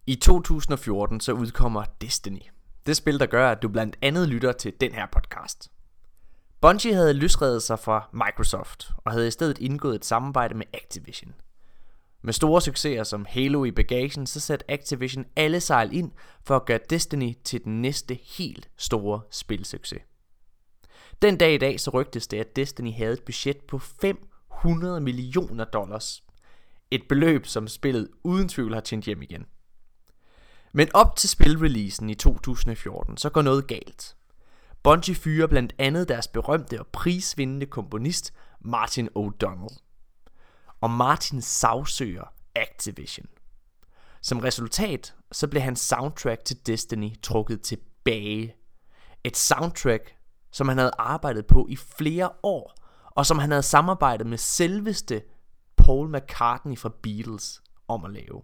I 2014 så udkommer Destiny. Det spil, der gør, at du blandt andet lytter til den her podcast. Bungie havde løsredet sig fra Microsoft og havde i stedet indgået et samarbejde med Activision. Med store succeser som Halo i bagagen, så satte Activision alle sejl ind for at gøre Destiny til den næste helt store spilsucces. Den dag i dag så rygtes det, at Destiny havde et budget på $500 millioner. Et beløb, som spillet uden tvivl har tjent hjem igen. Men op til spilreleasen i 2014, så går noget galt. Bungie fyrer blandt andet deres berømte og prisvindende komponist Martin O'Donnell. Og Martin sagsøger Activision. Som resultat, så blev hans soundtrack til Destiny trukket tilbage. Et soundtrack, som han havde arbejdet på i flere år, og som han havde samarbejdet med selveste Paul McCartney fra Beatles om at lave.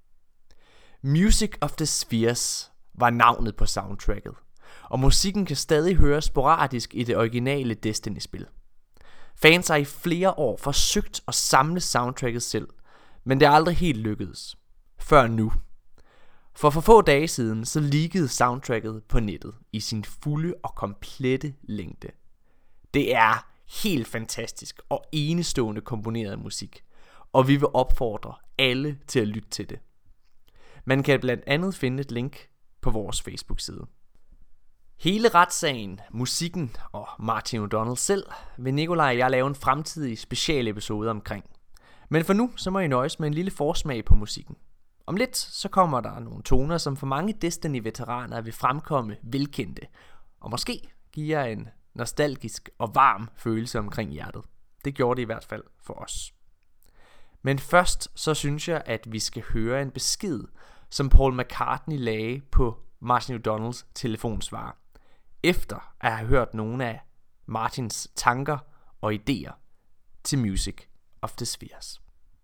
Music of the Spheres var navnet på soundtracket, og musikken kan stadig høres sporadisk i det originale Destiny-spil. Fans har i flere år forsøgt at samle soundtracket selv, men det er aldrig helt lykkedes. Før nu. For få dage siden så leakede soundtracket på nettet i sin fulde og komplette længde. Det er helt fantastisk og enestående komponeret musik, og vi vil opfordre alle til at lytte til det. Man kan blandt andet finde et link på vores Facebook-side. Hele retssagen, musikken og Martin O'Donnell selv vil Nikolaj og jeg lave en fremtidig specialepisode omkring. Men for nu så må I nøjes med en lille forsmag på musikken. Om lidt så kommer der nogle toner, som for mange Destiny-veteraner vil fremkomme velkendte, og måske giver en nostalgisk og varm følelse omkring hjertet. Det gjorde det i hvert fald for os. Men først så synes jeg, at vi skal høre en besked, som Paul McCartney lagde på Martin O'Donnells telefonsvarer, efter at have hørt nogle af Martins tanker og idéer til Music of the Spheres.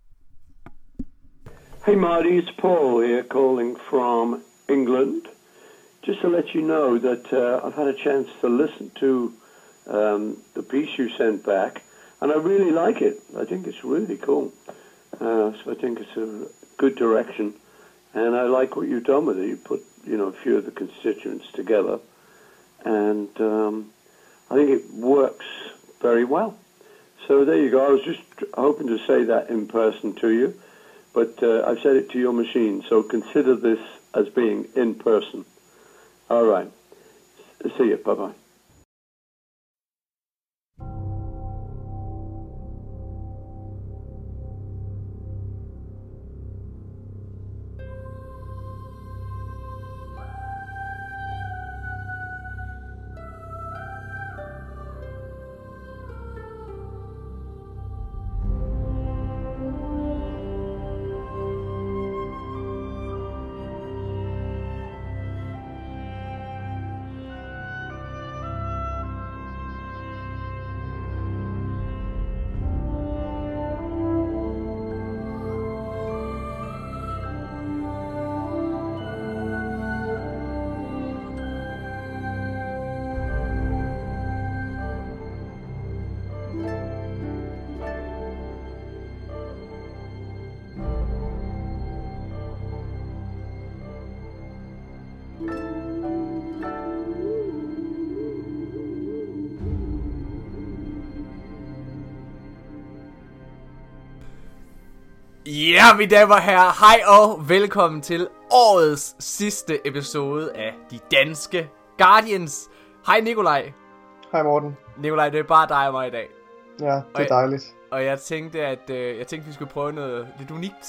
Hey Marty, it's Paul here calling from England. Just to let you know that I've had a chance to listen to the piece you sent back, and I really like it. I think it's really cool. So I think it's a good direction, and I like what you've done with it. You put, a few of the constituents together, and I think it works very well. So there you go. I was just hoping to say that in person to you, but I've said it to your machine, so consider this as being in person. All right. See you. Bye-bye. Ja, mine damer og herrer, hej og velkommen til årets sidste episode af De Danske Guardians. Hej Nikolaj. Hej Morten. Nikolaj, det er bare dig og mig i dag. Ja, det er dejligt. Og jeg tænkte, at vi skulle prøve noget lidt unikt.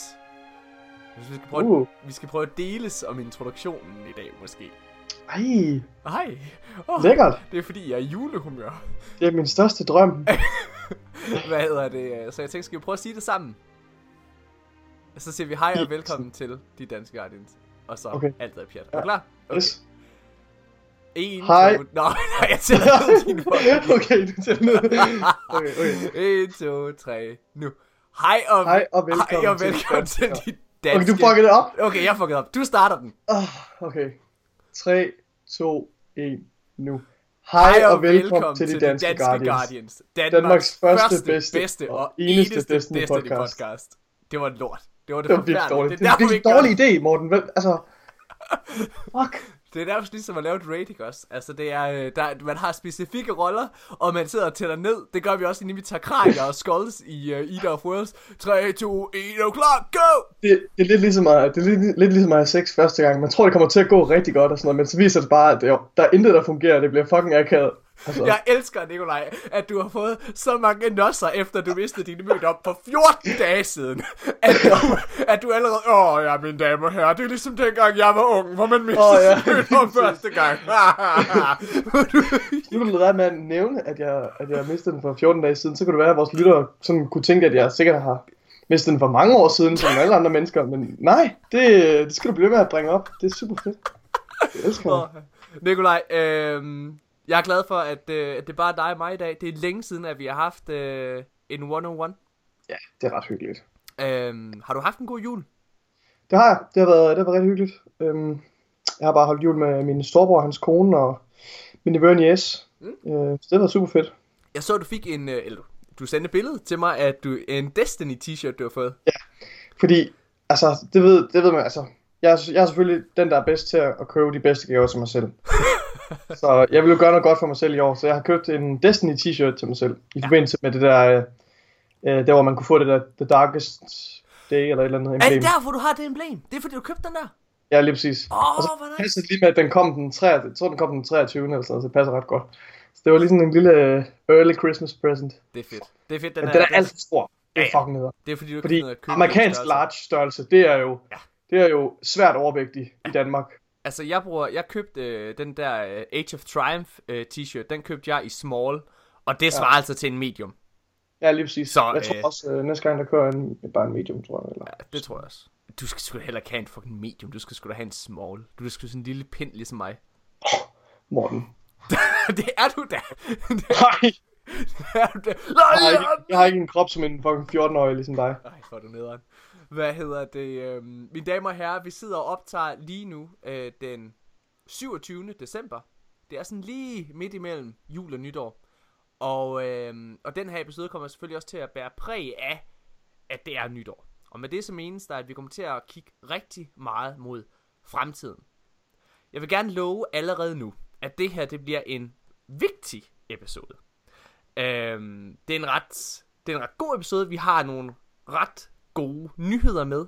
Vi skal prøve at deles om introduktionen i dag, måske. Hej. Lækkert. Det er fordi, jeg er i julehumør. Det er min største drøm. Hvad hedder det? Så jeg tænkte, skal vi prøve at sige det sammen? Så siger vi hej og velkommen til De Danske Guardians. Og så okay. Alt er pjat. Er du klar? Okay. Yes. Hej. Nej, jeg tæller ned din folk. Okay, du tæller ned. Okay. 1, 2, 3, nu. Hej og velkommen til De Danske. Okay, du fuckede det op. Okay, jeg fuckede op. Du starter den. Okay. 3, 2, 1, nu. Hej og velkommen til De Danske Guardians. Danmarks første, bedste og eneste Destiny podcast. Det var lort. Det var virkelig dårligt. Det er en virkelig dårlig idé, Morten. Altså, fuck. Det er nærmest ligesom at lave et rating også. Altså det er, man har specifikke roller, og man sidder og tæller ned. Det gør vi også, inden vi tager kranier og skulls i Eater of Worlds. 3, 2, 1, og klar, go! Det er lidt ligesom at have sex første gang. Man tror, det kommer til at gå rigtig godt og sådan noget, men så viser det bare, at der er intet, der fungerer. Det bliver fucking akavet. Altså. Jeg elsker, Nikolaj, at du har fået så mange nosser, efter du mistede dine mødt op for 14 dage siden. At du allerede... ja, mine damer og herrer, det er ligesom dengang, jeg var ung, hvor man mistede sin mødt op første gang. Nu vil du lade med at nævne, at jeg mistede den for 14 dage siden, så kunne det være, at vores lyttere sådan kunne tænke, at jeg sikkert har mistet den for mange år siden, som alle andre mennesker. Men nej, det skal du blive med at bringe op. Det er super fedt. Jeg elsker det. Nikolaj, jeg er glad for, at det bare er dig og mig i dag. Det er længe siden, at vi har haft en one-on-one. Ja, det er ret hyggeligt. Har du haft en god jul? Det har jeg. Det har været rigtig hyggeligt. Jeg har bare holdt jul med min storebror, hans kone og min nevø og niece. Så det var super fedt. Jeg så, at du fik du sendte et billede til mig, at en Destiny t-shirt, du har fået. Ja, fordi, altså, det ved man, altså. Jeg er selvfølgelig den, der er bedst til at købe de bedste gaver til mig selv. Så jeg vil jo gøre noget godt for mig selv i år. Så jeg har købt en Destiny t-shirt til mig selv. I forbindelse med det der hvor man kunne få det der The Darkest Day eller et eller andet emblem. Er det der, hvor du har det emblem? Det er fordi, du købte den der? Ja, lige præcis. Og så passer det lige med, at den kom den 23. eller sådan, så det passer ret godt. Så det var lige sådan en lille early Christmas present. Det er fedt. Det er fedt, den her. Den er alt for stor. Det er fucking neder. Det er fordi, du kan købe amerikansk large størrelse, det er jo svært overvægtigt i Danmark. Altså jeg købte den der Age of Triumph t-shirt, den købte jeg i small, og det svarer altså til en medium. Ja, lige præcis. Så, jeg tror også, næste gang der kører bare en medium, tror jeg. Eller. Ja, det tror jeg også. Du skal sgu da heller ikke have en fucking medium, du skal sgu da have en small. Du skal sådan en lille pind ligesom mig. Morten. Det er du da. Nej. Jeg har ikke en krop som en fucking 14-årig ligesom dig. Nej, hvor er du nederen. Hvad hedder det? Mine damer og herrer, vi sidder og optager lige nu den 27. december. Det er sådan lige midt imellem jul og nytår. Og den her episode kommer selvfølgelig også til at bære præg af, at det er nytår. Og med det som eneste, at vi kommer til at kigge rigtig meget mod fremtiden. Jeg vil gerne love allerede nu, at det her det bliver en vigtig episode. Det er en ret god episode. Vi har nogle ret gode nyheder med.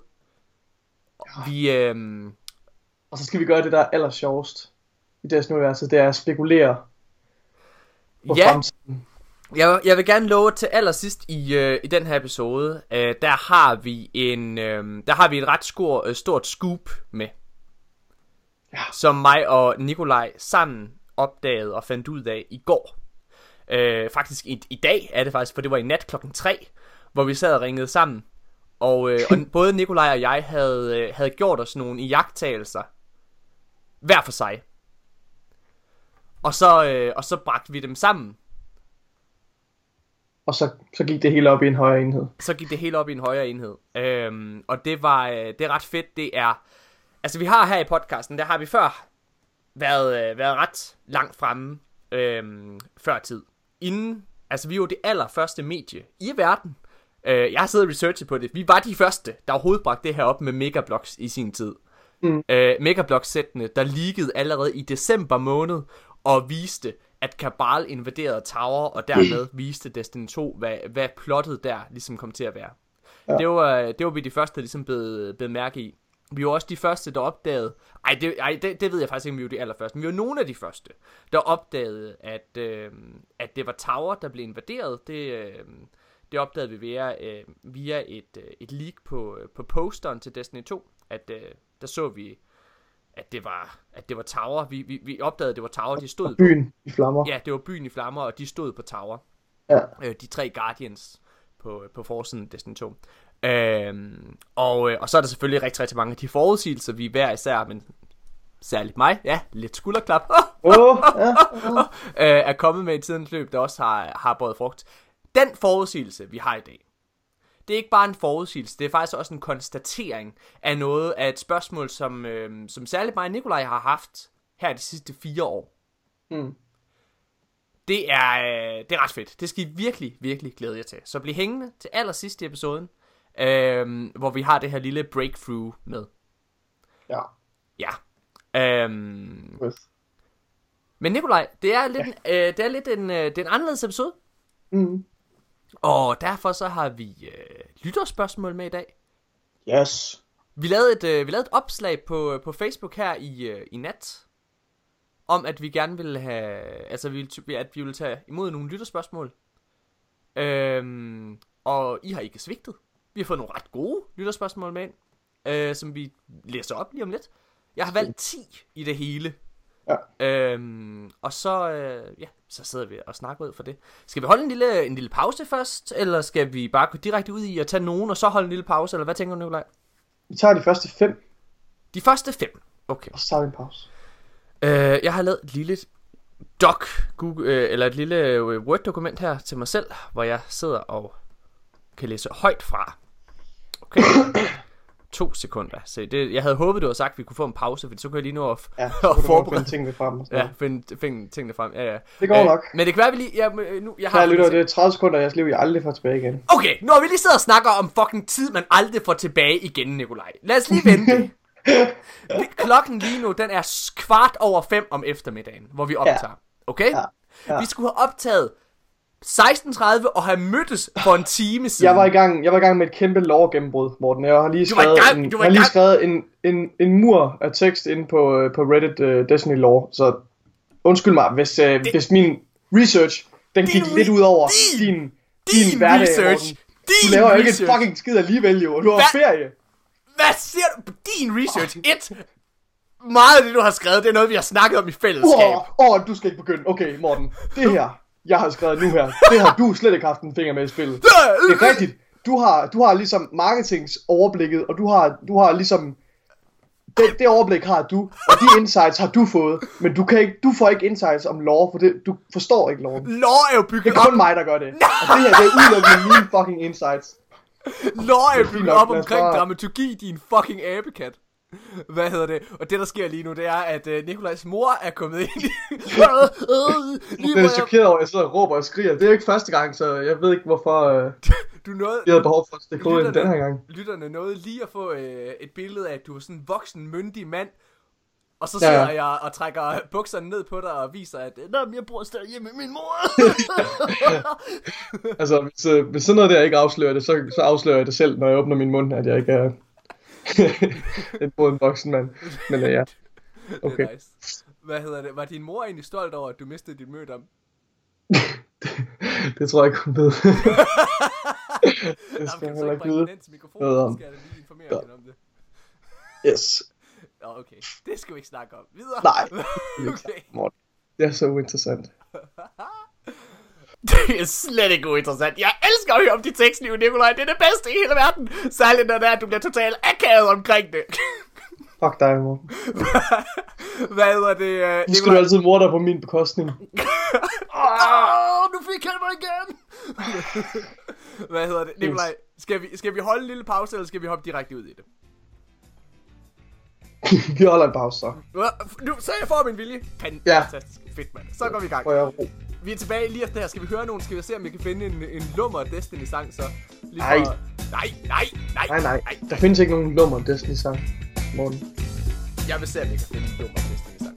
Og så skal vi gøre det, der er allersjovest i deres universet. Det er at spekulere på fremtiden. Jeg vil gerne love til allersidst i den her episode, der har vi et ret stort scoop med. Ja. Som mig og Nikolaj sammen opdagede og fandt ud af i går. Faktisk i dag er det faktisk, for det var i nat 3, hvor vi sad og ringede sammen. Og både Nikolaj og jeg havde gjort os nogle iagttagelser hver for sig. Og så bragte vi dem sammen. Og så gik det hele op i en højere enhed. Og det er ret fedt. Det er, altså vi har her i podcasten, der har vi før været ret langt fremme før tid. Altså vi var det allerførste medie i verden. Jeg har siddet og researchet på det. Vi var de første, der overhovedet bragte det her op med Megablocks i sin tid. Megablocks-sættene, der leakede allerede i december måned og viste, at Cabal invaderede Tower, og dermed viste Destiny 2, hvad plottet der ligesom kom til at være. Ja. Det var vi de første, der ligesom blev mærke i. Vi var også de første, der opdagede... det ved jeg faktisk ikke, om vi var de allerførste, men vi var nogle af de første, der opdagede, at det var Tower, der blev invaderet. Det opdagede vi via et leak på posteren til Destiny 2, der så vi, at det var Tower. Vi opdagede, at det var Tower, de stod... Byen i flammer. Ja, det var byen i flammer, og de stod på Tower. Ja. De 3 Guardians på forsiden af Destiny 2. Og så er der selvfølgelig rigtig, rigtig mange af de forudsigelser, vi hver især, men særligt mig, lidt skulderklap, er kommet med i tidens løb, der også har båret frugt. Den forudsigelse, vi har i dag, det er ikke bare en forudsigelse, det er faktisk også en konstatering af noget, af et spørgsmål, som særligt mig og Nikolaj har haft her de sidste 4 år. Det er ret fedt. Det skal I virkelig, virkelig glæde jer til. Så bliv hængende til allersidst i episoden. hvor vi har det her lille breakthrough med. Ja. Ja. Yes. Men Nikolaj, det er lidt en anderledes episode. Mm. Og derfor så har vi lytterspørgsmål med i dag. Yes. Vi lavede et opslag på Facebook her i nat, om at vi gerne ville have, altså at vi ville tage imod nogle lytterspørgsmål. Og I har ikke svigtet. Vi har fået nogle ret gode lytterspørgsmål med ind, som vi læser op lige om lidt. Jeg har valgt 10 i det hele. Ja. Og så sidder vi og snakker ud for det. Skal vi holde en lille pause først, eller skal vi bare gå direkte ud i at tage nogen og så holde en lille pause, eller hvad tænker du, Nikolaj? Vi tager de første 5. De første 5. Okay. Og så tager vi en pause. Jeg har lavet et lille eller et lille Word-dokument her til mig selv, hvor jeg sidder og kan læse højt fra. Okay. 2 sekunder. Så jeg havde håbet, du havde sagt, at vi kunne få en pause, for så kunne jeg lige nå at forberede tingene frem. Ja, finde tingene frem. Ja. Det går nok. Men det kan være, vi lige... Jeg har lytter, det er 30 sekunder af jeres liv, jeg aldrig får tilbage igen. Okay, når vi lige sidder og snakker om fucking tid, man aldrig får tilbage igen, Nikolaj. Lad os lige vente. Klokken lige nu, den er 5:15 om eftermiddagen, hvor vi optager. Okay? Ja. Vi skulle have optaget 16:30 og have mødtes for en time siden. Jeg var i gang med et kæmpe lore-gennembrud, Morten. Jeg har lige skrevet en mur af tekst inde på Reddit Destiny lore. Så undskyld mig, hvis min research den gik lidt ud over din hverdag, research. Du laver jo ikke et fucking skid alligevel, jo. Og du har ferie. Hvad siger du på din research? Meget af det, du har skrevet, det er noget, vi har snakket om i fællesskab. Du skal ikke begynde. Okay, Morten. Det her, jeg har skrevet nu her, det har du slet ikke haft en finger med i spillet. Det er rigtigt. Du har ligesom marketingsoverblikket, og du har ligesom... Det overblik har du, og de insights har du fået. Men du får ikke insights om lore, for du forstår ikke lore. Lore er jo bygget op... Det er kun mig, der gør det. Og det her, det er udelukkende mine fucking insights. Lore er bygget op omkring dramaturgi, din fucking abekat. Hvad hedder det? Og det der sker lige nu, det er at Nikolajs mor er kommet ind i... Jeg er chokeret over, at jeg sidder og råber og skriger. Det er ikke første gang, så jeg ved ikke hvorfor jeg havde behov for at stikke hovedet ind den her gang. Lytterne nåede lige at få et billede af, at du er sådan en voksen, myndig mand. Og så sidder jeg og trækker bukserne ned på dig og viser, at jeg bor stadig hjemme med min mor. Altså, hvis sådan noget der ikke afslører det, så afslører jeg det selv, når jeg åbner min mund, at jeg ikke er en voksen mand. Men ja. Okay. Nice. Hvad hedder det? Var din mor egentlig stolt over, at du mistede dit mødom? Det tror jeg ikke, hun ved. Det skal jeg heller ikke vide. Så skal jeg lige informere hende om det. Yes. Okay, det skal vi ikke snakke om. Videre. Nej. Okay. Det er så uinteressant. Det er slet ikke uinteressant. Jeg elsker at høre om de tekstliv, Nikolaj. Det er det bedste i hele verden. Særligt når det er, at du bliver totalt akavet omkring det. Fuck dig, mor. Hvad hedder det, Nu skal du altid morde dig på min bekostning. Nu fik jeg mig igen. Hvad hedder det, Nikolaj? Skal vi holde en lille pause, eller skal vi hoppe direkte ud i det? Vi holder en pause, så. Nu, så jeg får min vilje. Fantastisk. Fedt, mand. Så går vi i gang. Vi er tilbage lige efter det her. Skal vi høre nogen? Skal vi se, om vi kan finde en lummer Destiny-sang, så? Nej. Nej. Der findes ikke nogen lummer Destiny-sang, Morten. Jeg vil se, om vi kan finde en lummer Destiny-sang.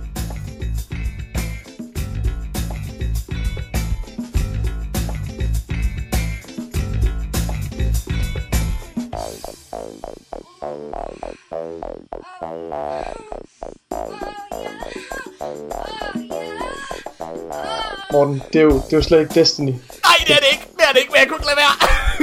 Morten, det er jo slet ikke Destiny. Nej, det er det ikke, men jeg kunne ikke lade være.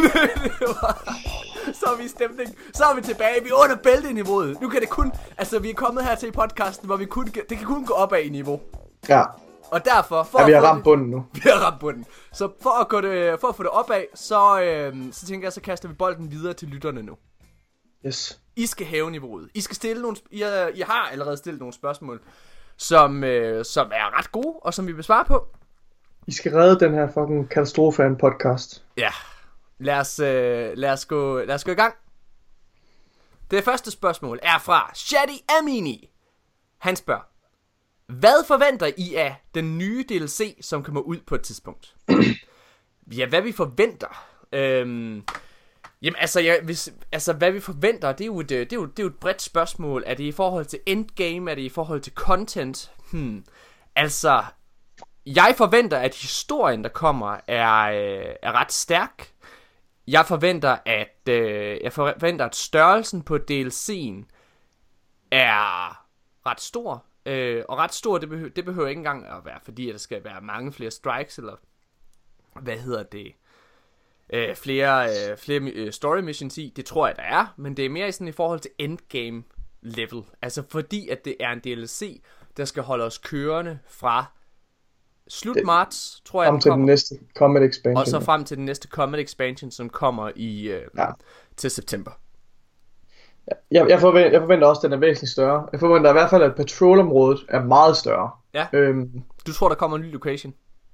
Så er vi i stemning. Så er vi tilbage, vi er under bælteniveauet. Nu kan det kun, altså vi er kommet her til i podcasten, hvor det kan kun gå opad i niveau. Ja. Og derfor, vi har ramt bunden nu. Vi har ramt bunden. Så for at få det opad, så tænker jeg, så kaster vi bolden videre til lytterne nu. Yes. I skal hæve niveauet. I skal stille nogle, I har allerede stillet nogle spørgsmål, som er ret gode, og som vi vil svare på. I skal redde den her fucking katastrofe af en podcast. Ja. Lad os gå i gang. Det første spørgsmål er fra Shadi Amini. Han spørger: hvad forventer I af den nye DLC, som kommer ud på et tidspunkt? Ja, hvad vi forventer. Jamen altså, hvad vi forventer, det er jo et bredt spørgsmål. Er det i forhold til endgame? Er det i forhold til content? Altså, jeg forventer, at historien, der kommer, er ret stærk. Jeg forventer, at størrelsen på DLC'en er ret stor. Og ret stor, det behøver ikke engang at være, fordi at der skal være mange flere strikes, eller flere story missions i. Det tror jeg, der er, men det er mere sådan i forhold til endgame level. Altså fordi, at det er en DLC, der skal holde os kørende fra slut marts, tror jeg, frem til den næste Comet Expansion. Og så frem til den næste Comet Expansion, som kommer til september. Jeg forventer også, at den er væsentligt større. Jeg forventer i hvert fald, at patrolområdet er meget større. Ja. Du tror, der kommer en ny location?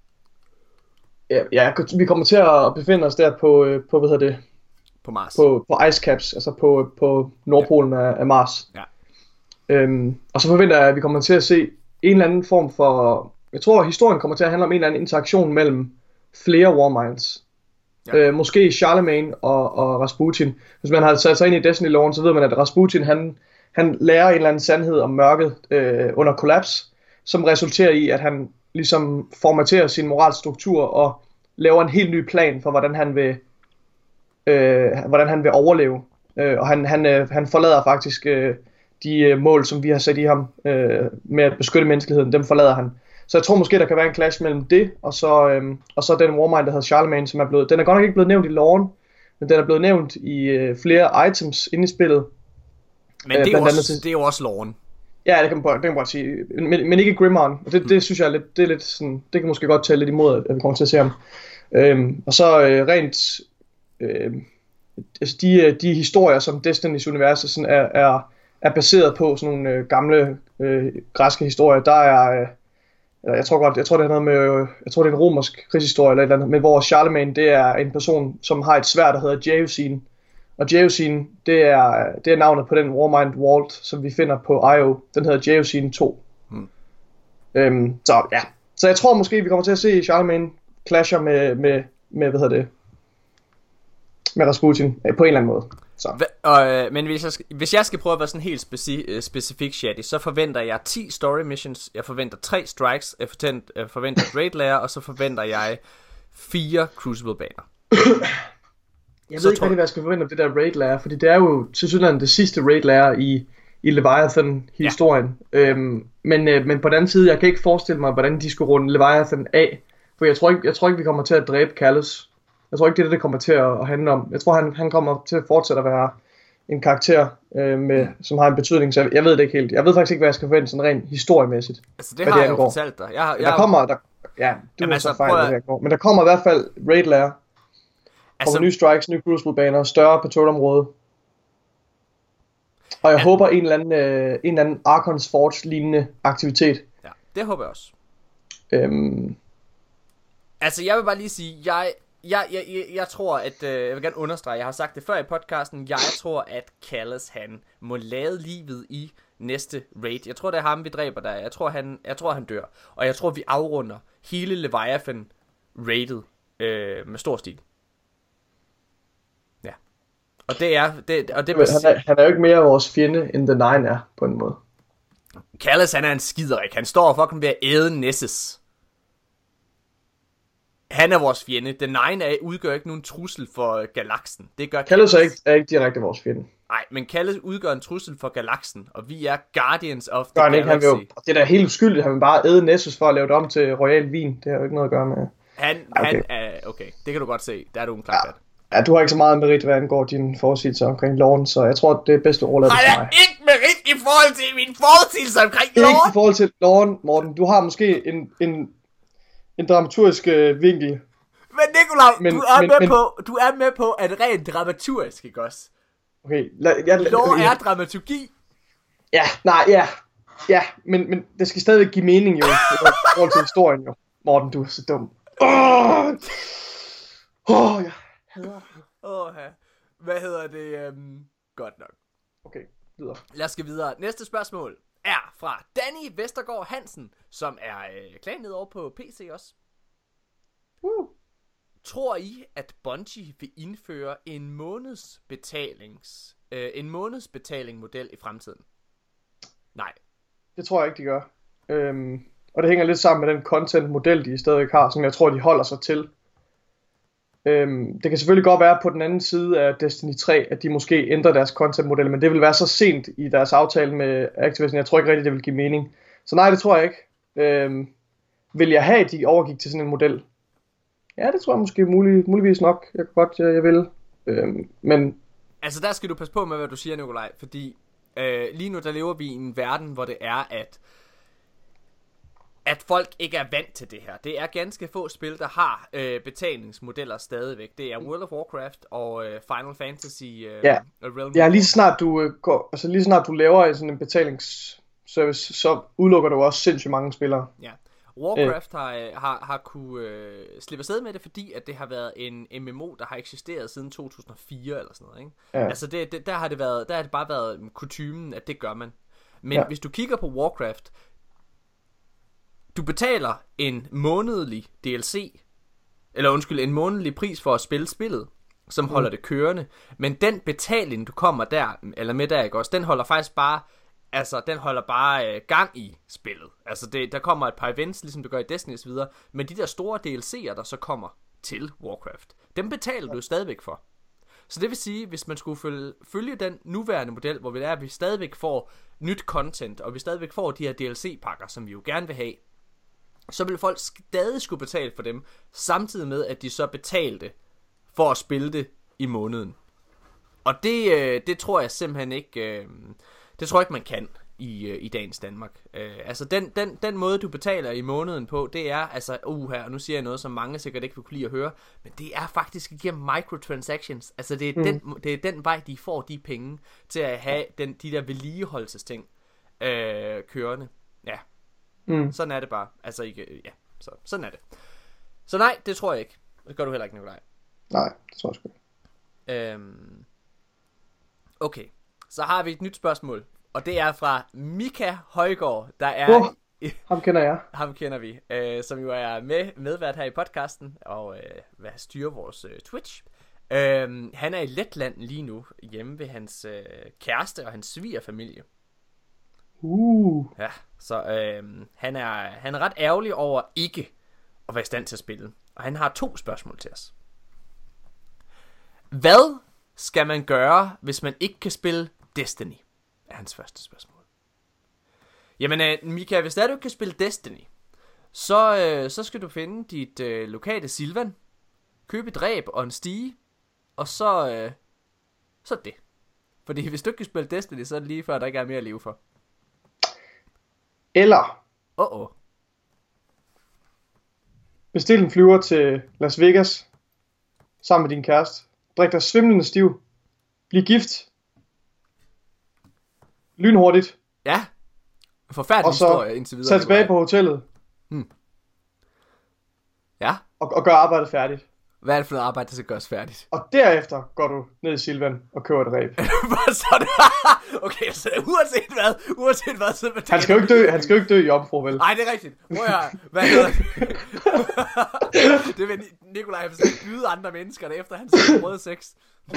Ja, vi kommer til at befinde os der på på Mars. På ice caps, altså på nordpolen af Mars. Ja. Og så forventer jeg, at vi kommer til at se en eller anden form for... Jeg tror, at historien kommer til at handle om en eller anden interaktion mellem flere Warminds. Ja. Måske Charlemagne og Rasputin. Hvis man har sat sig ind i Destiny-loven, så ved man, at Rasputin han lærer en eller anden sandhed om mørket under kollaps, som resulterer i, at han ligesom formaterer sin moralstruktur og laver en helt ny plan for, hvordan han vil overleve. Og han forlader faktisk de mål, som vi har sat i ham med at beskytte menneskeligheden, dem forlader han. Så jeg tror måske, der kan være en clash mellem det, og så den Warmind, der hedder Charlemagne, som den er godt nok ikke blevet nævnt i loven, men den er blevet nævnt i flere items inde i spillet. Men det er jo også loven. Ja, det kan man godt sige. Men ikke Grimron. Og det synes jeg det er lidt sådan, det kan måske godt tale lidt imod, at vi kommer til at se ham. Og så rent altså de historier, som Destiny's univers sådan er baseret på sådan nogle gamle græske historier. Der er jeg tror det er noget med, jeg tror det er en romersk krigshistorie eller et eller andet, men hvor Charlemagne, det er en person, som har et sværd, der hedder Geosin. Og Geosin, det er navnet på den Warmind Vault, som vi finder på IO. Den hedder Geosin 2. Så ja. Så jeg tror måske, vi kommer til at se Charlemagne clasher med med Rasputin på en eller anden måde. Så. Men hvis jeg skal prøve at være sådan helt specifik, Shadi, så forventer jeg 10 story missions, jeg forventer 3 strikes, jeg forventer et raid layer, og så forventer jeg 4 crucible-baner. Jeg ved ikke rigtig, hvad jeg skal forvente om det der raid layer, fordi det er jo til synligheden det sidste raid layer i Leviathan-historien. Ja. Men på den anden side, jeg kan ikke forestille mig, hvordan de skulle runde Leviathan af, for jeg tror ikke vi kommer til at dræbe Callus. Jeg tror ikke, det kommer til at handle om. Jeg tror, han kommer til at fortsætte at være en karakter, som har en betydning. Så jeg ved det ikke helt. Jeg ved faktisk ikke, hvad jeg skal forvente sådan rent historiemæssigt. Altså, det har jeg jo fortalt dig. Men der kommer i hvert fald raid layer. Altså, nye strikes, nye crucible-baner, større patrolområde. Og jeg håber en eller anden Archon's Forge-lignende aktivitet. Ja, det håber jeg også. Altså, jeg vil bare lige sige, jeg tror, at jeg vil gerne understrege, jeg har sagt det før i podcasten, jeg tror, at Callus, han må lade livet i næste raid. Jeg tror, det er ham, vi dræber der. Jeg tror, han dør. Og jeg tror, vi afrunder hele Leviathan raidet med stor stil. Ja. Og det er... Han er jo ikke mere vores fjende, end The Nine er, på en måde. Callus, han er en skiderik. Han står fucking ved at æde Nessus. Han er vores fjende. The Nine udgør ikke nogen trussel for galaksen. Det gør Callus er ikke direkte vores fjende. Nej, men Callus udgør en trussel for galaksen, og vi er Guardians of the Galaxy. Det er da helt uskyldigt, han vil bare æde Nessus for at lave det om til royal vin. Det har jo ikke noget at gøre med... Okay, det kan du godt se. Der er du en klar kat. Ja, du har ikke så meget merit, hvad angår dine forudsigelser omkring loven, så jeg tror, det er bedst at overlade det til mig. Har jeg ikke merit i forhold til mine forudsigelser omkring loven? Ikke i forhold til loven, Morten. Du har måske en dramaturgisk vinkel. Men Nikolaj, du er med på, at rent dramaturgisk, ikke også? Okay. Lov er dramaturgi. Ja, men det skal stadigvæk give mening jo, i forhold til historien jo. Morten, du er så dum. Jeg hader. Hvad hedder det? Godt nok. Okay, videre. Lad os gå videre. Næste spørgsmål er fra Danny Vestergaard Hansen, som er klanleder over på PC også. Tror I, at Bungie vil indføre en månedsbetaling model i fremtiden? Nej. Det tror jeg ikke, de gør. Og det hænger lidt sammen med den content-model, de stadig har, som jeg tror, de holder sig til. Det kan selvfølgelig godt være på den anden side af Destiny 3, at de måske ændrer deres content-model, men det vil være så sent i deres aftale med Activision. Jeg tror ikke rigtig, det vil give mening. Så nej, det tror jeg ikke. Vil jeg have, at de overgik til sådan en model? Ja, det tror jeg måske muligvis nok. Jeg vil. Men altså der skal du passe på med, hvad du siger, Nikolaj, fordi lige nu der lever vi i en verden, hvor det er, at folk ikke er vant til det her. Det er ganske få spil, der har betalingsmodeller stadigvæk. Det er World of Warcraft og Final Fantasy Realm. Ja, lige snart du laver sådan en betalingsservice, så udelukker du også sindssygt mange spillere. Ja. Warcraft har kunne slippe afsted med det, fordi at det har været en MMO, der har eksisteret siden 2004 eller sådan noget, ikke? Ja. Altså der har det bare været kutymen, at det gør man. Men hvis du kigger på Warcraft, du betaler en månedlig DLC, en månedlig pris for at spille spillet, som holder det kørende, men den betaling du kommer med der, ikke også, den holder faktisk bare gang i spillet. Altså der kommer et par events, ligesom du gør i Destiny og så videre, men de der store DLC'er, der så kommer til Warcraft, dem betaler du stadigvæk for. Så det vil sige, hvis man skulle følge den nuværende model, hvor vi stadigvæk får nyt content, og vi stadigvæk får de her DLC-pakker, som vi jo gerne vil have, så vil folk stadig skulle betale for dem, samtidig med, at de så betalte for at spille det i måneden. Og det tror jeg simpelthen ikke... Det tror jeg ikke, man kan i dagens Danmark. Altså den måde, du betaler i måneden på, det er, altså, og nu siger jeg noget, som mange sikkert ikke vil kunne lide at høre, men det er faktisk igennem microtransactions. Altså det er den vej, de får de penge til at have de der vedligeholdelsesting kørende. Ja, sådan er det bare. Altså ikke, ja, sådan er det. Så nej, det tror jeg ikke. Det gør du heller ikke, Nikolaj. Nej, det tror jeg sgu ikke. Okay. Så har vi et nyt spørgsmål, og det er fra Mika Højgaard, der er... ham kender jeg. Ham kender vi, som jo er medvært her i podcasten, og styrer vores Twitch. Han er i Letland lige nu, hjemme ved hans kæreste og hans svigerfamilie. Ja, så han er ret ærgerlig over ikke at være i stand til at spille. Og han har 2 spørgsmål til os. Hvad skal man gøre, hvis man ikke kan spille Destiny? Er hans første spørgsmål. Jamen, Mika, hvis du ikke kan spille Destiny, så skal du finde dit lokale Sylvan, købe et ræb og en stige, og så det. Fordi hvis du ikke kan spille Destiny, så er det lige før, der ikke er mere at leve for. Eller bestil en flyver til Las Vegas sammen med din kæreste. Drik dig svimlende stiv. Bliv gift. Lynhurtigt. Ja. Forfærdelig historie indtil videre. Og så tilbage på hotellet. Ja. Og gør arbejdet færdigt. Hvad er det for noget arbejde, der skal gøres færdigt? Og derefter går du ned i Sylvan og køber et ræb. Så det okay, så uanset hvad, så han skal jo ikke dø i jomfru, vel? Nej, det er rigtigt. Hvad hedder det? Det vil Nikolaj have byde andre mennesker, der efter han har prøvet sex.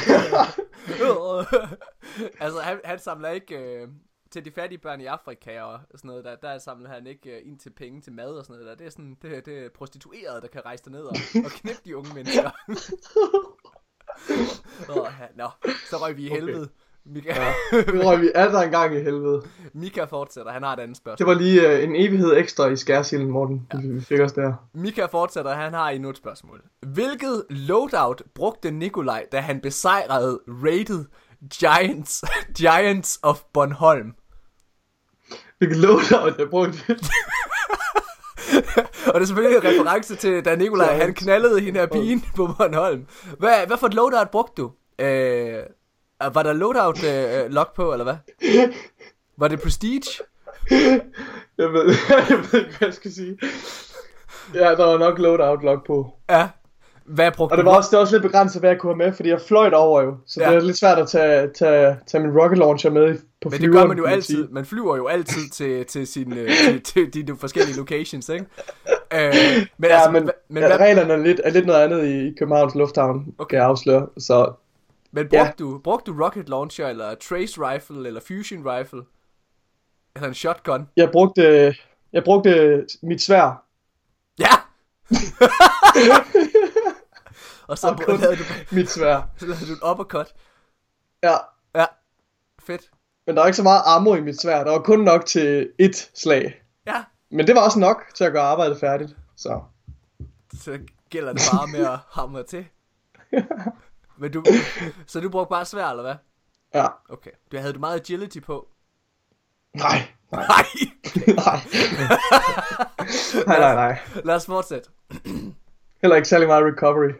Altså, han samler ikke til de fattige børn i Afrika og sådan noget. Der samler han ikke ind til penge til mad og sådan noget. Det er sådan, det er prostituerede, der kan rejse derned og knæppe de unge mennesker. Så røg vi i helvede. Mika. Ja, nu røg vi altså en gang i helvede. Mika fortsætter, han har et andet spørgsmål. Det var lige en evighed ekstra i skærsilden, Morten, vi fik os der. Mika fortsætter, han har endnu et spørgsmål. Hvilket loadout brugte Nikolaj, da han besejrede Raided Giants of Bornholm? Hvilket loadout jeg brugte? Og det er selvfølgelig en reference til, da Nikolaj han knaldede hende her pigen på Bornholm. Hvad for et loadout brugte du? Var der loadout lock på, eller hvad? Var det Prestige? Jeg ved ikke, hvad jeg skal sige. Ja, der var nok loadout lock på. Ja. Hvad brugte Og det var også lidt begrænset, hvad jeg kunne have med, fordi jeg fløj over jo. Så det er lidt svært at tage min rocket launcher med på flyveren. Men det gør man jo altid. Man flyver jo altid til de forskellige locations, ikke? Men reglerne er lidt noget andet i Københavns Lufthavn, kan jeg afsløre. Så, men brugte du rocket launcher, eller trace rifle, eller fusion rifle? Eller en shotgun? Jeg brugte mit sværd. Ja! Og så lavede du mit sværd. Så lavede du en uppercut. Ja. Fedt. Men der var ikke så meget ammo i mit sværd. Der var kun nok til ét slag. Ja. Men det var også nok til at gøre arbejdet færdigt. Så gælder det bare med at hamre til. Men så du brugte bare sværd, eller hvad? Ja. Okay. Havde du meget agility på? Nej. Okay. Nej. Lad os fortsætte. Heller ikke særlig meget recovery.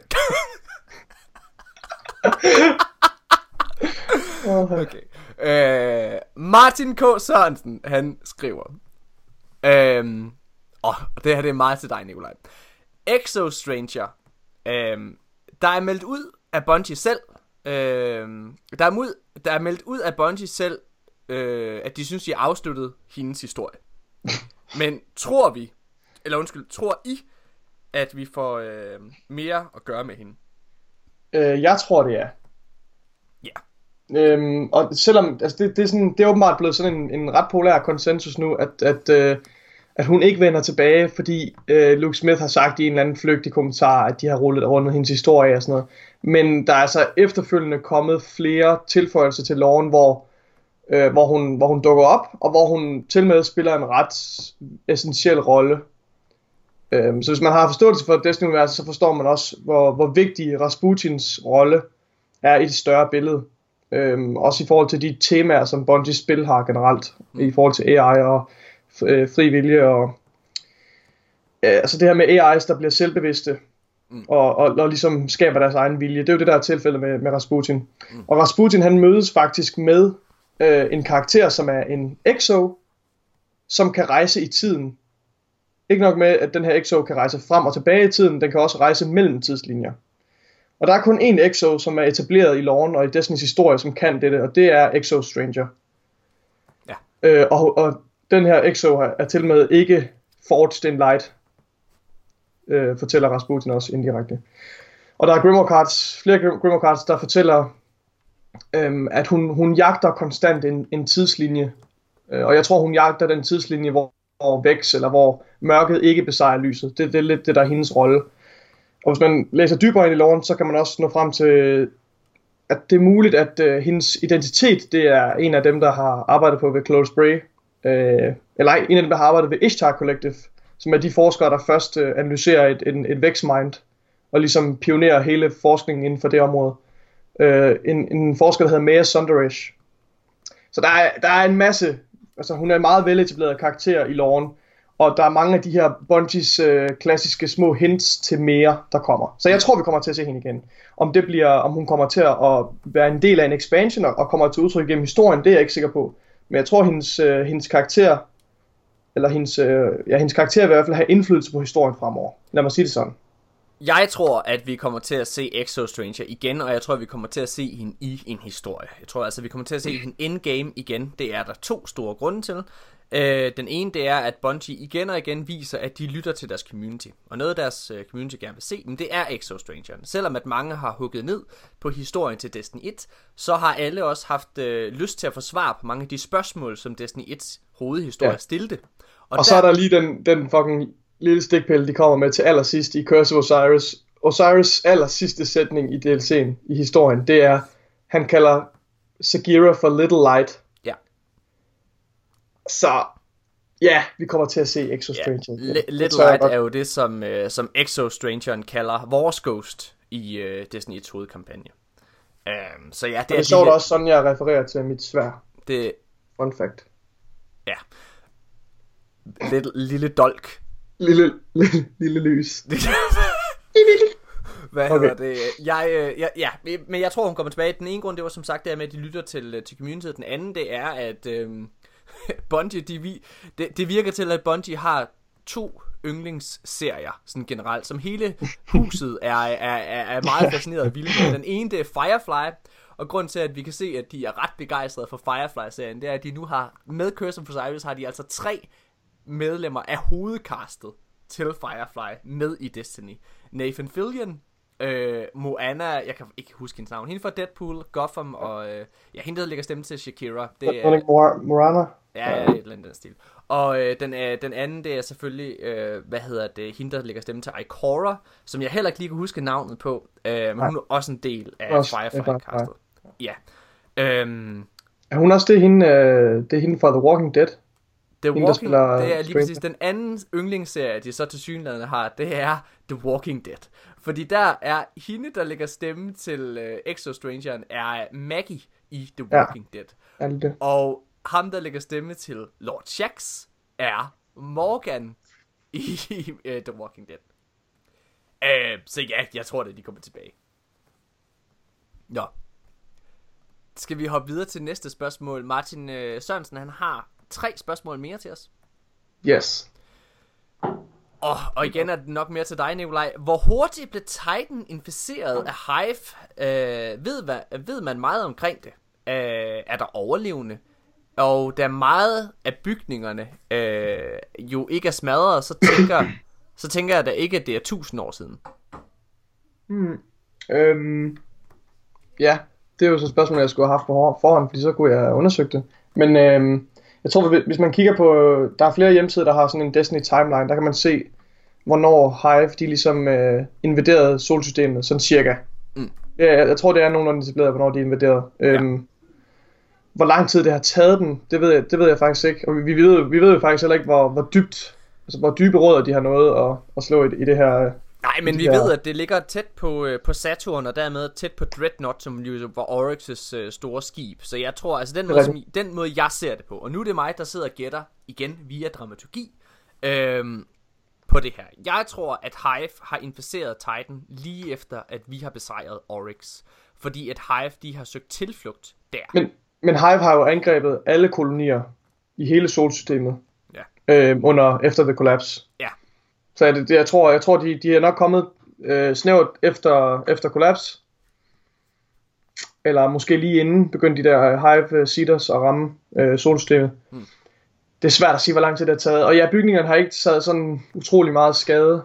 Okay. Martin K. Sørensen, han skriver. Det her det er meget til dig, Nikolaj. Exo Stranger. Der er meldt ud af Bungie selv. Der er meldt ud af Bungie selv, at de synes, de har afsluttet hendes historie. Men tror I, at vi får mere at gøre med hende? Jeg tror det er. Ja. Og selvom altså det er åbenbart blevet sådan en ret populær konsensus nu, at hun ikke vender tilbage, fordi Luke Smith har sagt i en eller anden flygtig kommentar, at de har rundet hendes historie og sådan noget. Men der er altså efterfølgende kommet flere tilføjelser til loven, hvor hun dukker op, og hvor hun til med spiller en ret essentiel rolle. Så hvis man har forståelse for Destiny-universet, så forstår man også, hvor vigtig Rasputins rolle er i det større billede. Også i forhold til de temaer, som Bungies spil har generelt, i forhold til AI og fri vilje. Og, altså det her med AI's, der bliver selvbevidste, og ligesom skaber deres egen vilje. Det er jo det, der er tilfældet med Rasputin. Og Rasputin, han mødes faktisk med en karakter, som er en Exo, som kan rejse i tiden. Ikke nok med, at den her Exo kan rejse frem og tilbage i tiden, den kan også rejse mellem tidslinjer. Og der er kun én Exo, som er etableret i loven og i Destinys historie, som kan dette, og det er Exo Stranger. Ja. Og den her Exo er til med ikke forged in light, fortæller Rasputin også indirekte. Og der er flere Grimoire cards, der fortæller, at hun jagter konstant en tidslinje. Og jeg tror, hun jagter den tidslinje, hvor Vex, eller hvor mørket ikke besejrer lyset. Det er lidt det, der er hendes rolle. Og hvis man læser dybere ind i loven, så kan man også nå frem til, at det er muligt, at hendes identitet, det er en af dem, der har arbejdet på ved Close Bray. Eller en af dem, der har arbejdet ved Ishtar Collective, som er de forskere, der først analyserer et Vex-mind, og ligesom pionerer hele forskningen inden for det område. En forsker, der hedder Maya Sundaresh. Så der er en masse, altså hun er en meget veletableret karakter i loven, og der er mange af de her Bungies klassiske små hints til mere, der kommer. Så jeg tror, vi kommer til at se hende igen. Om hun kommer til at være en del af en expansion og kommer til udtryk gennem historien, det er jeg ikke sikker på. Men jeg tror, hendes karakter, eller hendes karakter vil i hvert fald have indflydelse på historien fremover. Lad mig sige det sådan. Jeg tror, at vi kommer til at se Exo Stranger igen, og jeg tror, at vi kommer til at se hende i en historie. Jeg tror altså, at vi kommer til at se hende endgame igen. Det er der 2 store grunde til. Den ene, det er, at Bungie igen og igen viser, at de lytter til deres community. Og noget, deres community gerne vil se, men det er Exo Strangeren. Selvom at mange har hugget ned på historien til Destiny 1, så har alle også haft lyst til at få svar på mange af de spørgsmål, som Destiny 1's hovedhistorie stillede. Og så er der lige den fucking lille stikpille, de kommer med til allersidst i Curse of Osiris. Osiris' allersidste sætning i DLC'en i historien, det er, han kalder Sagira for Little Light. Ja. Så ja, vi kommer til at se Exo Stranger. Little Light er jo det, som Exo Strangeren kalder vores Ghost i Destiny 1's hovedkampagne. Så ja, det er sjovt også sådan, jeg refererer til mit sværd. Det fun fact. Ja. Lille dolk. Lille lys. Hvad hedder det? Men jeg tror, hun kommer tilbage. Den ene grund, det var som sagt, det er med, at de lytter til community. Den anden, det er, at Bungie, det virker til, at Bungie har 2 yndlingsserier, sådan generelt, som hele huset er meget fascineret og vildt med. Den ene, det er Firefly, og grund til, at vi kan se, at de er ret begejstrede for Firefly-serien, det er, at de nu har, med Curse of Osiris, har de altså 3 medlemmer af hovedcastet til Firefly med i Destiny. Nathan Fillion, Moana, jeg kan ikke huske hendes navn, hende fra Deadpool, Gotham, og hende, der lægger stemme til Shakira. Det er Morana. Ja, et eller andet stil. Og den anden, det er selvfølgelig, hende, der lægger stemme til Ikora, som jeg heller ikke lige kan huske navnet på, men hun er også en del af Firefly-castet. Ja. Er hun også det er hende fra The Walking Dead? The Walking, det er lige præcis den anden yndlingsserie, de så til synligheden har, det er The Walking Dead. Fordi der er hende, der lægger stemme til Exo-Strangeren, er Maggie i The Walking Dead. Det. Og ham, der lægger stemme til Lord Shax, er Morgan i The Walking Dead. Så ja, jeg tror det, de kommer tilbage. Nå. Skal vi hoppe videre til næste spørgsmål? Martin Sørensen, han har 3 spørgsmål mere til os. Yes. Og igen er det nok mere til dig, Nikolaj. Hvor hurtigt blev Titan inficeret af Hive? Ved man meget omkring det? Er der overlevende? Og da meget af bygningerne jo ikke er smadret, så tænker jeg da ikke, at det er 1000 år siden. Ja, det er jo så et spørgsmål, jeg skulle have haft på forhånd, fordi så kunne jeg undersøge det. Men jeg tror, hvis man kigger på, der er flere hjemmesider, der har sådan en Destiny timeline, der kan man se, hvornår Hive, de ligesom invaderede solsystemet, sådan cirka. Jeg tror, det er nogenlunde etableret, hvornår de invaderede. Hvor lang tid det har taget dem, det ved jeg faktisk ikke. Og vi ved jo faktisk heller ikke, hvor dybe rødder de har nået at slå i det her. Nej, men vi ved, at det ligger tæt på Saturn, og dermed tæt på Dreadnought, som jo var Oryx's store skib. Så jeg tror, altså den måde jeg ser det på, og nu er det mig, der sidder og gætter igen via dramaturgi på det her. Jeg tror, at Hive har inficeret Titan lige efter, at vi har besejret Oryx. Fordi at Hive, de har søgt tilflugt der. Men Hive har jo angrebet alle kolonier i hele solsystemet efter The Collapse. Ja. Så jeg tror de er nok kommet snævert efter Collapse. Eller måske lige inden begyndte de der Hive Seeders at ramme solsystemet. Det er svært at sige, hvor lang tid det har taget. Og ja, bygningerne har ikke taget sådan utrolig meget skade.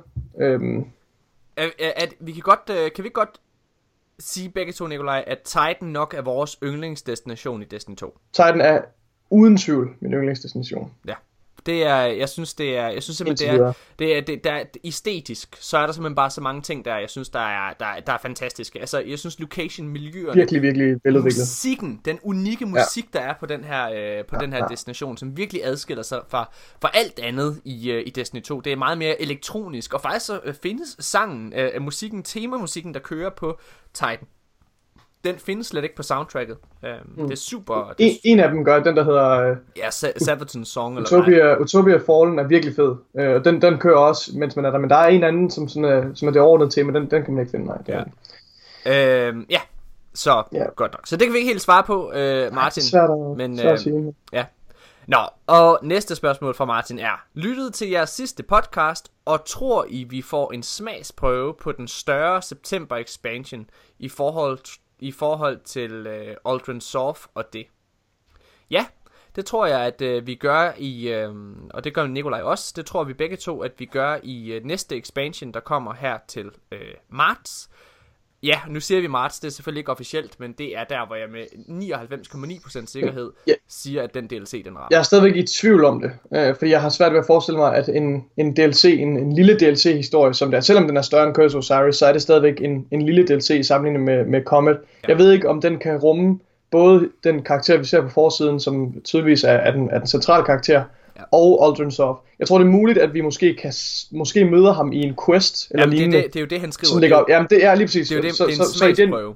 Kan vi godt sige begge to, Nikolaj, at Titan nok er vores yndlingsdestination i Destiny 2? Titan er uden tvivl min yndlingsdestination. Ja. Jeg synes simpelthen det er æstetisk, så er der simpelthen bare så mange ting der jeg synes der er fantastiske. Altså jeg synes location, miljøerne, virkelig veludviklet. Musikken, den unikke musik der er på den her destination, som virkelig adskiller sig fra alt andet i Destiny 2. Det er meget mere elektronisk, og faktisk så findes sangen af musikken, temamusikken der kører på Titan. Den findes slet ikke på soundtracket. Det er super. En af dem gør, den der hedder Savathun's Song Utopia Fallen er virkelig fed. Og den kører også, mens man er der. Men der er en anden, som er det overordnede tema. Den kan man ikke finde, nej. Godt nok. Så det kan vi ikke helt svare på, Martin. Svært at sige. Ja. Nå, og næste spørgsmål fra Martin er: lyttede til jeres sidste podcast, og tror I, vi får en smagsprøve på den større September expansion i forhold til Aldrich Soft og det? Ja, det tror jeg, at vi gør og det gør Nikolaj også, det tror vi begge to, at vi gør i næste expansion, der kommer her til marts. Ja, nu siger vi marts, det er selvfølgelig ikke officielt, men det er der, hvor jeg med 99,9% sikkerhed siger, at den DLC, den rammer. Jeg er stadigvæk i tvivl om det, fordi jeg har svært ved at forestille mig, at en DLC, en lille DLC-historie, som det er, selvom den er større end Curse of Osiris, så er det stadigvæk en lille DLC i sammenligning med Comet. Ja. Jeg ved ikke, om den kan rumme både den karakter, vi ser på forsiden, som tydeligvis er den centrale karakter, og Aldrich Soft. Jeg tror, det er muligt, at vi måske møder ham i en quest eller lignende. Det er jo det, han skriver. Jamen, det er lige præcis. Det er jo det, en smagsprøve.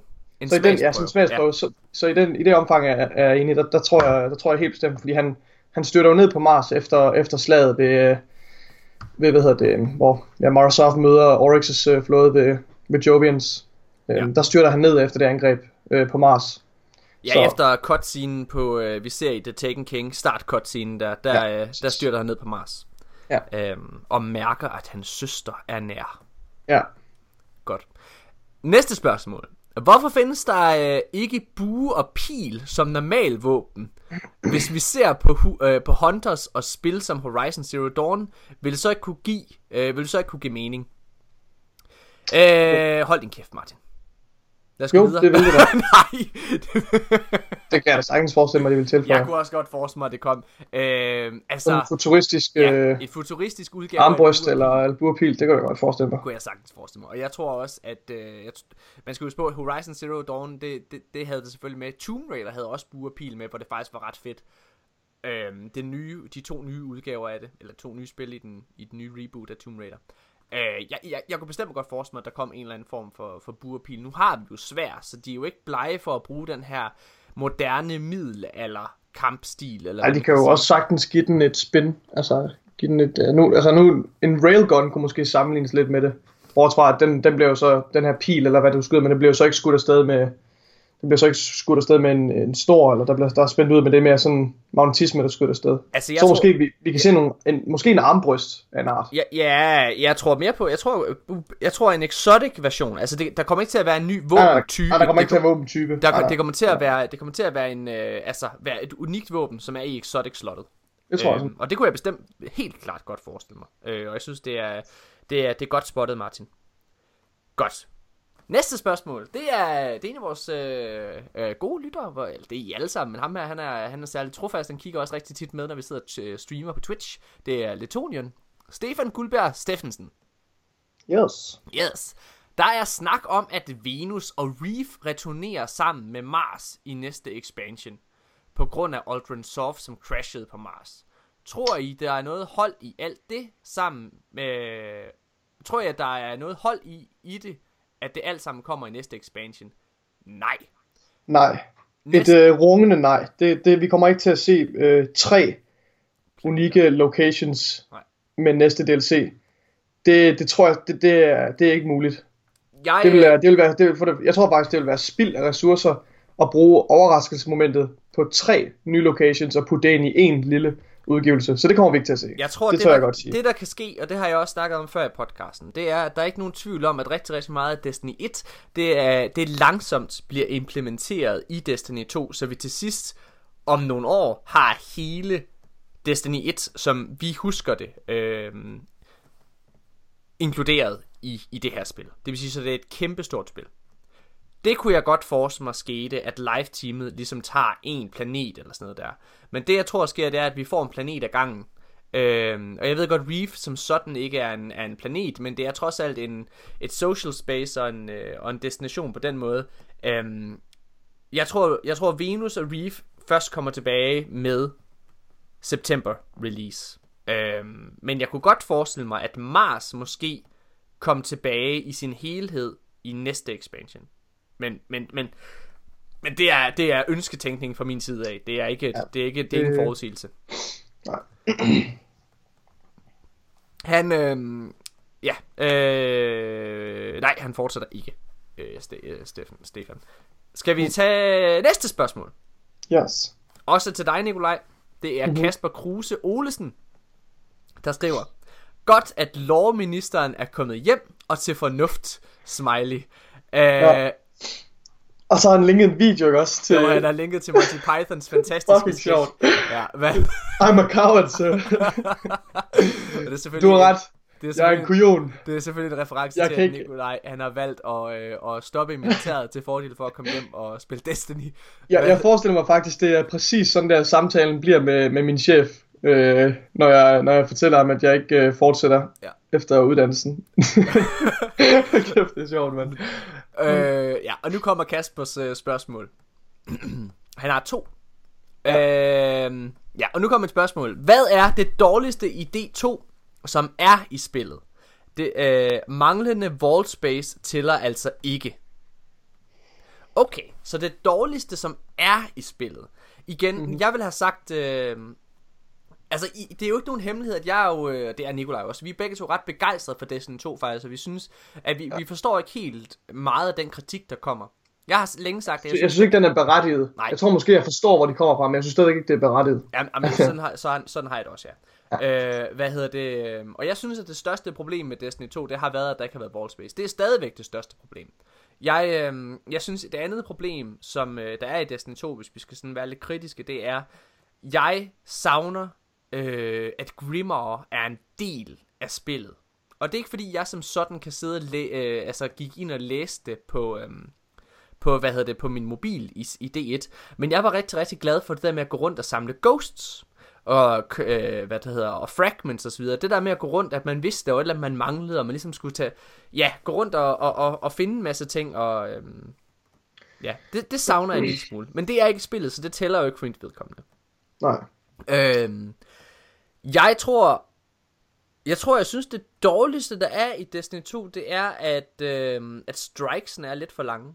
Så i det omfang er jeg enig. Der tror jeg helt bestemt, fordi han styrter jo ned på Mars efter slaget ved hvor Mara Sov møder Oryx's flåde ved Jovians. Der styrter han ned efter det angreb på Mars. Ja, så. Efter cutscenen på vi ser i The Taken King, start cutscenen der styrter han ned på Mars. Ja. Og mærker, at hans søster er nær. Ja. Godt. Næste spørgsmål. Hvorfor findes der ikke bue og pil som normal våben? Hvis vi ser på Hunters og spil som Horizon Zero Dawn, vil det så ikke kunne give mening? Hold din kæft, Martin. Lad os gå videre. Det vil det da. Nej. Det kan jeg da sagtens forestille mig, det vil tilføje. Jeg kunne også godt forestille mig, at det kom. En futuristisk et futuristisk udgave armbryst eller burpil, det kan jeg godt forestille mig. Det kunne jeg sagtens forestille mig. Og jeg tror også, at man skal huske på, at Horizon Zero Dawn, det havde det selvfølgelig med. Tomb Raider havde også burpil med, hvor det faktisk var ret fedt. De 2 nye udgaver af det, eller 2 nye spil i den nye reboot af Tomb Raider. Jeg kunne bestemt godt forestille mig, at der kom en eller anden form for burpil. Nu har vi jo svær, så de er jo ikke blege for at bruge den her moderne middelalder kampstil. Eller de kan jo også sagtens give den et spin. Altså, give den et, nu en railgun kunne måske sammenlignes lidt med det. Bortset fra, at den bliver jo så, den her pil, eller hvad du skyder, men det bliver jo så ikke skudt afsted med... Det bliver så ikke skudt afsted med en stor, eller der er spændt ud, men det er mere sådan magnetisme, der skudt afsted. Altså, så måske vi kan se måske en armbryst af en art. Ja, jeg tror mere på, jeg tror en exotic version. Altså der kommer ikke til at være en ny våbentype. Der kommer ikke til at være våbentype. Det kommer til at være en være et unikt våben, som er i exotic slottet. Det tror jeg. Og det kunne jeg bestemt helt klart godt forestille mig. Og jeg synes det er godt spottet, Martin. Godt. Næste spørgsmål, det er en af vores gode lyttere, det er I alle sammen, men ham her, han er særligt trofast, han kigger også rigtig tit med, når vi sidder og streamer på Twitch. Det er Letonian, Stefan Guldberg Steffensen. Yes. Der er snak om, at Venus og Reef returnerer sammen med Mars i næste expansion, på grund af Aldrin Soft, som crashede på Mars. Tror I, der er noget hold i alt det sammen med... Tror I, at der er noget hold i det, at det alt sammen kommer i næste expansion? Nej. Et rungende nej. Vi kommer ikke til at se 3 unikke locations med næste DLC. Det tror jeg, det er ikke muligt. Jeg tror faktisk, det vil være spild af ressourcer at bruge overraskelsesmomentet på 3 nye locations og putte det ind i en lille udgivelse. Så det kommer vi ikke til at se. Jeg tror, det der kan ske, og det har jeg også snakket om før i podcasten, det er, at der er ikke nogen tvivl om, at rigtig, rigtig meget af Destiny 1, det langsomt bliver implementeret i Destiny 2, så vi til sidst om nogle år har hele Destiny 1, som vi husker det, inkluderet i det her spil. Det vil sige, så det er et kæmpestort spil. Det kunne jeg godt forestille mig skete, at live-teamet ligesom tager en planet eller sådan noget der. Men det jeg tror sker, det er, at vi får en planet ad gangen. Og jeg ved godt, Reef som sådan ikke er en planet, men det er trods alt et social space og en destination på den måde. Jeg tror Venus og Reef først kommer tilbage med September release. Men jeg kunne godt forestille mig, at Mars måske kom tilbage i sin helhed i næste expansion. Men det er ønsketænkning fra min side af. Det er ikke en forudsigelse. Nej. Han fortsætter ikke. Stefan. Skal vi tage næste spørgsmål? Yes. Også til dig, Nikolaj. Det er Kasper Kruse Olesen, der skriver: Godt, at lovministeren er kommet hjem og til fornuft. Smiley. Og så har han linket en video, ikke også? Til... han har linket til Monty Pythons fantastiske sketch. Sjovt. Ja, hvad? I'm a coward, sir. Du har ret. Jeg er en kujon. Det er selvfølgelig en reference til, at Nikolaj, han har valgt at stoppe i militæret til fordel for at komme hjem og spille Destiny. Jeg forestiller mig faktisk, det er præcis sådan der samtalen bliver med min chef, når jeg fortæller ham, at jeg ikke fortsætter efter uddannelsen. Kæft, det er sjovt, mand. Og nu kommer Kaspers spørgsmål. Han har 2. Og nu kommer et spørgsmål. Hvad er det dårligste i D2, som er i spillet? Manglende vault space tæller altså ikke. Okay, så det dårligste, som er i spillet. Igen, jeg vil have sagt... Altså, det er jo ikke nogen hemmelighed, at jeg er jo, det er Nikolaj også, vi er begge to ret begejstrede for Destiny 2 faktisk, og vi synes, at vi forstår ikke helt meget af den kritik, der kommer. Jeg har længe sagt det. Jeg synes ikke, den er berettiget. Nej. Jeg tror måske, jeg forstår, hvor de kommer fra, men jeg synes stadig ikke, det er berettiget. Jamen, sådan har jeg det også, ja. Og jeg synes, at det største problem med Destiny 2, det har været, at der ikke har været ballspace. Det er stadigvæk det største problem. Jeg synes, det andet problem, som der er i Destiny 2, hvis vi skal sådan være lidt kritiske, det er, jeg savner, at Grimoire er en del af spillet. Og det er ikke fordi, jeg som sådan kan sidde og gik ind og læste det på på min mobil i D1. Men jeg var rigtig, rigtig glad for det der med at gå rundt og samle ghosts og og fragments og så videre. Det der med at gå rundt, at man vidste, der var et eller andet, man manglede, og man ligesom skulle gå rundt og finde en masse ting, og det savner jeg en lille smule. Men det er ikke spillet, så det tæller jo ikke for mit vedkommende. Nej. Jeg synes det dårligste der er i Destiny 2, det er at strikesen er lidt for lange.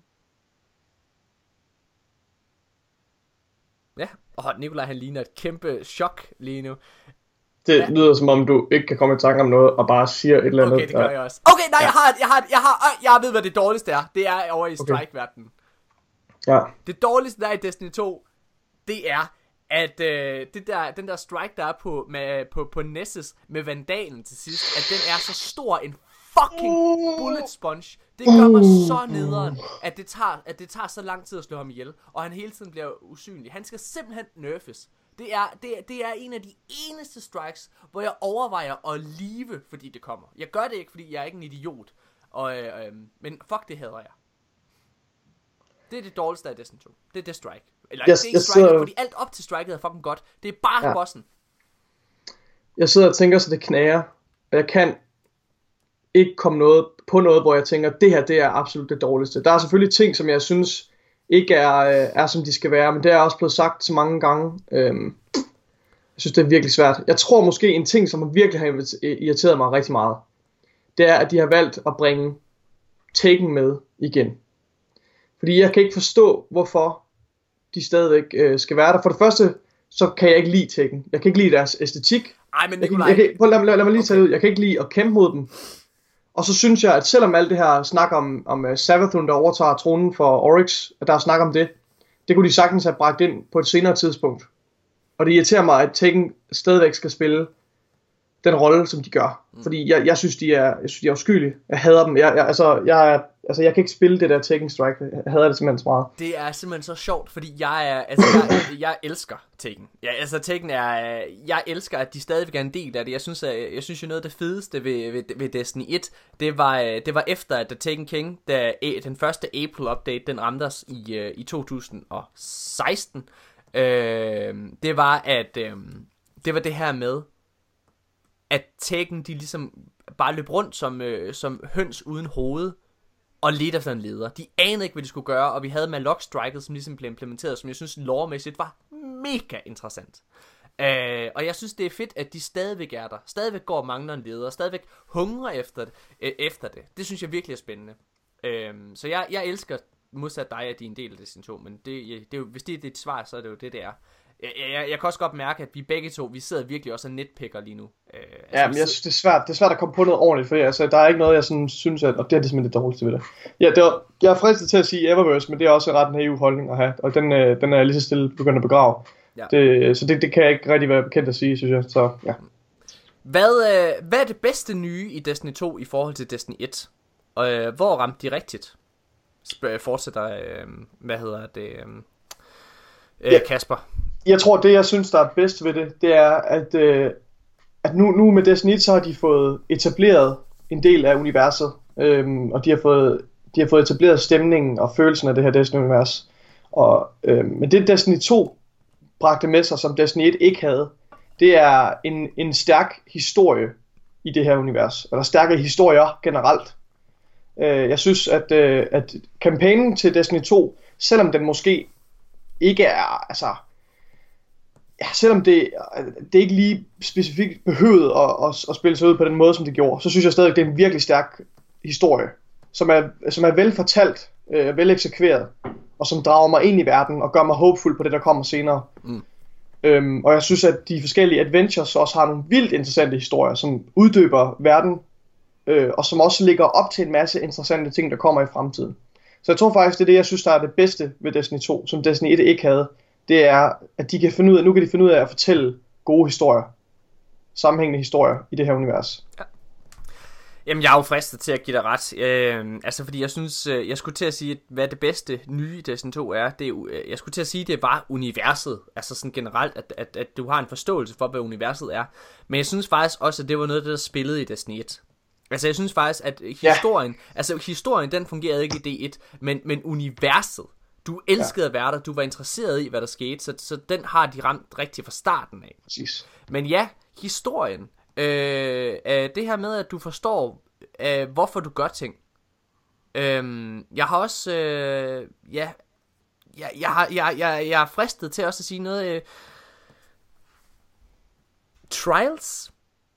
Ja, og Nikolaj han ligner et kæmpe chok lige nu. Det lyder som om du ikke kan komme i tanke om noget og bare siger et eller andet. Okay, det gør jeg også. Okay, nej, jeg ved hvad det dårligste er. Det er over i strike-verdenen. Ja. Det dårligste der er i Destiny 2, det er at den der strike der er på Nessus med vandalen til sidst, at den er så stor en fucking bullet sponge. Det gør mig så nederen, at det tager så lang tid at slå ham ihjel, og han hele tiden bliver usynlig. Han skal simpelthen nerfes. Det er en af de eneste strikes, hvor jeg overvejer at leave, fordi det kommer. Jeg gør det ikke, fordi jeg er ikke en idiot. Men fuck, det hader jeg. Det er det dårligste af Destiny 2. Det er det strike. Eller det er ikke strike, fordi alt op til striket er fucking godt. Det er bare bossen. Jeg sidder og tænker, så det knager. Og jeg kan ikke komme på noget, hvor jeg tænker, det her, det er absolut det dårligste. Der er selvfølgelig ting, som jeg synes ikke er som de skal være, men det er også blevet sagt så mange gange. Jeg synes, det er virkelig svært. Jeg tror måske en ting, som virkelig har irriteret mig rigtig meget, det er, at de har valgt at bringe Taken med igen. Fordi jeg kan ikke forstå, hvorfor de stadigvæk skal være der. For det første, så kan jeg ikke lide Taken. Jeg kan ikke lide deres æstetik. Ej, men lad mig lige tage det ud. Jeg kan ikke lide at kæmpe mod dem. Og så synes jeg, at selvom alt det her snak om Savathun, der overtager tronen for Oryx, at der er snak om det kunne de sagtens have bragt ind på et senere tidspunkt. Og det irriterer mig, at Taken stadigvæk skal spille den rolle, som de gør. Fordi jeg synes, de er uskyldige. Jeg hader dem. Jeg kan ikke spille det der Taken Strike. Jeg hader det simpelthen så meget. Det er simpelthen så sjovt, fordi jeg elsker Taken. Taken er... Jeg elsker, at de stadigvæk er en del af det. Jeg synes jo noget af det fedeste ved Destiny 1, det var efter, at Taken King, da den første April-update, den ramte os i 2016. Det var det her med, at Taken, de ligesom bare løb rundt som høns uden hoved, og ledte efter en leder. De anede ikke, hvad de skulle gøre, og vi havde Malok-striket, som ligesom blev implementeret, som jeg synes lore-mæssigt var mega interessant. Og jeg synes, det er fedt, at de stadigvæk er der. Stadigvæk går og mangler en leder, stadigvæk hungrer efter det. Det synes jeg virkelig er spændende. Så jeg elsker, modsat dig, at de er en del af Destiny 2, men hvis det er dit svar, så er det jo det er. Jeg kan også godt mærke, at vi begge to, vi sidder virkelig også og netpicker lige nu. Men jeg synes, det er svært at komme på noget ordentligt, for der er ikke noget, jeg sådan synes, og det er simpelthen det dårligste ved det. Jeg er fristet til at sige Eververse, men det er også en ret naiv holdning at have, og den er lige så stille begyndt at begrave. Ja. Så det kan jeg ikke rigtig være bekendt at sige, synes jeg. Så, ja. Hvad er det bedste nye i Destiny 2 i forhold til Destiny 1? Og hvor ramte de rigtigt? Fortsætter, Kasper? Jeg tror, det jeg synes, der er bedst ved det er, at nu med Destiny 1, så har de fået etableret en del af universet, og de har fået etableret stemningen og følelsen af det her Destiny-univers. Men det Destiny 2 bragte med sig, som Destiny 1 ikke havde, det er en stærk historie i det her univers, eller stærke historier generelt. Jeg synes, at kampagnen til Destiny 2, selvom den måske ikke er, selvom det ikke lige specifikt behøvede at spille sig ud på den måde, som det gjorde, så synes jeg stadig, at det er en virkelig stærk historie, som er vel fortalt, vel eksekveret, og som drager mig ind i verden og gør mig håbefuld på det, der kommer senere. Og jeg synes, at de forskellige adventures også har nogle vildt interessante historier, som uddøber verden, og som også ligger op til en masse interessante ting, der kommer i fremtiden. Så jeg tror faktisk, det er det, jeg synes, der er det bedste ved Destiny 2, som Destiny 1 ikke havde. Det er, at de kan finde ud af, nu kan de finde ud af at fortælle gode historier. Sammenhængende historier i det her univers. Ja. Jamen, jeg er jo fristet til at give dig ret. Altså, fordi jeg synes, jeg skulle til at sige, hvad det bedste nye i Destiny 2 er. Jeg skulle til at sige, det var universet. Altså sådan generelt, at du har en forståelse for, hvad universet er. Men jeg synes faktisk også, at det var noget af det, der spillede i Destiny 1. Altså, jeg synes faktisk, at historien, den fungerede ikke i D1, men universet. Du elskede at være der, du var interesseret i, hvad der skete, så den har de ramt rigtigt fra starten af. Præcis. Men ja, historien. Det her med, at du forstår, hvorfor du gør ting. Jeg har også, jeg er fristet til også at sige noget. Trials.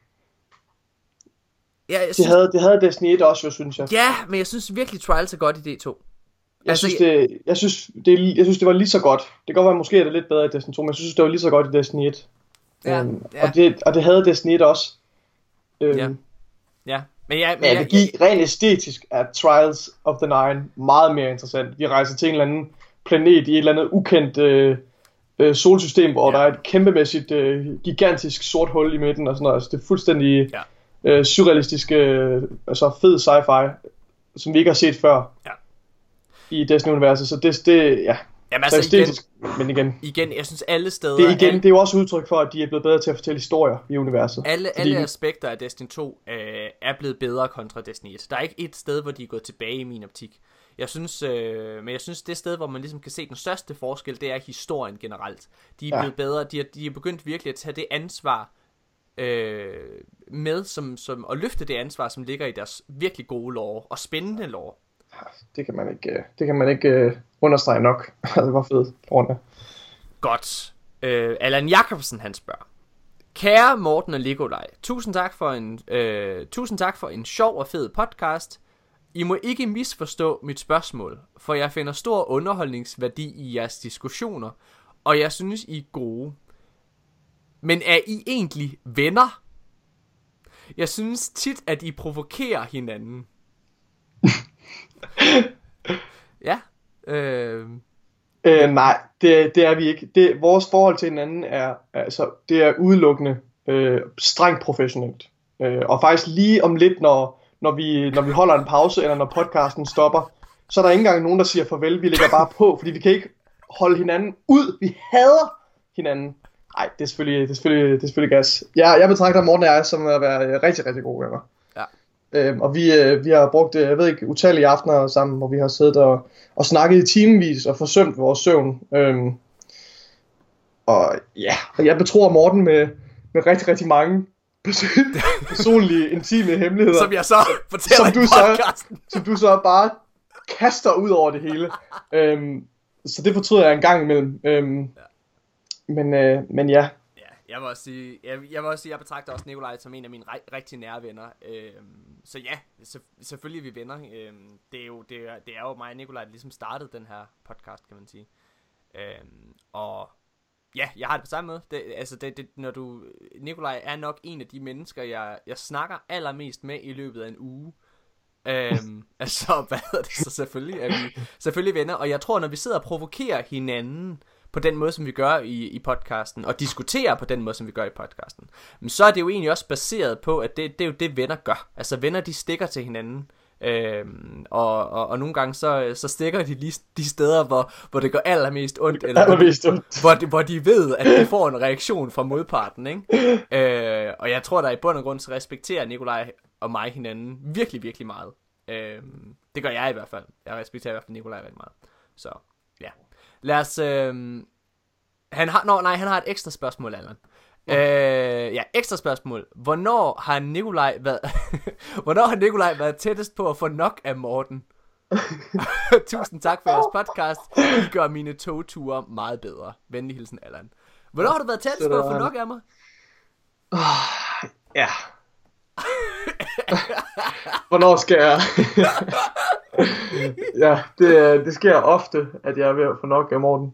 Ja, det havde Destiny 1 også, synes jeg. Ja, men jeg synes virkelig Trials er godt i D2. Jeg synes, det var lige så godt. Det kan godt være, måske er det lidt bedre i Destiny 2, men jeg synes, det var lige så godt i Destiny 1. Ja. Og det havde Destiny 1 også. Ja. Men det gik rent æstetisk at Trials of the Nine meget mere interessant. Vi rejser til en eller anden planet i et eller andet ukendt solsystem, hvor der er et kæmpemæssigt, gigantisk sort hul i midten og sådan noget. Altså, det er fuldstændig surrealistisk, altså fed sci-fi, som vi ikke har set før i Destiny-universet. Så det jamen altså æstetisk, men igen, jeg synes alle steder... Det er jo også udtryk for, at de er blevet bedre til at fortælle historier i universet. Alle aspekter af Destiny 2 er blevet bedre kontra Destiny 1. Der er ikke et sted, hvor de er gået tilbage i min optik. Jeg synes, men jeg synes, det sted, hvor man ligesom kan se den største forskel, det er historien generelt. De er blevet bedre, de er begyndt virkelig at tage det ansvar med, som at løfte det ansvar, som ligger i deres virkelig gode lore og spændende lore. Det kan man ikke understrege nok. Det var fedt. Godt. Allan Jacobsen, han spørger: Kære Morten og Nikolaj, tusind tak for en sjov og fed podcast. I må ikke misforstå mit spørgsmål, for jeg finder stor underholdningsværdi i jeres diskussioner, og jeg synes, I er gode. Men er I egentlig venner? Jeg synes tit, at I provokerer hinanden. Ja. Nej, det er vi ikke. Vores forhold til hinanden det er udelukkende strengt professionelt. Og faktisk lige om lidt, når vi holder en pause, eller når podcasten stopper, så er der ikke engang nogen, der siger farvel. Vi lægger bare på, fordi vi kan ikke holde hinanden ud. Vi hader hinanden. Nej, det er selvfølgelig gas. Jeg betragter Morten og jeg som at være rigtig, rigtig gode venner. Og vi har brugt, jeg ved ikke, utallige aftener sammen, hvor vi har siddet og snakket i timevis og forsømt vores søvn. Og jeg betror Morten med rigtig, rigtig mange personlige, intime hemmeligheder. Som jeg så fortæller i podcasten. Som du så bare kaster ud over det hele. Så det fortryder jeg en gang imellem. Men ja. Jeg vil også sige, jeg betragter også Nikolaj som en af mine rigtig nære venner. Så ja, selvfølgelig er vi venner. Det er jo mig og Nikolaj, der ligesom startede den her podcast, kan man sige. Og ja, jeg har det på samme måde. Nikolaj er nok en af de mennesker, jeg snakker allermest med i løbet af en uge. Hvad hedder det? Så selvfølgelig er vi selvfølgelig venner. Og jeg tror, når vi sidder og provokerer hinanden på den måde, som vi gør i podcasten, og diskuterer på den måde, som vi gør i podcasten, men så er det jo egentlig også baseret på, at det er jo det, venner gør. Altså venner, de stikker til hinanden, og nogle gange så stikker de lige de steder, hvor det går allermest ondt, eller hvor de ved, at de får en reaktion fra modparten, ikke? Og jeg tror, der i bund og grund så respekterer Nikolaj og mig hinanden virkelig, virkelig meget. Det gør jeg i hvert fald. Jeg respekterer i hvert fald Nikolaj rigtig meget. Så ja. Lad os... Han har et ekstra spørgsmål, Allan. Ekstra spørgsmål. Hvornår har Nikolaj været tættest på at få nok af Morten? Tusind tak for jeres podcast. I gør mine togture meget bedre. Venlig hilsen, Allan. Hvornår har du været tættest på at få nok af mig? Ja. Hvornår skal jeg? Ja, det sker ofte, at jeg er ved at få nok af Morten.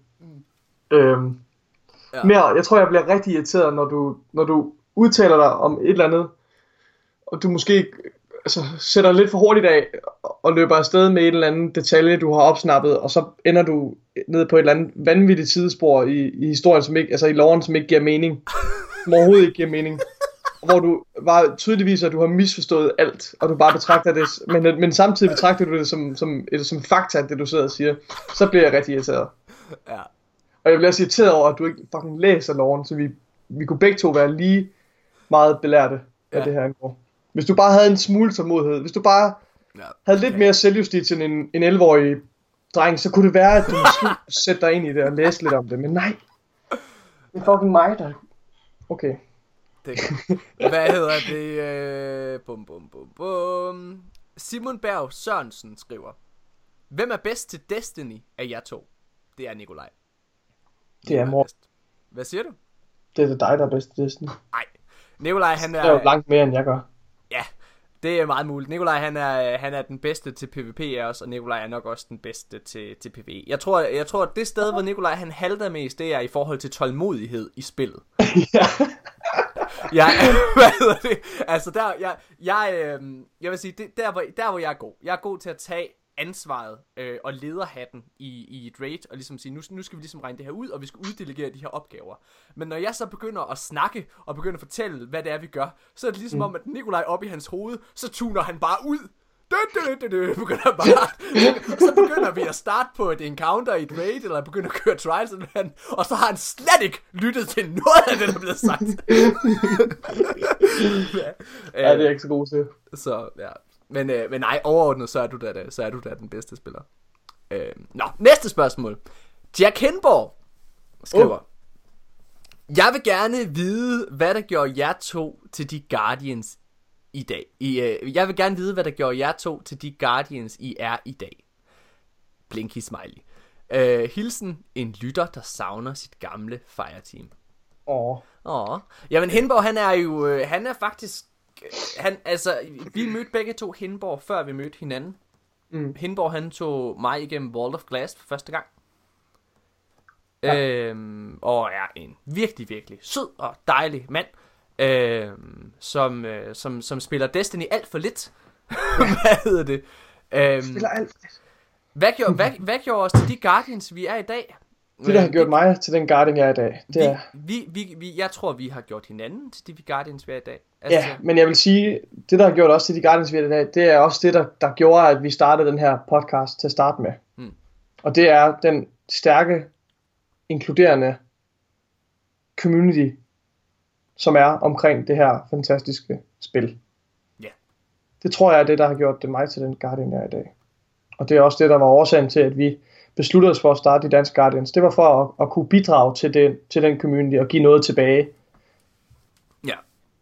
Mere, jeg tror, jeg bliver rigtig irriteret, når du udtaler dig om et eller andet, og du måske altså, sætter lidt for hurtigt af og løber afsted med en eller anden detalje, du har opsnappet, og så ender du ned på et eller andet vanvittigt sidespor i historien, som ikke, altså i loven, som ikke giver mening. Som overhovedet ikke giver mening. Hvor du bare tydeligvis, at du har misforstået alt, og du bare betragter det, men samtidig betragter du det som fakta, det du sidder og siger. Så bliver jeg rigtig irriteret. Ja. Og jeg bliver også irriteret over, at du ikke fucking læser loven, så vi kunne begge to være lige meget belærte af det her angår. Hvis du bare havde en smule tålmodighed, hvis du bare havde lidt mere selvjustits end en 11-årig dreng, så kunne det være, at du måske sætte dig ind i det og læse lidt om det. Men nej, det er fucking mig, der... Okay. Hvad hedder det? Bum. Simon Berg Sørensen skriver: hvem er bedst til Destiny af jer to? Det er Nikolaj. Det er mor. Hvad siger du? Det er dig, der er bedst til Destiny. Nej, Nikolaj han er... Det er jo langt mere, end jeg gør. Ja, det er meget muligt. Nikolaj han er den bedste til PvP af os, og Nikolaj er nok også den bedste til PvE. Jeg tror at det sted, hvor Nikolaj han halter mest, det er i forhold til tålmodighed i spillet. Ja. Hvad hedder det? Altså jeg vil sige, der hvor jeg er god. Jeg er god til at tage ansvaret og lederhatten i et raid, og ligesom sige, nu skal vi ligesom regne det her ud, og vi skal uddelegere de her opgaver. Men når jeg så begynder at snakke, og begynder at fortælle, hvad det er, vi gør, så er det ligesom om, at Nikolaj op i hans hoved, så tuner han bare ud. Begynder bare, og så begynder vi at starte på et encounter i et raid, eller begynder at køre trials, og så har han slet ikke lyttet til noget af det, der er blevet sagt. Ja, det er ikke så god til. Så, ja. Men nej, overordnet, så er du da den bedste spiller. Nå, næste spørgsmål. Jack Henborg skriver: jeg vil gerne vide, hvad der gjorde jer to til de Guardians i dag. Jeg vil gerne vide, hvad der gjorde jer to til de Guardians, I er i dag. Blinky smiley. Hilsen en lytter, der savner sit gamle Fireteam. Jamen Henborg, han er faktisk... vi mødte begge to Henborg, før vi mødte hinanden. Henborg, han tog mig igennem Wall of Glass for første gang. Ja. Og er en virkelig, virkelig sød og dejlig mand, som spiller Destiny alt for lidt. Hvad hedder det? Spiller alt for lidt. Hvad gjorde os til de Guardians, vi er i dag? Det, der har gjort mig til den Guardian, jeg er i dag, det er... Jeg tror, vi har gjort hinanden til de Guardians, vi er i dag. Altså... Ja, men jeg vil sige, det, der har gjort os til de Guardians, vi er i dag, det er også det, der gjorde, at vi startede den her podcast til at starte med. Og det er den stærke, inkluderende community, som er omkring det her fantastiske spil. Ja. Det tror jeg er det, der har gjort det mig til den Guardian, jeg er i dag. Og det er også det, der var årsagen til, at vi besluttede os for at starte de danske Guardians. Det var for at kunne bidrage til den community og give noget tilbage. Ja.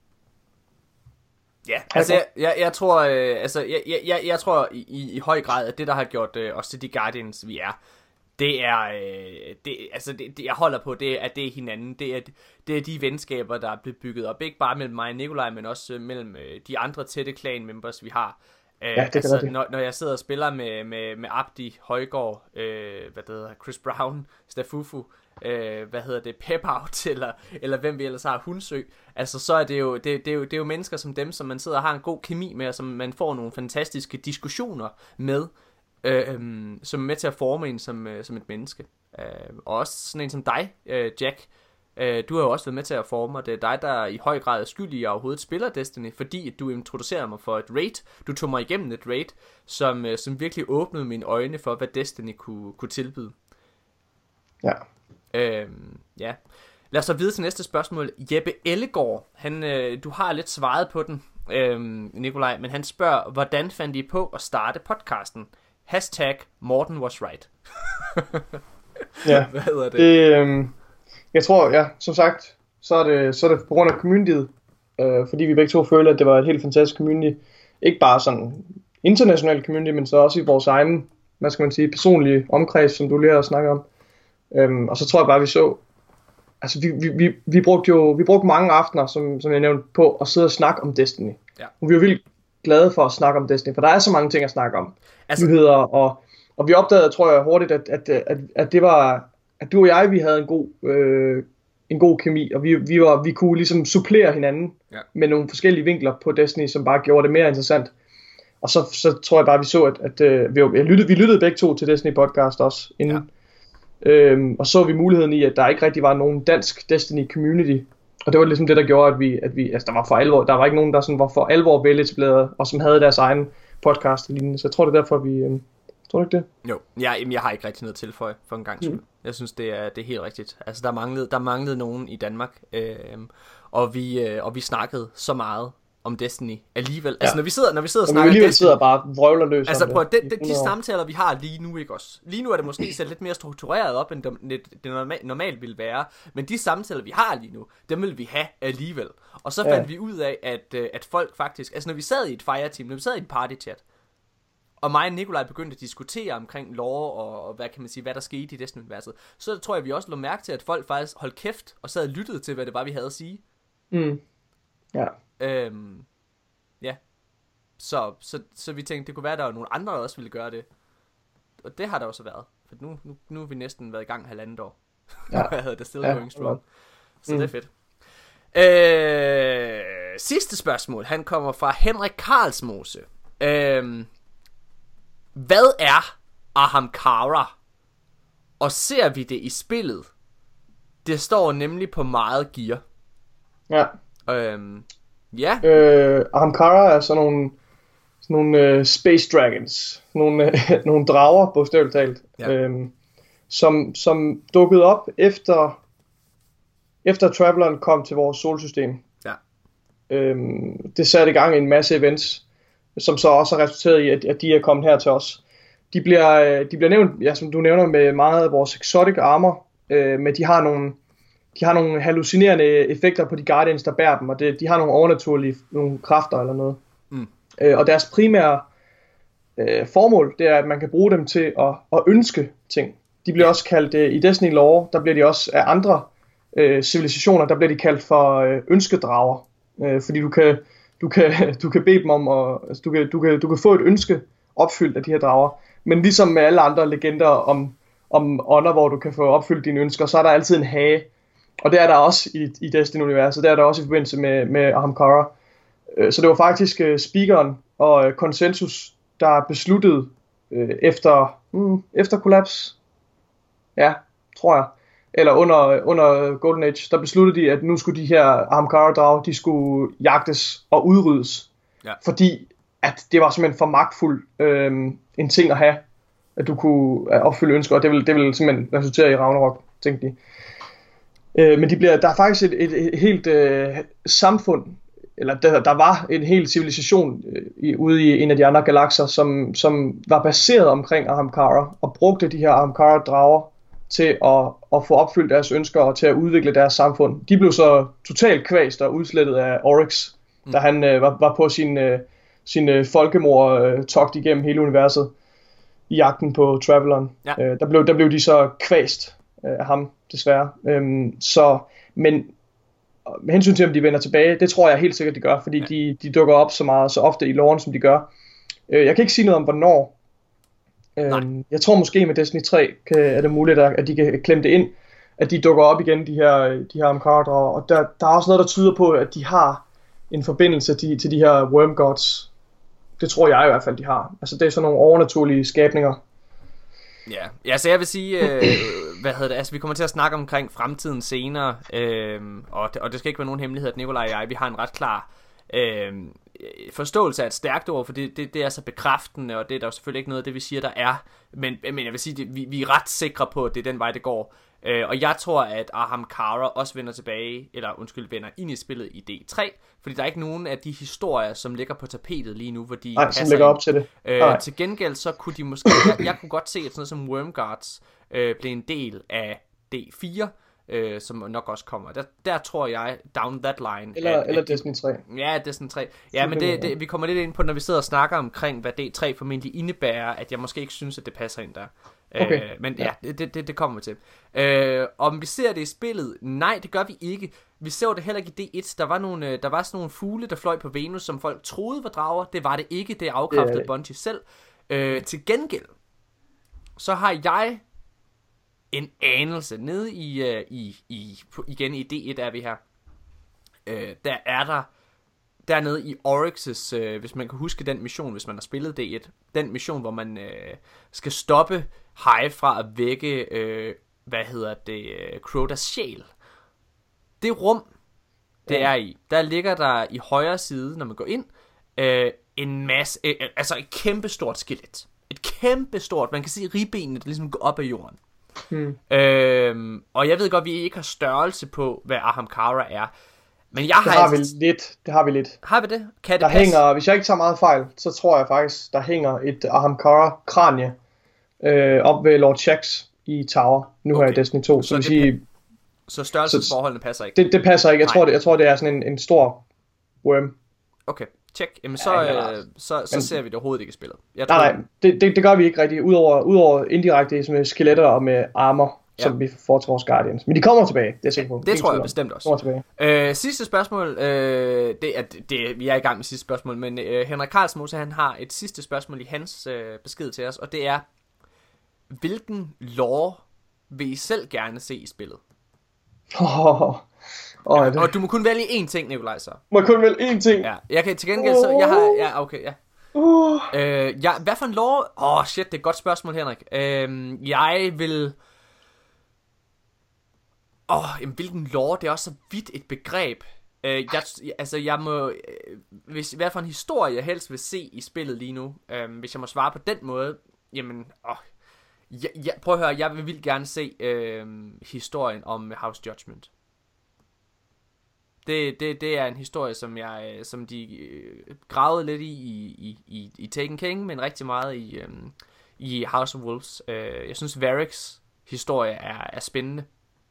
Ja, altså jeg tror, jeg tror i høj grad, at det, der har gjort os til de Guardians, vi er, det er, jeg holder på, det er hinanden. Det er de venskaber, der er blevet bygget op. Ikke bare mellem mig og Nikolaj, men også mellem de andre tætte clan-members, vi har. Når jeg sidder og spiller med Abdi, Højgaard, Chris Brown, Stafufu, Pep Out, eller hvem vi ellers har, Hundsø, altså så er det er jo mennesker som dem, som man sidder og har en god kemi med, og som man får nogle fantastiske diskussioner med, som er med til at forme en som et menneske. Og også sådan en som dig, Jack. Du har jo også været med til at forme, og det er dig, der i høj grad er skyldig i overhovedet spiller Destiny, fordi du introducerede mig for et raid. Du tog mig igennem et raid, som virkelig åbnede mine øjne for, hvad Destiny kunne tilbyde. Ja. Ja. Lad os så videre til næste spørgsmål. Jeppe Ellegaard, du har lidt svaret på den, Nikolaj, men han spørger, hvordan fandt I på at starte podcasten? #Morten was right. Ja. Hvad hedder det? Jeg tror, ja, som sagt, så er det på grund af communityet, fordi vi begge to føler, at det var et helt fantastisk community. Ikke bare sådan international community, men så også i vores egen, hvad skal man sige, personlige omkreds, som du lige har snakket om. Og så tror jeg bare, vi så, altså vi brugte mange aftener, som jeg nævnte, på at sidde og snakke om Destiny. Ja. Og vi var vildt glade for at snakke om Destiny, for der er så mange ting at snakke om. Altså, nyheder, og vi opdagede, tror jeg, hurtigt, at det var, at du og jeg, vi havde en god kemi, og vi kunne ligesom supplere hinanden med nogle forskellige vinkler på Destiny, som bare gjorde det mere interessant. Og så tror jeg bare, vi så, at vi lyttede begge to til Destiny podcast også inden. Ja. Og så vi muligheden i, at der ikke rigtig var nogen dansk Destiny community. Og det var ligesom det, der gjorde, at vi altså der var ikke nogen, der sådan var for alvor veletableret, og som havde deres egen podcast og lignende. Så jeg tror, det er derfor, vi... Tror du ikke det? Jo, jeg har ikke rigtig noget at tilføje for en gang skyld. Jeg synes, det er helt rigtigt. Altså, der manglede nogen i Danmark, og vi snakkede så meget om Destiny alligevel. Altså, når vi sidder og snakker alligevel Destiny, sidder bare vrøvler løs. Altså, prøv de samtaler, vi har lige nu, ikke også? Lige nu er det måske sat lidt mere struktureret op, end det normalt ville være. Men de samtaler, vi har lige nu, dem vil vi have alligevel. Og så fandt vi ud af, at folk faktisk... Altså, når vi sad i et fireteam, når vi sad i et partychat, og mig og Nikolaj begyndte at diskutere omkring lore og hvad kan man sige, hvad der skete i Destiny-universet, så tror jeg, vi også lå mærke til, at folk faktisk holdt kæft og sad og lyttede til, hvad det var, vi havde at sige. Ja. Ja. Så vi tænkte, det kunne være, at der var nogle andre, der også ville gøre det. Og det har der også været. For nu har vi næsten været i gang 1,5 år. Ja. Jeg havde det still going strong. Så det er fedt. Sidste spørgsmål, han kommer fra Henrik Karlsmose. Hvad er Ahamkara? Og ser vi det i spillet? Det står nemlig på meget gear. Ja. Ja. Ahamkara er sådan nogle space dragons. Nogle drager, bogstaveligt talt. Ja. Som dukkede op efter Traveleren kom til vores solsystem. Ja. Det satte i gang en masse events, som så også har resulteret i, at de er kommet her til os. De bliver nævnt, ja, som du nævner, med meget af vores exotic armor, men de har nogle hallucinerende effekter på de Guardians, der bærer dem, og de har nogle overnaturlige nogle kræfter eller noget. Og deres primære formål, det er, at man kan bruge dem til at ønske ting. De bliver også kaldt, i Destiny lore, der bliver de også af andre civilisationer, der bliver de kaldt for ønskedrager, fordi du kan bede dem om, altså du kan få et ønske opfyldt af de her drager. Men ligesom med alle andre legender om ånder, hvor du kan få opfyldt dine ønsker, så er der altid en hage. Og det er der også i Destiny-universet. Det er der også i forbindelse med Ahamkara. Så det var faktisk speakeren og Consensus, der besluttede efter kollaps. Ja, tror jeg. Eller under Golden Age, der besluttede de, at nu skulle de her Ahamkara-drage, de skulle jagtes og udryddes. Ja. Fordi at det var simpelthen for magtfuld en ting at have, at du kunne opfylde ønsker, og det vil simpelthen resultere i Ragnarok, tænkte de. Men der er faktisk et helt samfund, eller der var en hel civilisation ude i en af de andre galakser, som var baseret omkring Ahamkara, og brugte de her Ahamkara-drager til at få opfyldt deres ønsker og til at udvikle deres samfund. De blev så totalt kvæst og udslettet af Oryx, da han var på sin folkemord-togt igennem hele universet i jagten på Traveleren. Ja. Der blev de så kvæst af ham, desværre. Men med hensyn til, om de vender tilbage, det tror jeg helt sikkert, de gør, fordi de dukker op så ofte i loven, som de gør. Jeg kan ikke sige noget om, hvornår. Jeg tror måske med Destiny 3 er det muligt, at de kan klemme det ind, at de dukker op igen, de her Ahamkara-drager. Og der er også noget, der tyder på, at de har en forbindelse til de her Worm Gods. Det tror jeg i hvert fald, de har. Altså det er sådan nogle overnaturlige skabninger. Ja, så jeg vil sige, altså vi kommer til at snakke omkring fremtiden senere, og det skal ikke være nogen hemmelighed, at Nikolaj og jeg, vi har en ret klar forståelse af et stærkt ord, for det er så bekræftende, og det er der jo selvfølgelig ikke noget af det, vi siger, der er, men jeg vil sige, vi er ret sikre på, at det er den vej, det går. Og jeg tror, at Ahamkara også vender ind i spillet i D3, fordi der er ikke nogen af de historier, som ligger på tapetet lige nu, hvor de som ligger op til det. Til gengæld så kunne de måske, jeg kunne godt se, at sådan noget som Wormguards blev en del af D4, som nok også kommer. Der tror jeg, down that line. Eller Destiny 3. Ja, Destiny 3. Ja, men vi kommer lidt ind på, når vi sidder og snakker omkring, hvad D3 formentlig indebærer, at jeg måske ikke synes, at det passer ind der. Okay. Men ja, det kommer vi til. Om vi ser det i spillet? Nej, det gør vi ikke. Vi ser det heller ikke i D1. Der var sådan nogle fugle, der fløj på Venus, som folk troede var drager. Det var det ikke. Det afkræftede Bungie selv. Til gengæld, så har jeg en anelse nede igen i D1 er vi her. Der er der dernede i Oryx's, hvis man kan huske den mission, hvis man har spillet D1. Den mission, hvor man skal stoppe Hive fra at vække, Crotas sjæl. Det rum, det er i, der ligger der i højre side, når man går ind, en masse, altså et kæmpestort skelet. Et kæmpestort, man kan se ribbenene, der ligesom går op af jorden. Og jeg ved godt, vi ikke har størrelse på, hvad Ahamkara er. Men jeg det har vi lidt. Har vi det? Kan det der passe? Hænger, hvis jeg ikke tager meget fejl, så tror jeg faktisk, der hænger et Ahamkara kranie op ved Lord Shaxx i Tower, nu her i Destiny 2. Så, så størrelsesforholdene passer ikke? Det passer ikke. Jeg tror, det er sådan en stor worm. Okay, check. Jamen så ser vi det overhovedet ikke i spillet. Nej, det gør vi ikke rigtigt. Udover indirekte med skeletter og med armor, som vi får til vores Guardians. Men de kommer tilbage, det er jeg sikker på. Det tror jeg bestemt også. Sidste spørgsmål, vi er i gang med sidste spørgsmål, men Henrik Karlsmose, han har et sidste spørgsmål i hans besked til os, og det er, hvilken lore vil I selv gerne se i spillet? Og du må kun vælge én ting, Nikolaj, så. Må jeg kun vælge én ting? Ja, jeg kan til gengæld så, jeg har, ja, okay, ja. Hvad for en lore? Shit, det er et godt spørgsmål, Henrik. Jeg vil... jamen, hvilken lore? Det er også så vidt et begreb. Jeg må... hvad for en historie jeg helst vil se i spillet lige nu, hvis jeg må svare på den måde, jamen... prøv at høre, jeg vil vildt gerne se historien om House Judgment. Det er en historie, som de gravede lidt i Taken King, men rigtig meget i House of Wolves. Jeg synes Varricks historie er spændende.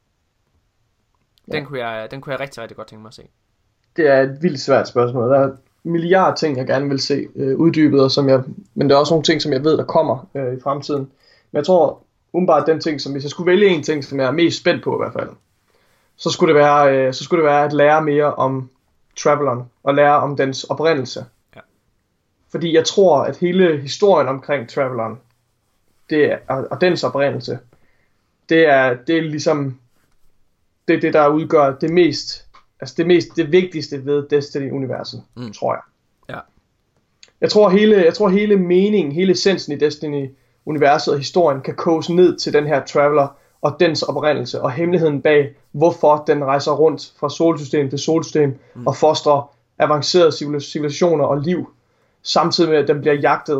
Den kunne jeg rigtig, rigtig godt tænke mig at se. Det er et vildt svært spørgsmål. Der er milliarder ting, jeg gerne vil se uddybet, og men der er også nogle ting, som jeg ved, der kommer i fremtiden. Men jeg tror umiddelbart den ting, som hvis jeg skulle vælge en ting, som jeg er mest spændt på i hvert fald, så skulle det være at lære mere om Traveleren og lære om dens oprindelse. Ja. Fordi jeg tror, at hele historien omkring Traveleren, og dens oprindelse, det er ligesom det der udgør det vigtigste ved Destiny-universet, tror jeg. Ja. Jeg tror hele meningen, hele essensen i Destiny-universet og historien kan koges ned til den her Traveler og dens oprindelse og hemmeligheden bag, hvorfor den rejser rundt fra solsystem til solsystem og fostrer avancerede civilisationer og liv, samtidig med at den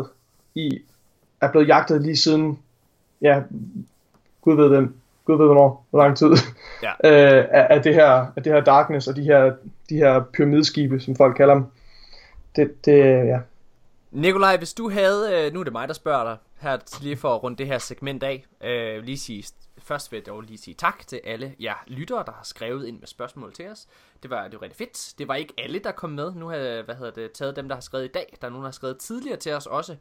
er blevet jagtet lige siden, ja, Gud ved hvornår, hvor lang tid, ja. af det her darkness og de her pyramideskibe, som folk kalder dem. Ja. Nikolaj, hvis du havde, nu er det mig, der spørger dig, her lige for at runde det her segment af, først vil jeg dog lige sige tak til alle jer lyttere, der har skrevet ind med spørgsmål til os. Det var rigtig fedt. Det var ikke alle, der kom med. Nu har jeg, taget dem, der har skrevet i dag. Der er nogen, der har skrevet tidligere til os også.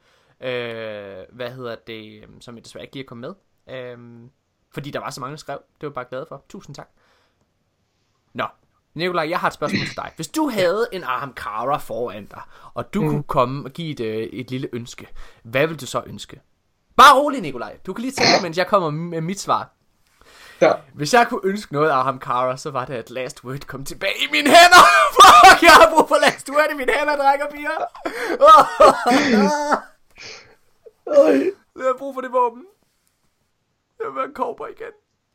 Som jeg desværre ikke lige er kommet med. Fordi der var så mange, der skrev. Det var jeg bare glad for. Tusind tak. Nå, Nikolaj, jeg har et spørgsmål til dig. Hvis du havde en Ahamkara foran dig, og du kunne komme og give et lille ønske, hvad vil du så ønske? Bare rolig, Nikolaj. Du kan lige tænke, mens jeg kommer med mit svar. Ja. Hvis jeg kunne ønske noget af Ahamkara, så var det, at Last Word kom tilbage i mine hænder. Fuck, jeg har brug for Last Word i mine hænder, drenge og piger. Jeg har brug for det våben. Jeg vil være en cowboy igen.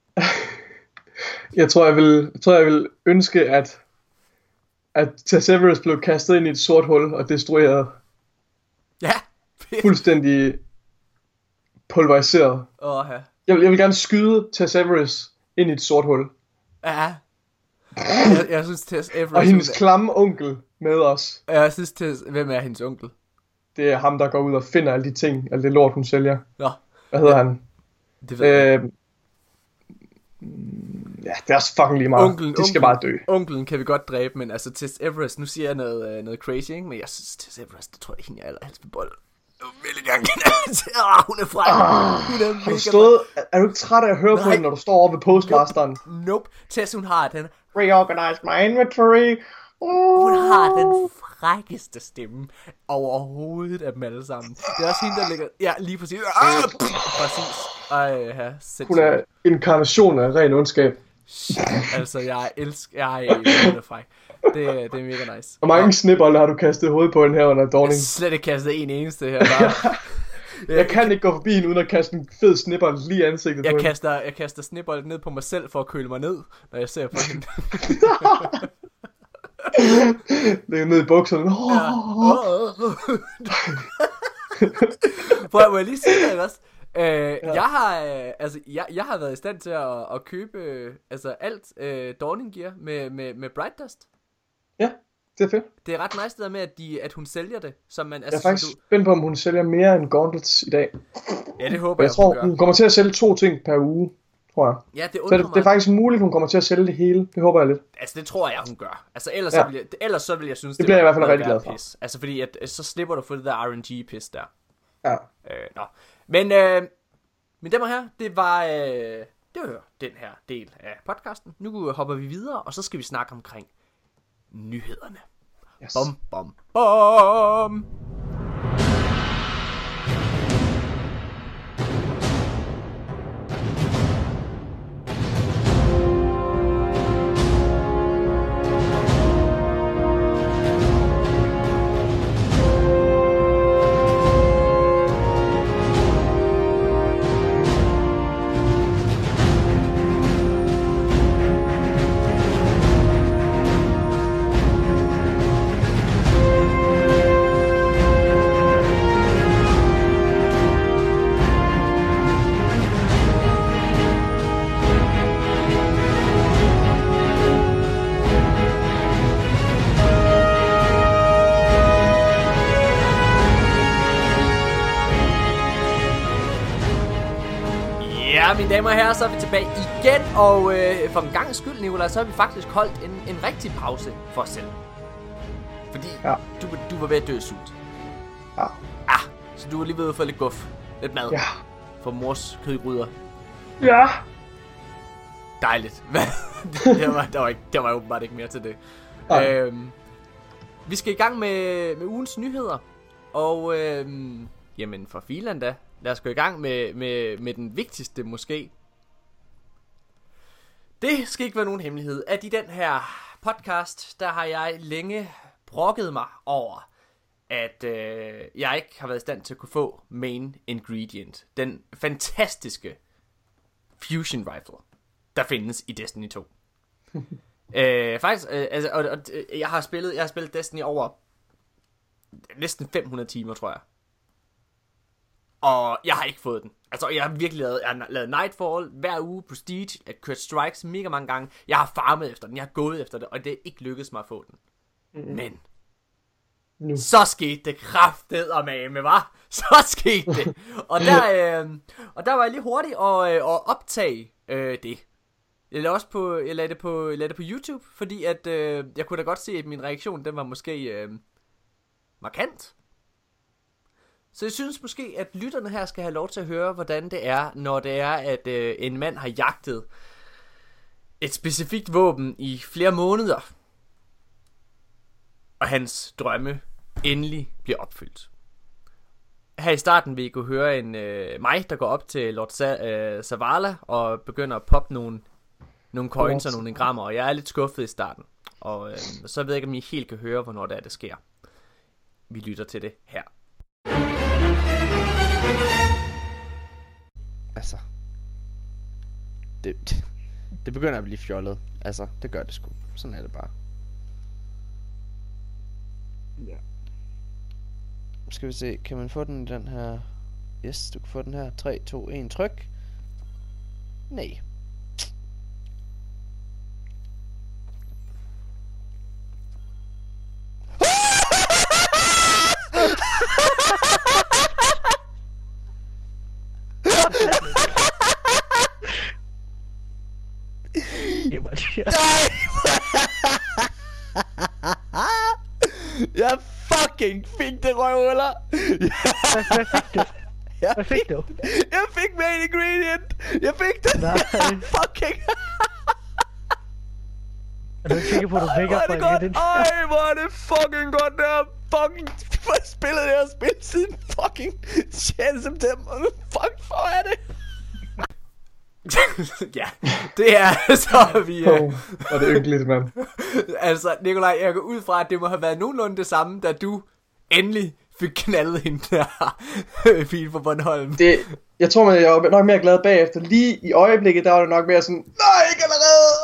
Jeg tror, jeg vil ønske, at Tesseverus blev kastet ind i et sort hul og destrueret. Ja. Fuldstændig pulveriseret. Ja. Jeg vil gerne skyde Tesseverus ind i et sort hul. Ja. Jeg synes Tesseverus... Og hendes klamme onkel med os. Jeg synes hvem er hendes onkel? Det er ham, der går ud og finder alle de ting, alt det lort, hun sælger. Nå. Hvad hedder han? Det ved jeg. Ja, det er også fucking lige meget. De skal bare dø. Onkelen kan vi godt dræbe, men altså Tess Everest, nu siger jeg noget crazy, ikke? Men jeg synes Tess Everest, det tror jeg hende jeg allerhelst vil bolle. Hun er fræk. Er du ikke træt af at høre på hende, når du står over ved postmasteren? Nope. Tess, hun har den. Reorganize my inventory. Hun har den frækkeste stemme overhovedet af dem alle sammen. Det er også hende, der ligger... Ja, lige præcis. Præcis. Hun er inkarnation af ren ondskab. Shit, altså jeg er fræk. Det er mega nice. Hvor mange snibbolde har du kastet i hovedet på den her under Dawning? Jeg har slet ikke kastet en eneste her. Bare. Jeg kan ikke gå forbi en uden at kaste en fed snibbold lige i ansigtet på hende. Jeg kaster snibbolden ned på mig selv for at køle mig ned, når jeg ser på hende. Det er ned i bukserne. Må jeg lige sige det, ikke også? Jeg har været i stand til at købe alt Dawning Gear med Bright Dust. Ja, det er fedt. Det er ret nice det der med at hun sælger det, som man. Jeg er faktisk spændt på om hun sælger mere end Gauntlets i dag. Ja, det håber jeg tror hun kommer til at sælge 2 ting per uge, tror jeg. Ja, det undrer mig. Det er faktisk muligt hun kommer til at sælge det hele. Det håber jeg lidt. Altså det tror jeg hun gør. Altså ellers så vil jeg synes det bliver jeg i hvert fald rigtig glad for. Pis. Altså fordi at så slipper du for det der RNG pis der. Ja. Nå. Men mine damer og herrer, det var den her del af podcasten. Nu hopper vi videre, og så skal vi snakke omkring nyhederne. Yes. Bom, bom, bom. Mine damer og herrer, så er vi tilbage igen, og for en gangs skyld, Nicolaj, så har vi faktisk holdt en rigtig pause for os selv. Fordi du var ved at dø sult. Ja. Så du var lige ved at få lidt guf, lidt mad for mors kødgryder. Ja. Dejligt. der var åbenbart ikke mere til det. Vi skal i gang med ugens nyheder, og jamen for filan da. Lad os gå i gang med den vigtigste måske. Det skal ikke være nogen hemmelighed, at i den her podcast, der har jeg længe brokket mig over, at jeg ikke har været i stand til at kunne få main ingredient. Den fantastiske fusion rifle, der findes i Destiny 2. Faktisk, jeg har spillet Destiny over næsten 500 timer, tror jeg. Og jeg har ikke fået den. Altså, jeg har virkelig lavet Nightfall hver uge, Prestige, jeg har kørt Strikes mega mange gange. Jeg har farmet efter den, jeg har gået efter det, og det er ikke lykkedes mig at få den. Men så skete det krafteddermame, hva? Så skete det. Og der var jeg lige hurtig at optage det. Jeg lagde det på YouTube, fordi at jeg kunne da godt se, at min reaktion, den var måske markant. Så jeg synes måske, at lytterne her skal have lov til at høre, hvordan det er, når det er, at en mand har jagtet et specifikt våben i flere måneder, og hans drømme endelig bliver opfyldt. Her i starten vil I kunne høre mig, der går op til Lord Zavala og begynder at poppe nogle coins og nogle engrammer, og jeg er lidt skuffet i starten. Og så ved jeg ikke, om I helt kan høre, hvornår det sker. Vi lytter til det her. Altså, det begynder at blive fjollet. Altså, det gør det sgu. Sådan er det bare. Ja. Skal vi se, kan man få den i den her? Yes, du kan få den her. 3, 2, 1, tryk. Nej. Jeg fucking fik det, røvhuller. Hvad fik du? Hvad fik du? Jeg fik main ingredient. Jeg fik det. Nej. Fucking. Er du ikke sikker på, at du fik det? Ej, hvor er det fucking godt der. Fucking spillet det her spil siden fucking 6. september. Fuck, hvor er det? Ja, det er så vi... Og det er ynkeligt, mand. Altså, Nikolaj, jeg går ud fra, at det må have været nogenlunde det samme, da du endelig fik knaldet hende der fil på Bornholm. Jeg tror, jeg var nok mere glad bagefter. Lige i øjeblikket, der var det nok mere sådan, nej, ikke allerede!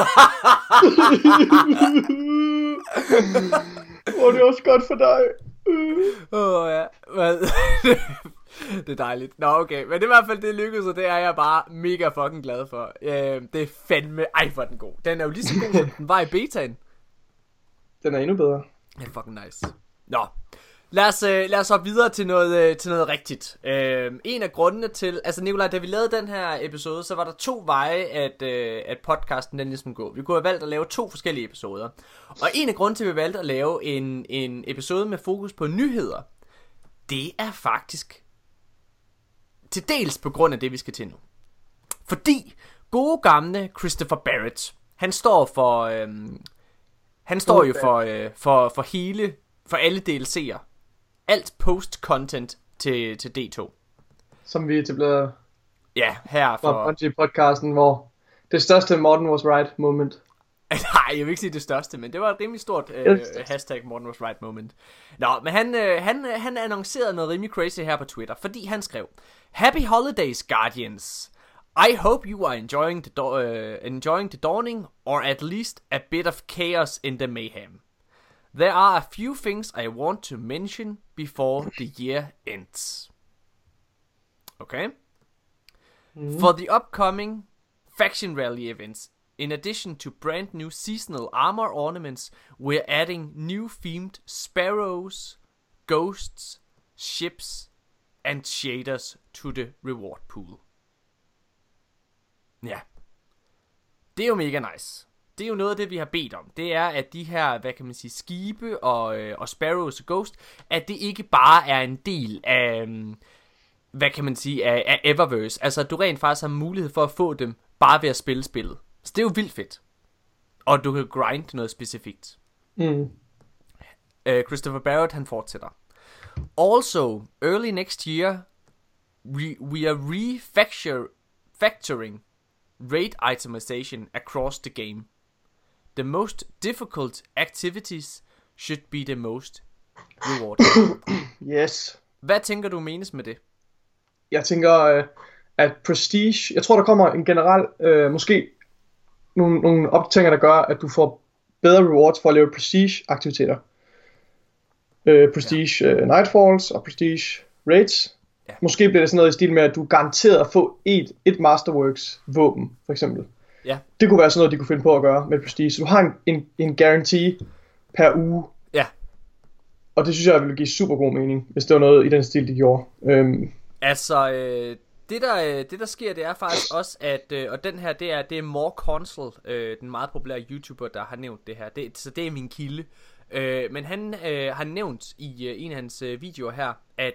Det er også godt for dig. Ja. Det er dejligt. Nå, okay. Men det er i hvert fald, det lykkedes, og det er jeg bare mega fucking glad for. Det er fandme... Ej, hvor er den god. Den er jo lige så god, som den var i betaen. Den er endnu bedre. Det er fucking nice. Nå. Lad os hoppe videre til noget rigtigt. En af grundene til... Altså, Nikolaj, da vi lavede den her episode, så var der 2 veje, at podcasten den ligesom gå. Vi kunne have valgt at lave 2 forskellige episoder. Og en af grunden til, at vi valgte at lave en episode med fokus på nyheder, det er faktisk til dels på grund af det, vi skal til nu. Fordi gode gamle Christopher Barrett, han står jo for hele, for alle DLC'er. Alt post-content til D2. Som vi etablerede her for Bungie-podcasten, hvor det største Morten was right moment. Nej, jeg vil ikke sige det største, men det var et rimelig stort hashtag Morten was right moment. Nå, men han annoncerede noget rimelig crazy her på Twitter, fordi han skrev: Happy Holidays, Guardians. I hope you are enjoying the dawning, or at least a bit of chaos in the mayhem. There are a few things I want to mention before the year ends. Okay? For the upcoming faction rally events, in addition to brand new seasonal armor ornaments, we're adding new themed sparrows, ghosts, ships, and shaders to the reward pool. Ja. Det er jo mega nice. Det er jo noget af det, vi har bedt om. Det er, at de her, hvad kan man sige, skibe og sparrows og ghost, at det ikke bare er en del af, hvad kan man sige, af Eververse. Altså, at du rent faktisk har mulighed for at få dem bare ved at spille spillet. Så det er jo vildt fedt. Og du kan grind noget specifikt. Christopher Barrett, han fortsætter. Also, early next year, we are refactoring raid itemization across the game. The most difficult activities should be the most rewarding. Yes. Hvad tænker du menes med det? Jeg tænker, at Prestige... Jeg tror, der kommer en generel... måske nogle opdateringer, der gør, at du får bedre rewards for at lave Prestige-aktiviteter. Prestige Nightfalls og Prestige Raids. Ja. Måske bliver det sådan noget i stil med, at du er garanteret at få et Masterworks våben, for eksempel. Ja. Det kunne være sådan noget, de kunne finde på at gøre med Prestige. Så du har en guarantee per uge. Ja. Og det synes jeg ville give super god mening, hvis det var noget i den stil, de gjorde. Altså, det der sker, det er faktisk også, at, og den her, det er More Console, den meget populære YouTuber, der har nævnt det her. Så det er min kilde. Men han har nævnt i en af hans videoer her,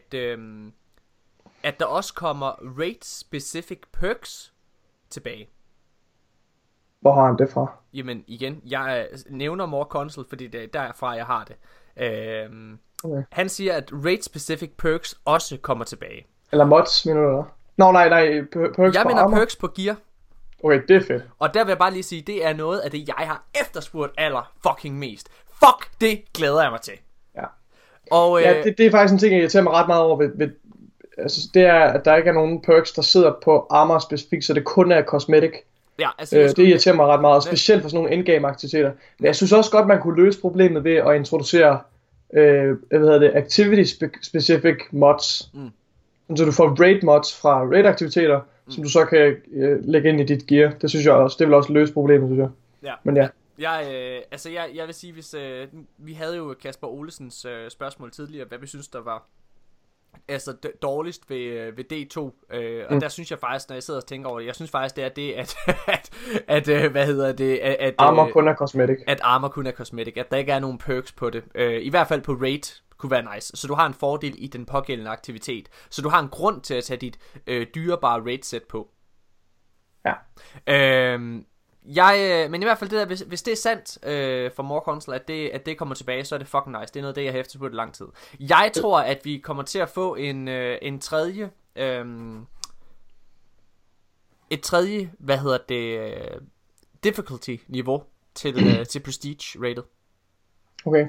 at der også kommer raid-specific perks tilbage. Hvor har han det fra? Jamen igen, jeg nævner More Console, fordi det er derfra jeg har det. Okay. Han siger, at raid-specific perks også kommer tilbage. Eller mods, mener du? Nå, nej, perks jeg på mener armor. Perks på gear. Okay, det er fedt. Og der vil jeg bare lige sige, det er noget af det, jeg har efterspurgt fucking mest. Fuck, det glæder jeg mig til. Ja, og, det er faktisk en ting, jeg irriterer mig ret meget over ved altså, det er, at der ikke er nogen perks, der sidder på armor specifikt, så det kun er cosmetic. Ja, altså, det irriterer mig ret meget, og specielt for sådan nogle endgame aktiviteter. Men jeg synes også godt, man kunne løse problemet ved at introducere activity specific mods. Så du får raid mods fra raid aktiviteter, som du så kan lægge ind i dit gear. Det synes jeg også, det vil også løse problemet, synes jeg. Ja. Men ja. Jeg vil sige, hvis vi havde jo Kasper Olesens spørgsmål tidligere, hvad vi synes der var altså dårligst ved D2, og der synes jeg faktisk, når jeg sidder og tænker over det, jeg synes faktisk det er det, at armor kun er cosmetic. At armor kun er cosmetic, at der ikke er nogen perks på det. I hvert fald på raid kunne være nice, så du har en fordel i den pågældende aktivitet, så du har en grund til at tage dit dyrebare raid set på. Ja. Men i hvert fald det der, hvis det er sandt for More Console, at det kommer tilbage, så er det fucking nice. Det er noget det, jeg har efterspurgt i lang tid. Jeg tror, at vi kommer til at få en tredje et tredje, difficulty niveau til Prestige rated. Okay.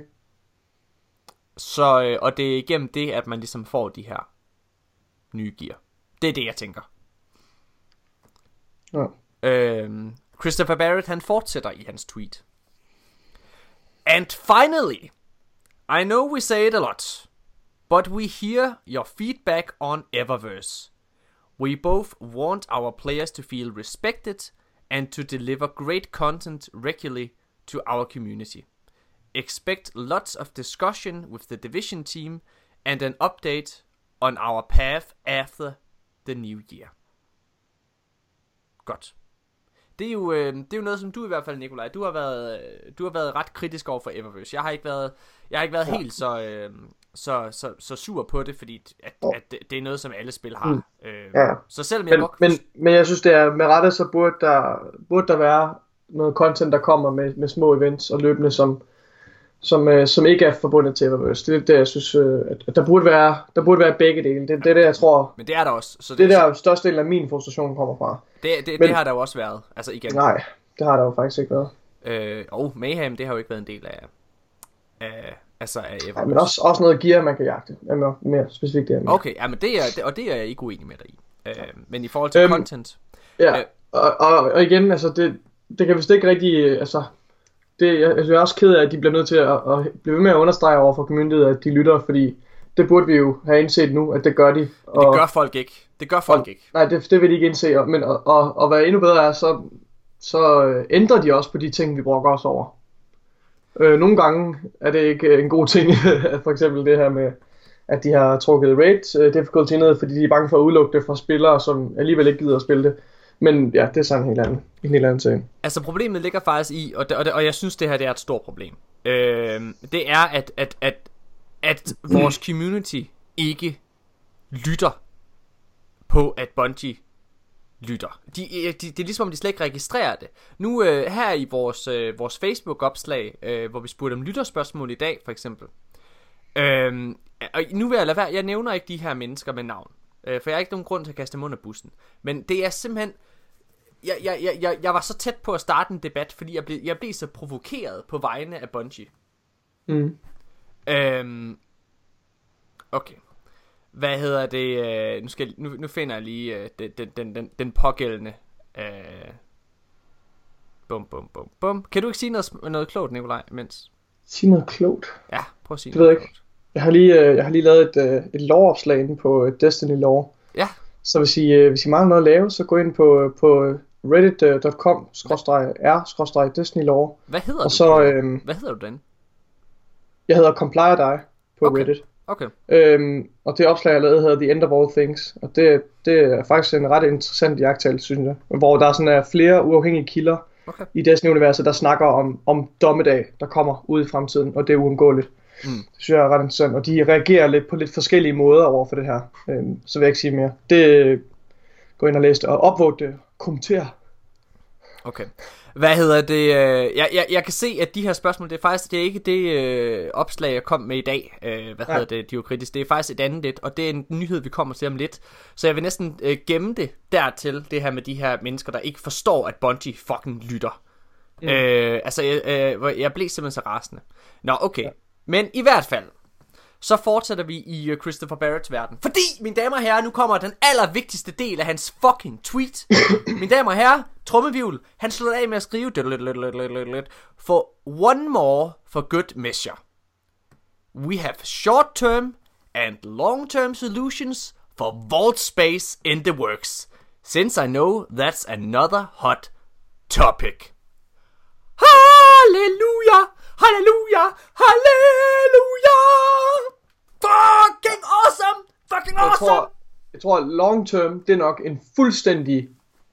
Så, og det er igennem det, at man ligesom får de her nye gear. Det er det, jeg tænker. Ja. Christopher Barrett, han fortsætter i hans tweet. And finally, I know we say it a lot, but we hear your feedback on Eververse. We both want our players to feel respected and to deliver great content regularly to our community. Expect lots of discussion with the division team and an update on our path after the new year. Godt. Det er jo noget, som du i hvert fald, Nikolaj, du har været ret kritisk over for Eververse. Jeg har ikke været helt så sur på det, fordi at det er noget, som alle spil har. Så selvom jeg men jeg synes, det er med rette, så burde der være noget content, der kommer med små events og løbende, som ikke er forbundet til Eververse. Det er det, jeg synes, at der burde være begge dele. Det er det, jeg tror. Men det er der også. Så det er der størstedelen af min frustration kommer fra. Det har der jo også været. Altså igen. Nej, det har der jo faktisk ikke været. Og Mayhem, det har jo ikke været en del af Eververse. Ja, men også noget gear, man kan jagte. Mere specifikt det. Okay, ja, men det er jeg ikke uenig med dig i. Men i forhold til content. Ja, og igen, altså det kan vist ikke rigtig, altså jeg er også ked af, at de bliver nødt til at blive ved med at understrege over for communityet, at de lytter, fordi det burde vi jo have indset nu, at det gør de. Men det gør folk ikke. Nej, det vil de ikke indse, men at være endnu bedre er, så ændrer de også på de ting, vi brokker os over. Nogle gange er det ikke en god ting, for eksempel det her med, at de har trukket raid difficulty ned, fordi de er bange for at udelukke det fra spillere, som alligevel ikke gider at spille det. Men ja, det er sådan en helt anden ting. Altså problemet ligger faktisk i, og jeg synes det her det er et stort problem. Det er at vores community ikke lytter på, at Bungie lytter. Det er ligesom om de slet ikke registrerer det. Nu her i vores Facebook opslag, hvor vi spurgte om lytterspørgsmål i dag for eksempel. Og nu vil jeg lade være. Jeg nævner ikke de her mennesker med navn, for jeg har ikke nogen grund til at kaste dem under bussen. Men det er simpelthen jeg var så tæt på at starte en debat, fordi jeg blev så provokeret på vegne af Bungie. Okay. Hvad hedder det? Nu finder jeg lige den pågældende. Bum. Kan du ikke sige noget klogt, Nikolaj, imens? Sige noget klogt? Ja, prøv at sige det noget klogt. Jeg har lige lavet et lore-opslag inde på Destiny Lore. Ja. Så hvis I mangler noget at lave, så gå ind på reddit.com/r/Destiny Lore. Hvad hedder og du? Så, hvad hedder du den? Jeg hedder Comply or Die på Reddit. Okay. Og det opslag, jeg lavede, hedder The End of All Things. Og det er faktisk en ret interessant iagttagelse, synes jeg. Hvor der sådan er flere uafhængige kilder i Destiny-universet, der snakker om dommedag, der kommer ud i fremtiden, og det er uundgåeligt. Det synes jeg er ret interessant, og de reagerer lidt på lidt forskellige måder over for det her. Så vil jeg ikke sige mere. Gå ind og læs det, og upvote det, kommenter. Okay. Hvad hedder det? Jeg kan se, at de her spørgsmål, det er ikke det opslag, jeg kom med i dag. Hedder det, Diokritis? Det er faktisk et andet lidt, og det er en nyhed, vi kommer til om lidt. Så jeg vil næsten gemme det dertil, det her med de her mennesker, der ikke forstår, at Bungie fucking lytter. Jeg blev simpelthen så rasende. Nå, okay. Ja. Men i hvert fald, så fortsætter vi i Christopher Barretts verden. Fordi, mine damer og herrer, nu kommer den allervigtigste del af hans fucking tweet. Mine damer og herrer, trommevivl, han slutter af med at skrive for one more for good measure. We have short-term and long-term solutions for vault space in the works, since I know that's another hot topic. Halleluja! Halleluja! Halleluja! Fucking awesome! Fucking awesome! Jeg tror long term, det er nok en fuldstændig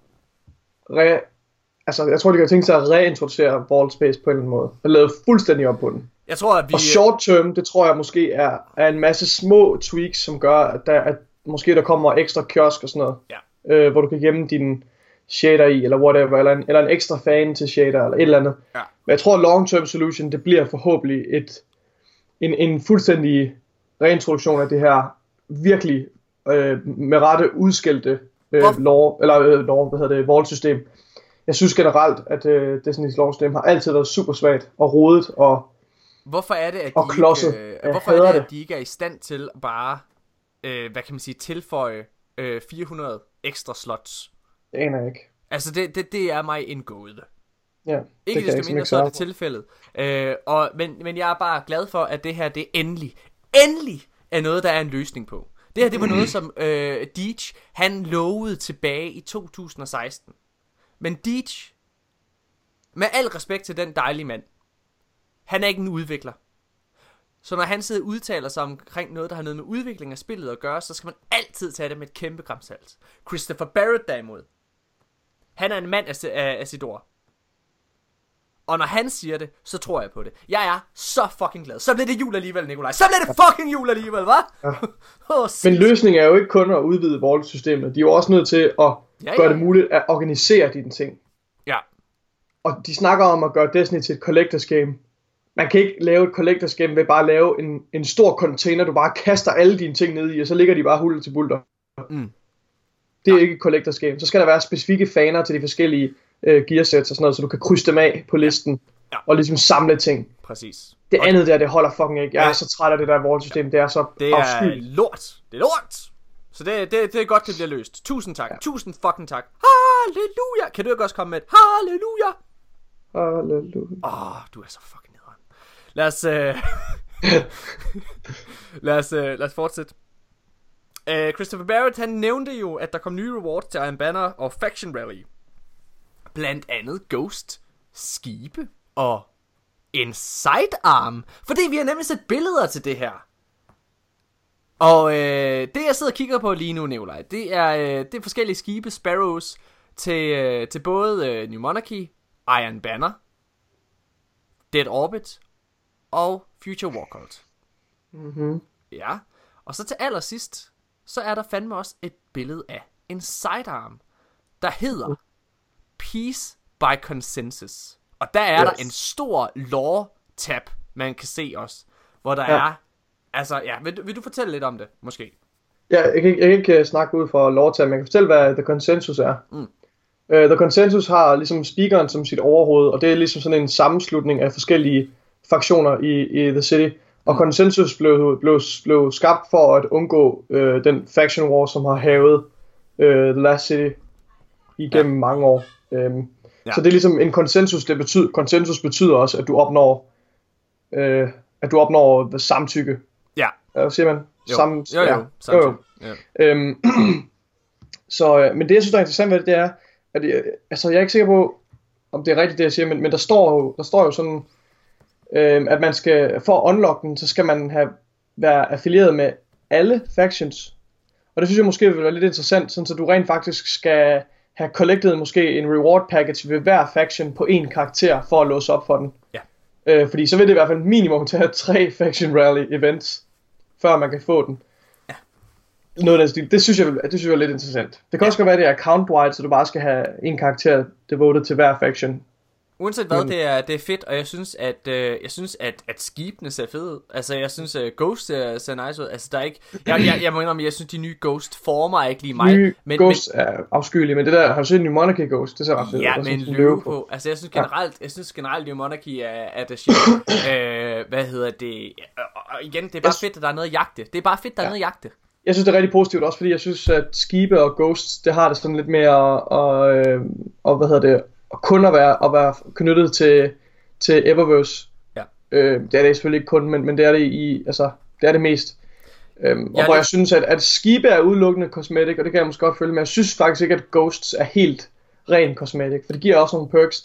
jeg tror de kan tænke sig at reintroducere Vault Space på en eller anden måde. Og lave fuldstændig op på den. Jeg tror, at vi... Og short term, det tror jeg måske er en masse små tweaks, som gør, at måske der kommer ekstra kiosk og sådan noget. Ja. Hvor du kan gemme din shader i, eller whatever, eller en ekstra fan til shader, eller et eller andet. Ja. Men jeg tror, long term solution, det bliver forhåbentlig en fuldstændig reintroduktion af det her virkelig med rette udskældte vault-system. Jeg synes generelt, at Destiny's lore-system har altid været super svagt og rodet og hvorfor er det, at og klodset. De ikke er i stand til bare, hvad kan man sige, tilføje 400 ekstra slots? Det aner jeg ikke. Altså, det er mig en gåde. Ja, ikke desto mindre, så er det tilfældet. Men jeg er bare glad for, at det her, det endelig er noget, der er en løsning på. Det her, det var noget, som Deej, han lovede tilbage i 2016. Men Deej, med al respekt til den dejlige mand, han er ikke en udvikler. Så når han sidder og udtaler sig omkring noget, der har noget med udvikling af spillet at gøre, så skal man altid tage det med et kæmpe gram salt. Christopher Barrett derimod, han er en mand af sit ord. Og når han siger det, så tror jeg på det. Jeg er så fucking glad. Så bliver det jul alligevel, Nikolaj. Så bliver det fucking jul alligevel, hva'? Ja. Men løsningen er jo ikke kun at udvide vault-systemet. De er jo også nødt til at gøre det muligt at organisere dine ting. Ja. Og de snakker om at gøre Destiny til et collectors game. Man kan ikke lave et collectors game ved bare at lave en stor container, du bare kaster alle dine ting ned i, og så ligger de bare hullet til bulter. Det er ikke et collectors game. Så skal der være specifikke faner til de forskellige gearsets og sådan noget, så du kan krydse dem af på listen, og ligesom samle ting. Præcis. Det andet der, det holder fucking ikke. Jeg er så træt af det der vault-system. Det er så afskyeligt. Det er lort. Det er lort. Så det er godt, det bliver løst. Tusind tak. Ja. Tusind fucking tak. Halleluja. Kan du ikke også komme med et halleluja? Halleluja. Du er så fucking nederen. Lad os fortsætte. Christopher Barrett, han nævnte jo, at der kom nye rewards til Iron Banner og Faction Rally. Blandt andet Ghost, skibe og en sidearm. Fordi vi har nemlig set billeder til det her. Og det jeg sidder og kigger på lige nu, Nikolaj, det er forskellige skibe, Sparrows, til både New Monarchy, Iron Banner, Dead Orbit og Future Warcult. Ja. Og så til allersidst, så er der fandme også et billede af en sidearm, der hedder Peace by Consensus. Og der er der en stor lore tab, man kan se også, hvor der er, altså ja, vil du fortælle lidt om det, måske? Ja, jeg kan ikke snakke ud fra lore tab, men jeg kan fortælle, hvad The Consensus er. The Consensus har ligesom speakeren som sit overhoved, og det er ligesom sådan en sammenslutning af forskellige fraktioner i The City. Og Consensus blev skabt for at undgå den faction war, som har havet The Last City igennem mange år. Så det er ligesom en konsensus. Konsensus betyder også, at du opnår samtykke. Ja. Siger man? Jo. Så, men det jeg synes der er interessant ved det er, at altså jeg er ikke sikker på, om det er rigtigt det jeg siger, men der står jo sådan, at man skal, for at unlock den, så skal man være affilieret med alle factions. Og det synes jeg måske vil være lidt interessant, sådan så du rent faktisk skal have collected måske en reward package ved hver faction på en karakter for at låse op for den. Ja. Fordi så vil det i hvert fald minimum tage 3 faction rally events, før man kan få den. Ja. Noget af den stil. Det synes jeg er lidt interessant. Det kan også godt være, det er account-wide, så du bare skal have en karakter devoted til hver faction. Uanset hvad, det er fedt, og jeg synes, at skibene ser fede ud. Altså, jeg synes, Ghost ser nice ud. Altså, der er ikke... Jeg må indrømme, jeg synes, de nye Ghost-former er ikke lige mig. Ghost er afskyelige, men det der, har du set New Monarchy Ghost? Det ser ret fedt ud. Ja, med en løve på. Altså, jeg synes generelt, New Monarchy er det shit. Hvad hedder det? Og igen, det er bare fedt, at der er noget at jagte. Jeg synes, det er rigtig positivt, også fordi jeg synes, at skibe og Ghosts, det har det sådan lidt mere og hvad hedder det, og kun at være knyttet til Eververse. Ja. Det er det selvfølgelig ikke kun, men det er det det er det mest. Og hvor jeg synes, at skibe er udelukkende cosmetic, og det kan jeg måske godt følge, men jeg synes faktisk ikke, at Ghosts er helt ren cosmetic, for det giver også nogle perks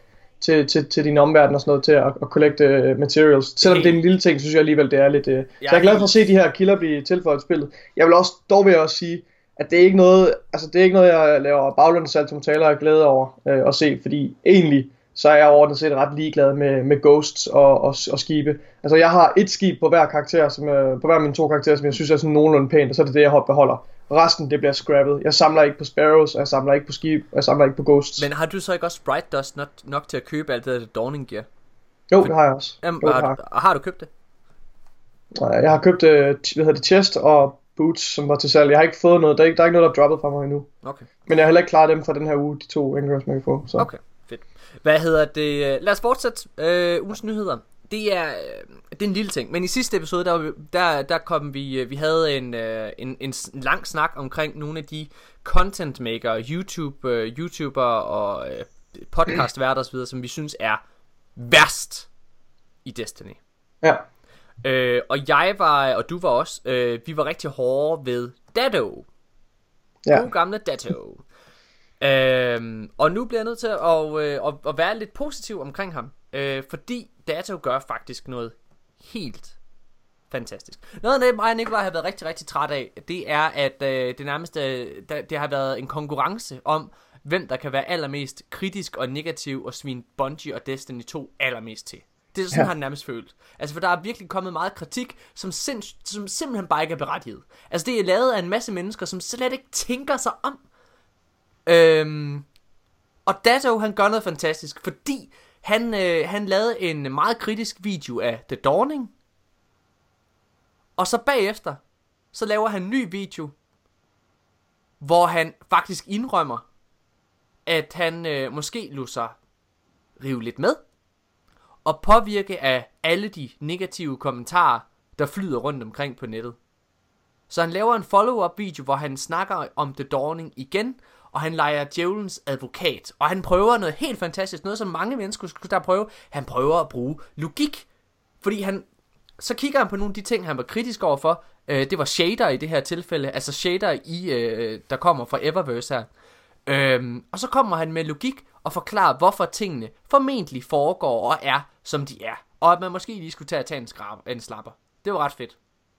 til din omverden og sådan noget, til at collecte materials. Selvom det er en lille ting, synes jeg alligevel, det er lidt... Så jeg er glad for at se de her kilder blive tilføjet i spillet. Jeg vil også sige, at det er ikke noget, jeg laver baggrundssalg som taler og glæde over at se, fordi egentlig så er jeg overordnet set ret ligeglad med Ghosts og skibe. Altså jeg har et skib på hver karakter, på hver af mine 2 karakterer, som jeg synes er sådan nogenlunde pænt, og så er det jeg beholder. Resten det bliver scrappet. Jeg samler ikke på Sparrows, jeg samler ikke på skib, og jeg samler ikke på Ghosts. Men har du så ikke også Sprite Dust nok til at købe alt det der Dawning Gear? Jo, det har jeg også. Jamen, har du købt det? Nej, jeg har købt chest og boots, som var til salg. Jeg har ikke fået noget, der er ikke noget, der er droppet fra mig endnu. Okay. Men jeg har heller ikke klaret dem fra den her uge, de 2 Angry Birds, man kan få. Så. Okay, fedt. Hvad hedder det? Lad os fortsætte ugens nyheder. Det er en lille ting, men i sidste episode, der kom vi havde en lang snak omkring nogle af de content maker, YouTuber og podcastværter og så videre, som vi synes er værst i Destiny. Ja. Og jeg var, og du var også, vi var rigtig hårde ved Datto. Ja. God gamle Datto. Og nu bliver jeg nødt til at være lidt positiv omkring ham, fordi Datto gør faktisk noget helt fantastisk. Noget af det, mig og Nikolaj har været rigtig, rigtig træt af, det er, at det nærmest det har været en konkurrence om, hvem der kan være allermest kritisk og negativ og svine Bungie og Destiny 2 allermest til. Det er sådan, har det nærmest følt. Altså, for der er virkelig kommet meget kritik, som simpelthen bare ikke er berettiget. Altså, det er lavet af en masse mennesker, som slet ikke tænker sig om. Og Datto, han gør noget fantastisk, fordi han lavede en meget kritisk video af The Dawning. Og så bagefter, så laver han en ny video, hvor han faktisk indrømmer, at han måske lod sig rive lidt med, og påvirke af alle de negative kommentarer, der flyder rundt omkring på nettet. Så han laver en follow-up video, hvor han snakker om The Dawning igen, og han leger djævelens advokat. Og han prøver noget helt fantastisk, noget som mange mennesker skulle der prøve. Han prøver at bruge logik, fordi så kigger han på nogle af de ting, han var kritisk overfor. Det var shader i det her tilfælde, altså shader der kommer fra Eververse her. Og så kommer han med logik og forklarer, hvorfor tingene formentlig foregår og er, som de er. Og at man måske lige skulle tage en slapper. Det var ret fedt.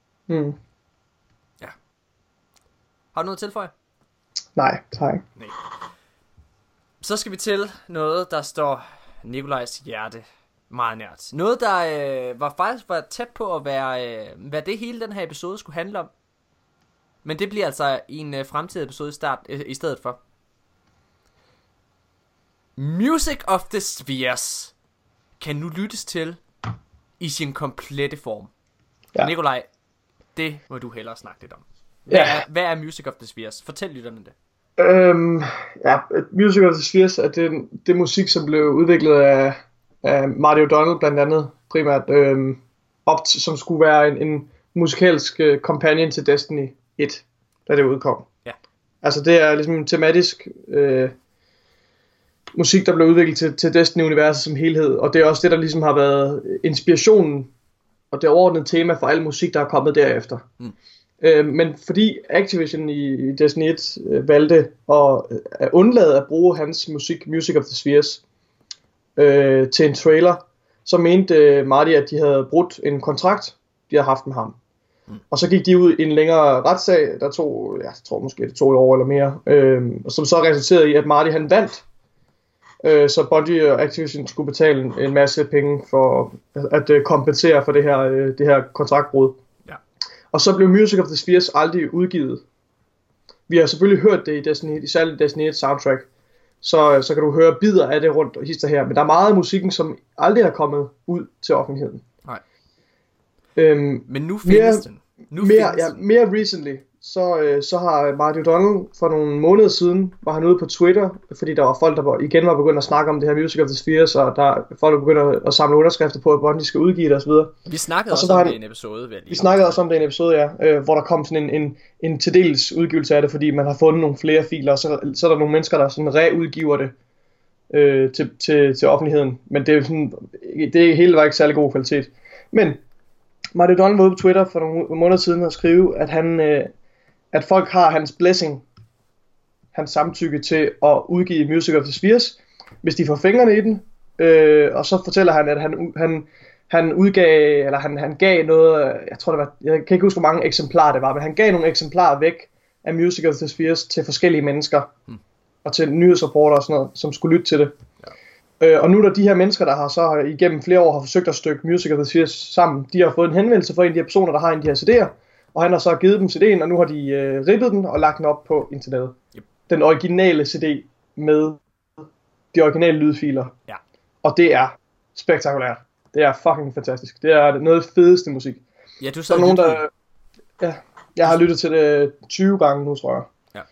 Ja. Har du noget at tilføje? Nej, tak. Nej. Så skal vi til noget, der står Nikolajs hjerte meget nært. Noget, der faktisk var tæt på at være det hele den her episode skulle handle om. Men det bliver altså i en fremtidig episode i stedet for. Music of the Spheres kan nu lyttes til i sin komplette form. Ja. Nikolaj, det må du hellere snakke lidt om. Hvad er Music of the Spheres? Fortæl lytterne det. Music of the Spheres er det musik, som blev udviklet af Marty O'Donnell blandt andet, primært, som skulle være en musikalsk companion til Destiny 1, da det udkom. Ja. Altså det er ligesom en tematisk musik, der blev udviklet til Destiny-universet som helhed, og det er også det, der ligesom har været inspirationen og det overordnede tema for al musik, der er kommet derefter. Men fordi Activision i Destiny 1 valgte at undlade at bruge hans musik, Music of the Spheres, til en trailer, så mente Marty, at de havde brudt en kontrakt, de havde haft med ham. Og så gik de ud i en længere retssag, der tog, jeg tror måske det tog et år eller mere, som så resulterede i, at Marty han vandt. Så Bungie og Activision skulle betale en masse penge for at kompensere for det her kontraktbrud. Ja. Og så blev Music of the Spheres aldrig udgivet. Vi har selvfølgelig hørt det i Destiny, særligt Destiny 1 soundtrack. Så kan du høre bidder af det rundt og hister her. Men der er meget af musikken, som aldrig har kommet ud til offentligheden. Nej. Men nu findes den. Mere recently, så har Marty O'Donnell for nogle måneder siden, var han ude på Twitter, fordi der var folk, der igen var begyndt at snakke om det her Music of the Spheres, og der er folk, der begynder at samle underskrifter på, at Bungie skal udgive det osv. Vi snakkede også om det i en episode. Vi snakkede også om det i en episode, ja, hvor der kom sådan en til dels udgivelse af det, fordi man har fundet nogle flere filer, og så er der nogle mennesker, der sådan reudgiver det til offentligheden. Men det er sådan, det hele var ikke særlig god kvalitet. Men Marty O'Donnell var ude på Twitter for nogle måneder siden og skrive, at folk har hans blessing, hans samtykke til at udgive Music of the Spheres, hvis de får fingrene i den. Og så fortæller han, at han udgav, eller han gav noget, jeg tror det var, jeg kan ikke huske hvor mange eksemplarer det var, men han gav nogle eksemplarer væk af Music of the Spheres til forskellige mennesker, og til nyhedsrapporter og sådan noget, som skulle lytte til det. Og nu er der de her mennesker, der har så igennem flere år har forsøgt at stykke Music of the Spheres sammen. De har fået en henvendelse fra en af de her personer, der har en af de her CD'er, og han har så givet dem CD'en, og nu har de rippet den og lagt den op på internettet. Yep. Den originale CD med de originale lydfiler. Ja. Og det er spektakulært. Det er fucking fantastisk. Det er noget af det fedeste musik. Ja, du sagde nogen, der... Ja. Jeg har lyttet til det 20 gange nu, tror jeg.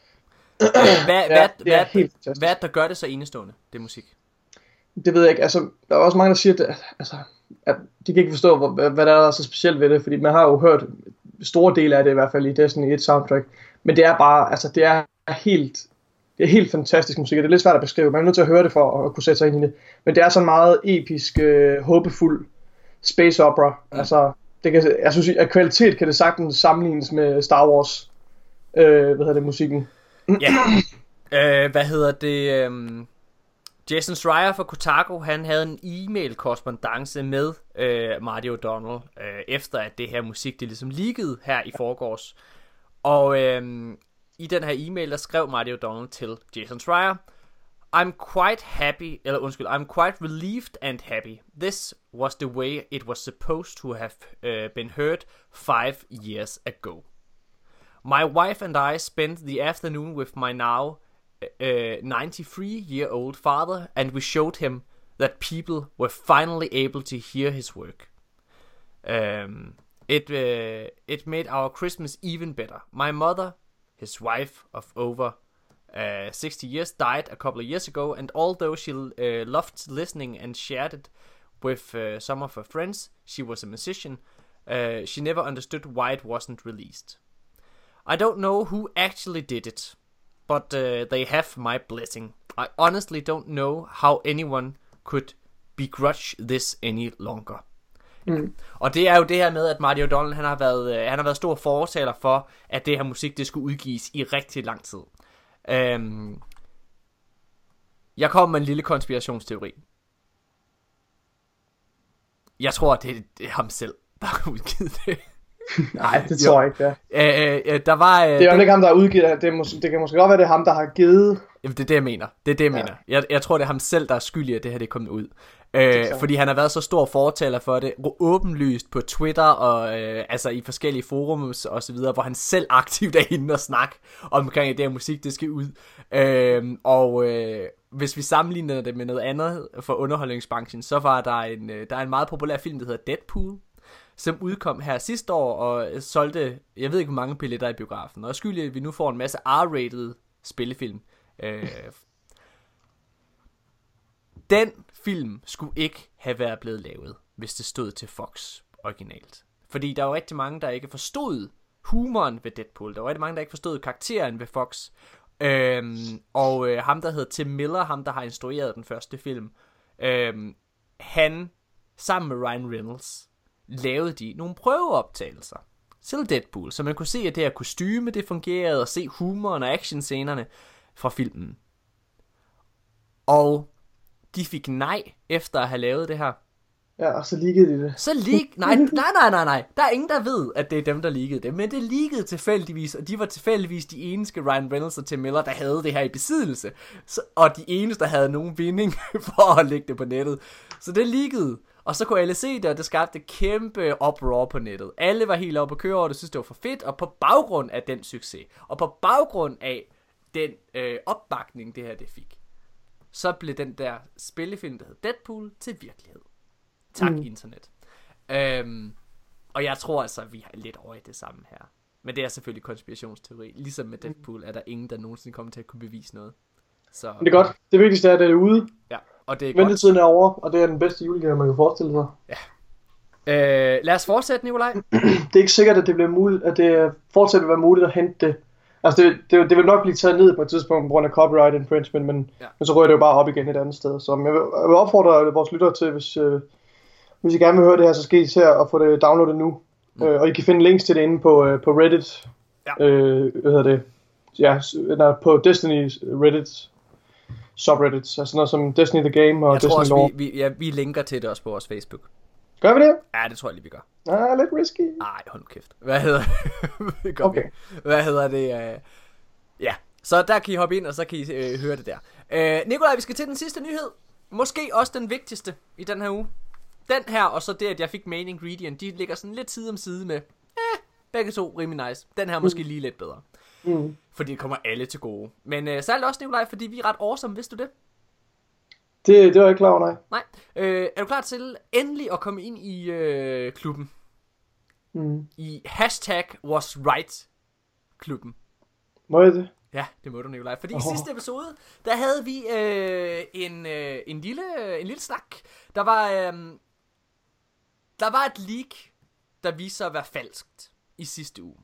Hvad der gør det så enestående, det musik? Det ved jeg ikke. Altså, der er også mange, der siger, at de kan ikke forstå, hvad der er så specielt ved det. Fordi man har jo hørt store dele af det, i hvert fald i Destiny 1 soundtrack. Men det er bare, altså det er helt fantastisk musik, og det er lidt svært at beskrive. Man er nødt til at høre det for at kunne sætte sig ind i det. Men det er sådan meget episk, håbefuld space opera. Altså, jeg synes, at kvalitet kan det sagtens sammenlignes med Star Wars, musikken. Ja. Jason Schreier fra Kotaku, han havde en e-mail-korrespondance med Marty O'Donnell, efter at det her musik, det ligesom leakede her i forgårs. Og i den her e-mail, der skrev Marty O'Donnell til Jason Schreier: I'm quite relieved and happy. This was the way it was supposed to have been heard 5 years ago. My wife and I spent the afternoon with my now 93-year-old father, and we showed him that people were finally able to hear his work. It made our Christmas even better. My mother, his wife of over 60 years, died a couple of years ago, and although she loved listening and shared it with some of her friends, she was a musician, she never understood why it wasn't released. I don't know who actually did it, but they have my blessing. I honestly don't know how anyone could begrudge this any longer. Og det er jo det her med, at Marty O'Donnell, han har været stor fortaler for, at det her musik, det skulle udgives i rigtig lang tid. Jeg kommer med en lille konspirationsteori. Jeg tror, det er ham selv, der har udgivet det. Nej, det tror jeg ikke, det der var, det er jo ikke ham, der har udgivet det. Det kan måske godt være, det er ham, der har givet. Jamen, det er det, jeg mener. Jeg tror, det er ham selv, der er skyldig, at det her det er kommet ud. Fordi han har været så stor fortaler for det, åbenlyst på Twitter og altså i forskellige forums og så videre, hvor han selv aktivt er inde og snakke omkring, at det her musik, det skal ud. Hvis vi sammenligner det med noget andet for underholdningsbranchen, så var der er en meget populær film, der hedder Deadpool, som udkom her sidste år og solgte, jeg ved ikke hvor mange billetter i biografen, og skyldig, at vi nu får en masse R-rated spillefilm. Den film skulle ikke have været blevet lavet, hvis det stod til Fox originalt. Fordi der var rigtig mange, der ikke forstod humoren ved Deadpool. Der var rigtig mange, der ikke forstod karakteren ved Fox. Ham, der hedder Tim Miller, ham, der har instrueret den første film, han, sammen med Ryan Reynolds, lavede de nogle prøveoptagelser til Deadpool, så man kunne se, at det her kostyme, det fungerede, og se humoren og actionscenerne fra filmen. Og de fik nej efter at have lavet det her. Ja, og så leakede de det. Nej. Der er ingen, der ved, at det er dem, der leakede det. Men det leakede tilfældigvis, og de var tilfældigvis de eneste, Ryan Reynolds og Tim Miller, der havde det her i besiddelse. Og de eneste, der havde nogen vinding for at lægge det på nettet. Så det leakede. Og så kunne alle se det, og det skabte kæmpe uproar på nettet. Alle var helt oppe at køre, og det synes det var for fedt. Og på baggrund af den succes, og på baggrund af den opbakning, det her det fik, så blev den der spillefilm, der hed Deadpool, til virkelighed. Tak, internet. Og jeg tror altså, at vi har lidt over i det samme her. Men det er selvfølgelig konspirationsteori. Ligesom med Deadpool er der ingen, der nogensinde kommer til at kunne bevise noget. Så det er godt. Det vigtigste er, at det er ude. Ja, og det er ventetiden er over, og det er den bedste julegave, man kan forestille sig. Ja. Lad os fortsætte, Nikolaj. Det er ikke sikkert, at det bliver muligt, at det fortsat vil være muligt at hente det. Altså det vil nok blive taget ned på et tidspunkt på grund af copyright infringement, men så rører det jo bare op igen et andet sted. Så jeg vil opfordre vores lyttere til, hvis I gerne vil høre det her, så skal I se og få det downloadet nu. Og I kan finde links til det inde på Reddit. Ja. Hvad hedder det? Ja, på Destiny Reddit subreddits, altså noget som Destiny the Game og Destiny Lore. Vi linker til det også på vores Facebook. Gør vi det? Ja, det tror jeg lige, vi gør. Lidt risky. Nej, hold nu kæft. Hvad hedder det? Okay. Hvad hedder det? Ja, så der kan I hoppe ind, og så kan I høre det der. Nikolaj, vi skal til den sidste nyhed. Måske også den vigtigste i den her uge. Den her, og så det, at jeg fik main ingredient, de ligger sådan lidt side om side med. Begge to rimelig nice. Den her måske lige lidt bedre. Fordi det kommer alle til gode. Men særligt også, Nikolaj, fordi vi er ret awesome, vidste du det? Det var jeg ikke klar over, nej. Nej. Er du klar til endelig at komme ind i klubben? I #wasright klubben. Må jeg det? Ja, det må du, Nikolaj. Fordi i sidste episode, der havde vi en lille snak. Der var et leak, der viste sig at være falskt i sidste uge.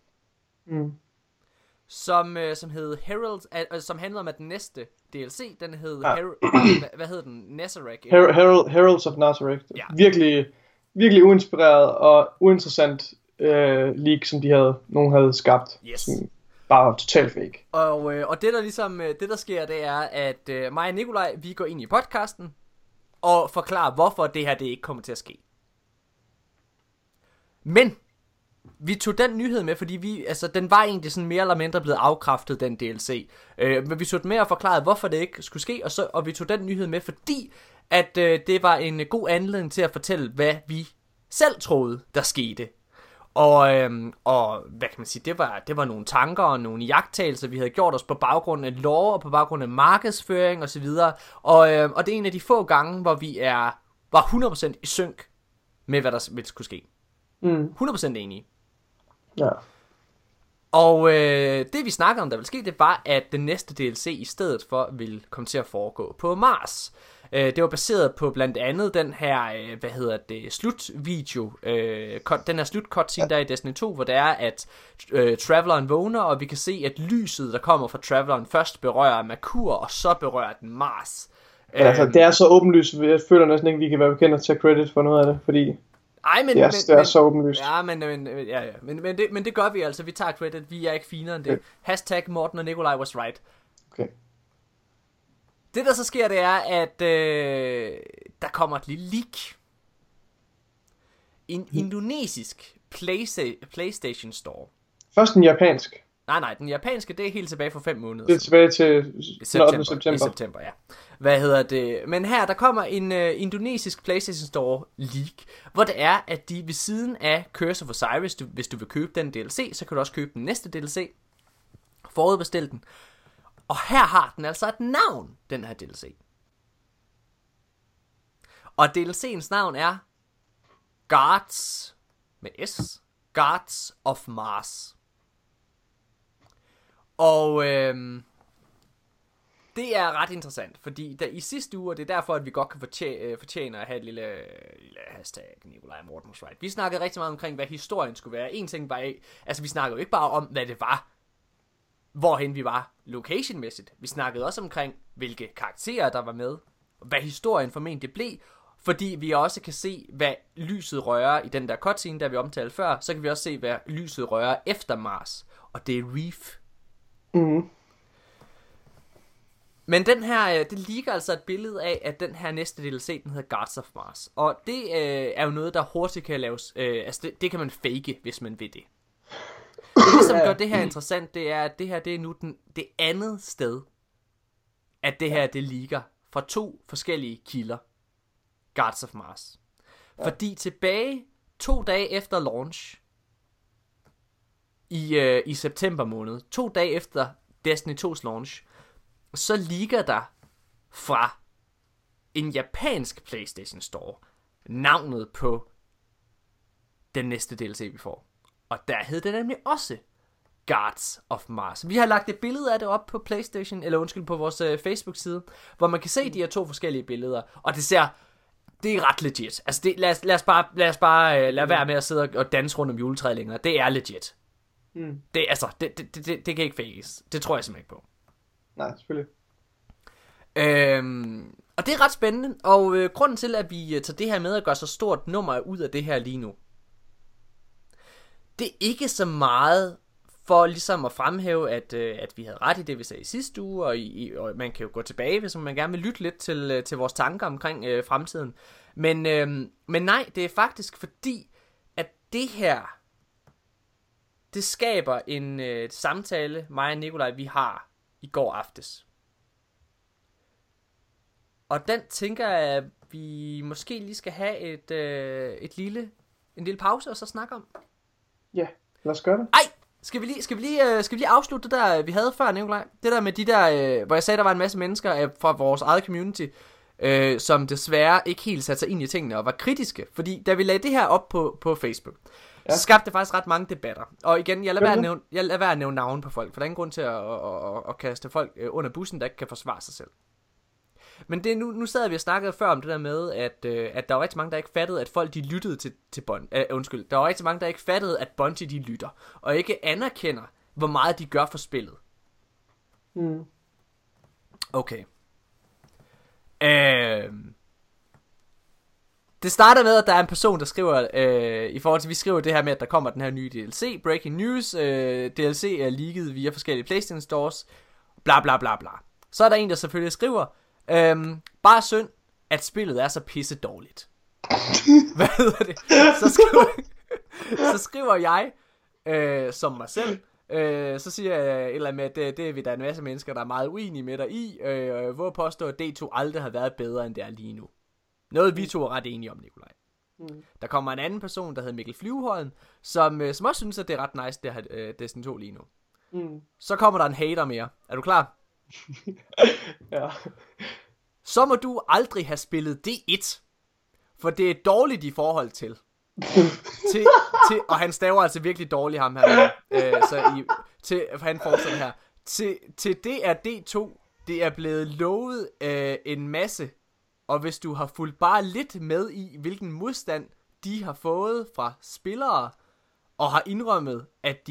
Som hed Herald, som handlede om, at den næste DLC, den hed hvad hed den? Nazareth. Heralds of Nazareth. Ja. Virkelig uinspireret og uinteressant leak, som nogen havde skabt. Yes. Bare totalt fake. Og det der ligesom, det der sker, det er, at mig og Nikolaj, vi går ind i podcasten og forklarer, hvorfor det her det ikke kommer til at ske. Men vi tog den nyhed med, fordi den var egentlig sådan mere eller mindre blevet afkræftet, den DLC. Men vi tog den med og forklarede, hvorfor det ikke skulle ske, og vi tog den nyhed med, fordi at det var en god anledning til at fortælle, hvad vi selv troede, der skete. Og hvad kan man sige, det var nogle tanker og nogle iagttagelser, vi havde gjort os på baggrund af lore og på baggrund af markedsføring og så videre. Og det er en af de få gange, hvor vi var 100% i synk med, hvad der ville skulle ske. 100% enige. Ja. Og det vi snakkede om, der ville ske, det var, at den næste DLC i stedet for ville komme til at foregå på Mars. Det var baseret på blandt andet den her, slutvideo, den her slutcutscene der i Destiny 2, hvor det er, at Traveleren vågner, og vi kan se, at lyset, der kommer fra Traveleren, først berører Merkur, og så berører den Mars. Altså, det er så åbenlyst, jeg føler næsten ikke, vi kan være bekendt at tage credit for noget af det, fordi det er så åbenlyst. Ja, men det gør vi altså, vi tager credit, vi er ikke finere end det. Okay. #Morten og Nikolaj was right. Okay. Det der så sker, det er, at der kommer et lille leak. En indonesisk PlayStation Store. Først den japansk. Nej, den japanske, det er helt tilbage for 5 måneder. Det er tilbage til september. I september, ja. Men her, der kommer en indonesisk PlayStation Store leak, hvor det er, at de ved siden af Curse of Osiris, hvis du vil købe den DLC, så kan du også købe den næste DLC. Forudbestil den. Og her har den altså et navn, den her DLC. Og DLC'ens navn er Guards of Mars. Og det er ret interessant, fordi der i sidste uge, og det er derfor, at vi godt kan fortjene at have et lille hashtag Nikolaj Mortens right. Vi snakkede rigtig meget omkring, hvad historien skulle være. En ting var, altså vi snakkede jo ikke bare om, hvad det var, hvorhen vi var locationmæssigt. Vi snakkede også omkring, hvilke karakterer der var med, hvad historien formentlig blev, fordi vi også kan se, hvad lyset rører i den der cutscene, der vi omtalte før, så kan vi også se, hvad lyset rører efter Mars, og det er Reef. Men den her, det ligger altså et billede af, at den her næste DLC, den hedder Guards of Mars, og det er jo noget, der hurtigt kan laves, altså det kan man fake, hvis man vil det. Det som gør det her interessant, det er, at det her det er nu det andet sted, at det her det ligger fra 2 forskellige kilder. Guards of Mars. Fordi tilbage 2 dage efter launch i september måned, 2 dage efter Destiny 2's launch, så ligger der fra en japansk PlayStation Store navnet på den næste DLC vi får. Og der hed det nemlig også Guards of Mars. Vi har lagt et billede af det op på PlayStation, på vores Facebook-side, hvor man kan se de her 2 forskellige billeder, og det er ret legit. Altså lad os bare lade være med at sidde og danse rundt om juletræet længere. Det er legit. Det kan ikke fakes. Det tror jeg simpelthen ikke på. Nej, selvfølgelig. Og det er ret spændende, og grunden til, at vi tager det her med at gøre så stort nummer ud af det her lige nu, det er ikke så meget for ligesom at fremhæve, at vi havde ret i det, vi sagde i sidste uge, og man kan jo gå tilbage, hvis man gerne vil lytte lidt til vores tanker omkring fremtiden. Men nej, det er faktisk fordi, at det her, det skaber en samtale, mig og Nikolaj, vi har i går aftes. Og den tænker jeg, at vi måske lige skal have en lille pause, og så snakke om. Ja, lad os gøre det. Ej! Skal vi lige afslutte det der, vi havde før, Nikolaj? Det der med de der, hvor jeg sagde, der var en masse mennesker fra vores eget community, som desværre ikke helt satte sig ind i tingene og var kritiske. Fordi da vi lagde det her op på Facebook, så skabte det faktisk ret mange debatter. Og igen, jeg lader være at nævne navn på folk, for der er ingen grund til at kaste folk under bussen, der ikke kan forsvare sig selv. Men det, nu sad vi og snakkede før om det der med, at der var rigtig mange, der ikke fattede, at folk de lyttede til Bungie. Der var rigtig mange, der ikke fattede, at Bungie de lytter, og ikke anerkender, hvor meget de gør for spillet. Okay. Det starter med, at der er en person, der skriver, i forhold til, vi skriver det her med, at der kommer den her nye DLC, breaking news, DLC er leaget via forskellige PlayStation stores, bla bla bla bla. Så er der en, der selvfølgelig skriver, bare synd, at spillet er så pisse dårligt. Hvad hedder det? Så skriver jeg, som mig selv, så siger jeg et eller andet med, at det er vi der en masse mennesker, der er meget uenige med dig i, hvor påstår, at D2 aldrig har været bedre, end det er lige nu. Noget vi to er ret enige om, Nikolaj. Der kommer en anden person, der hedder Mikkel Flyveholm, som også synes, at det er ret nice, det her Destiny 2 lige nu. Så kommer der en hater mere. Er du klar? Ja. Så må du aldrig have spillet D1, for det er dårligt i forhold til. Og han staver altså virkelig dårligt, ham her. For han fortsætter her. Til det er D2, det er blevet lovet en masse. Og hvis du har fulgt bare lidt med i, hvilken modstand de har fået fra spillere, og har indrømmet, at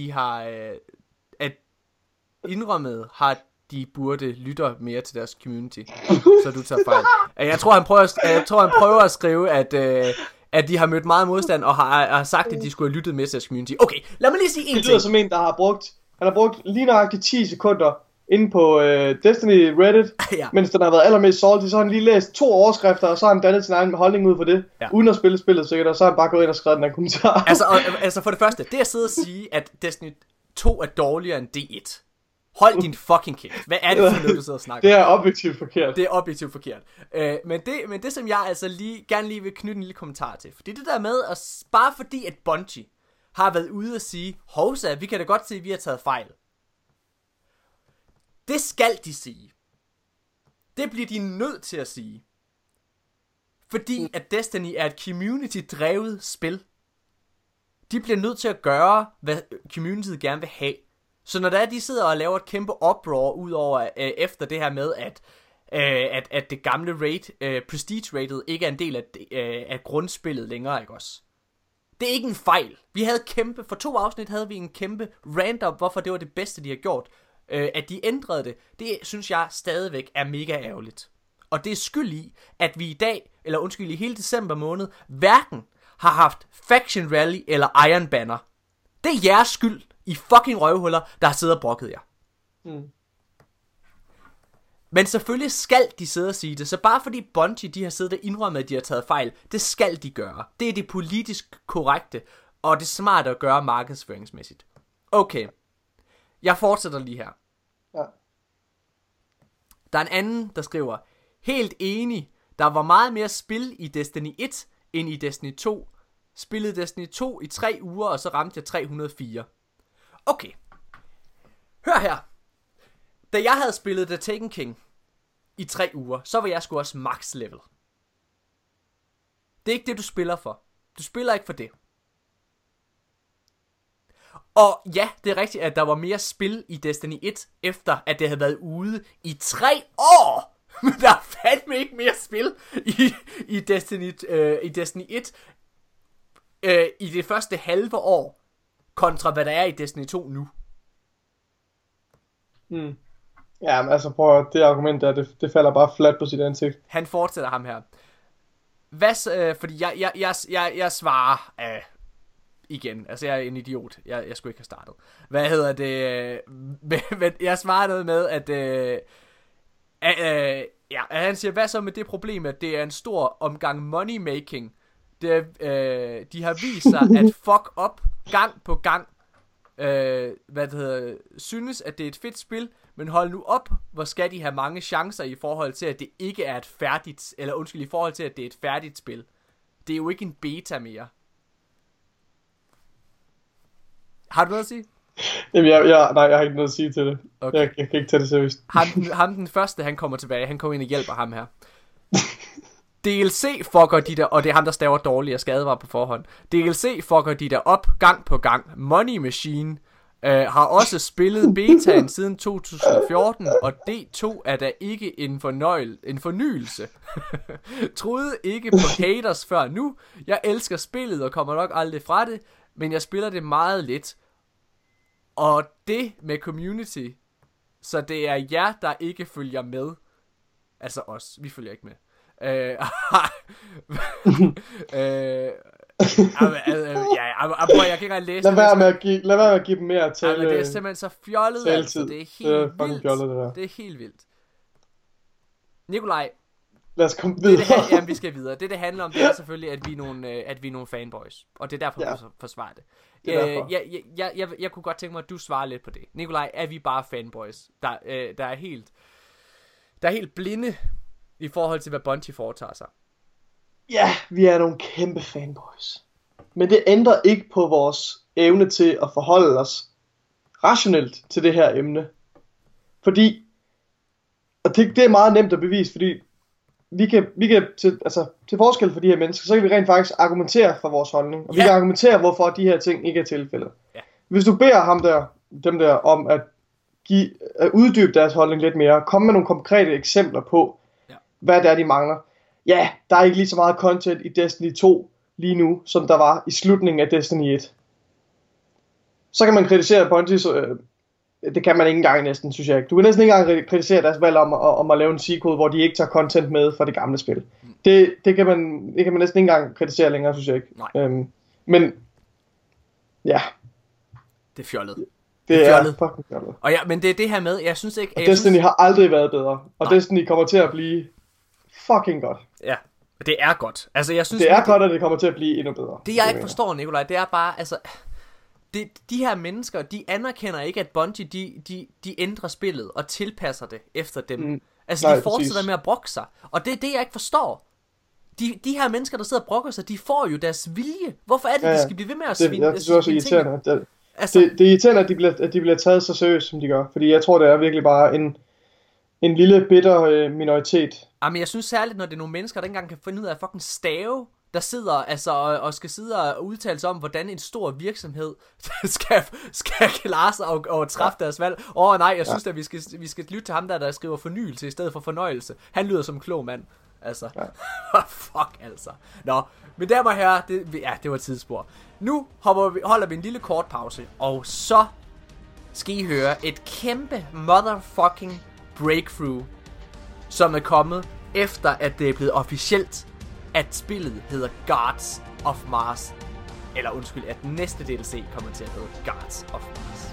de burde lytte mere til deres community, så du tager fejl. Jeg tror han prøver at skrive, at de har mødt meget modstand, og har sagt, at de skulle have lyttet med til deres community. Okay, lad mig lige sige en ting. Det lyder som en, der har brugt lige nøjagtigt 10 sekunder inde på Destiny Reddit, ja. Mens den har været allermest salty, så har han lige læst 2 overskrifter, og så har han dannet sin egen holdning ud for det, ja. Uden at spille spillet sikkert, og så har han bare gået ind og skrevet den her kommentar. Altså for det første, det at sidde og sige, at Destiny 2 er dårligere end D1. Hold din fucking kæft. Hvad er det for noget, du sidder og snakker? Det er objektivt forkert. Det er objektivt forkert. Men det som jeg altså gerne lige vil knytte en lille kommentar til, fordi det der med, at bare fordi at Bungie har været ude og sige, hovsa, vi kan da godt se, at vi har taget fejl. Det skal de sige. Det bliver de nødt til at sige. Fordi at Destiny er et community-drevet spil. De bliver nødt til at gøre, hvad communityet gerne vil have. Så når de sidder og laver et kæmpe uproar ud over efter det her med, at det gamle raid, prestige rated, ikke er en del af grundspillet længere, ikke også? Det er ikke en fejl. Vi havde for 2 afsnit havde vi en kæmpe rant op, hvorfor det var det bedste, de har gjort. At de ændrede det synes jeg stadigvæk er mega ærgerligt. Og det er skyld i, at vi i dag, i hele december måned, hverken har haft Faction Rally eller Iron Banner. Det er jeres skyld, I fucking røvhuller, der har siddet og brokket jer. Men selvfølgelig skal de sidde og sige det. Så bare fordi Bungie, de har siddet og indrømmet, at de har taget fejl, det skal de gøre. Det er det politisk korrekte, og det smarte at gøre markedsføringsmæssigt. Okay. Jeg fortsætter lige her. Ja. Der er en anden, der skriver, helt enig, der var meget mere spil i Destiny 1 end i Destiny 2. Spillede Destiny 2 i 3 uger, og så ramte jeg 304. Okay. Hør her. Da jeg havde spillet The Taken King i 3 uger, så var jeg sgu også max level. Det er ikke det, du spiller for. Du spiller ikke for det. Og ja, det er rigtigt, at der var mere spil i Destiny 1, efter at det havde været ude i 3 år. Men der er fandme ikke mere spil i Destiny 1 i det første halve år, kontra hvad der er i Destiny 2 nu. Ja, men altså prøv at det argument der, det falder bare fladt på sit ansigt. Han fortsætter ham her. Fordi jeg svarer igen, altså jeg er en idiot. Jeg skulle ikke have startet. Hvad hedder det? Jeg svarer noget med, at han siger, hvad så med det problem, at det er en stor omgang money making. De har vist sig at fuck up gang på gang. Synes at det er et fedt spil, men hold nu op, hvor skal de have mange chancer i forhold til at det ikke er et færdigt, i forhold til at det er et færdigt spil. Det er jo ikke en beta mere. Har du noget at sige? Jamen jeg har ikke noget at sige til det. Okay. Jeg kan ikke tage det seriøst. Ham den første, han kommer tilbage. Han kommer ind og hjælper ham her. DLC fucker de der, og det er ham, der staver dårligt og skadevar på forhånd. DLC fucker de der op gang på gang. Money Machine har også spillet betaen siden 2014, og D2 er da ikke en fornyelse. Troede ikke på haters før nu. Jeg elsker spillet og kommer nok aldrig fra det, men jeg spiller det meget lidt. Og det med community, så det er jer, der ikke følger med. Altså os, vi følger ikke med. Jeg kan ikke engang læse lad være med at give dem mere til. Det er simpelthen så fjollet, altså. Det er helt vildt. Fjollet, det er helt vildt. Nikolaj, lad os komme videre. Jamen, vi skal videre. Det handler om, det er selvfølgelig, at vi er nogle fanboys. Og det er derfor, vi forsvarer det. Jeg kunne godt tænke mig, at du svarer lidt på det. Nikolaj, er vi bare fanboys, der er helt blinde i forhold til, hvad Bungie foretager sig? Ja, vi er nogle kæmpe fanboys. Men det ændrer ikke på vores evne til at forholde os rationelt til det her emne. Fordi, og det er meget nemt at bevise, fordi vi kan til forskel for de her mennesker, så kan vi rent faktisk argumentere for vores holdning. Og vi kan argumentere, hvorfor de her ting ikke er tilfældet. Ja. Hvis du beder dem der om at uddybe deres holdning lidt mere, komme med nogle konkrete eksempler på, hvad det er, de mangler. Ja, der er ikke lige så meget content i Destiny 2 lige nu, som der var i slutningen af Destiny 1. Så kan man kritisere Bungie, det kan man ikke engang næsten, synes jeg ikke. Du kan næsten ikke engang kritisere deres valg om at lave en sequel, hvor de ikke tager content med fra det gamle spil. Det kan man næsten ikke engang kritisere længere, synes jeg ikke. Men, ja. Det er fjollet. Det er fucking fjollet. Og ja, men det er det her med, jeg synes ikke... Og Destiny har aldrig været bedre. Og Destiny kommer til at blive fucking godt. Ja, det er godt. Altså, jeg synes... Det er godt, at det kommer til at blive endnu bedre. Det jeg ikke forstår, Nikolaj, det er bare, altså... De her mennesker, de anerkender ikke, at Bungie, de ændrer spillet og tilpasser det efter dem. Altså, de fortsætter med at brokke sig. Og det er det, jeg ikke forstår. De her mennesker, der sidder og brokker sig, de får jo deres vilje. Hvorfor er det, de skal blive ved med at svine? Det er også irriterende. Det er irriterende, at de bliver taget så seriøst, som de gør. Fordi jeg tror, det er virkelig bare en lille bitter minoritet. Men jeg synes særligt, når det er nogle mennesker, der ikke engang kan finde ud af fucking stave, der sidder altså og skal sidde og udtale sig om, hvordan en stor virksomhed skal klare sig og træffe deres valg. Nej, jeg synes at vi skal lytte til ham der skriver fornyelse i stedet for fornøjelse. Han lyder som en klog mand. Altså, fuck altså. Nå, men damer og herrer, det var et tidsspor. Nu holder vi en lille kort pause, og så skal I høre et kæmpe motherfucking breakthrough, som er kommet efter, at det er blevet officielt, at spillet hedder Gods of Mars. Eller undskyld, at den næste DLC kommer til at hedde Gods of Mars.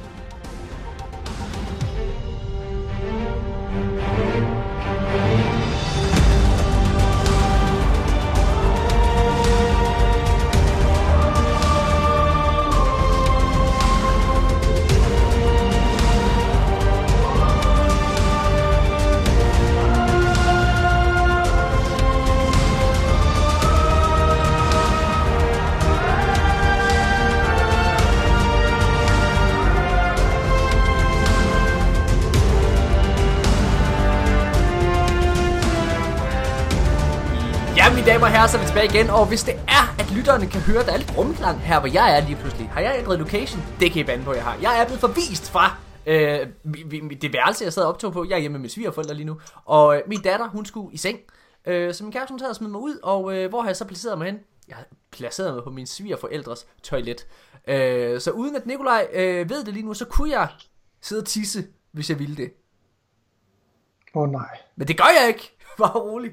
Mine damer og herrer, så er vi tilbage igen. Og hvis det er, at lytterne kan høre, der er lidt rumklang her, hvor jeg er lige pludselig. Har jeg ændret location? Det kan I bande på, jeg har. Jeg er blevet forvist fra det værelse, jeg sad og optog på. Jeg er hjemme med mine svigerforældre lige nu. Og min datter, hun skulle i seng. Så min kæreste, hun tager og smidt mig ud. Og hvor har jeg så placeret mig hen? Jeg har placeret mig på min svigerforældres toilet. Så uden at Nikolaj ved det lige nu, så kunne jeg sidde og tisse, hvis jeg ville det. Nej. Men det gør jeg ikke. Bare rolig.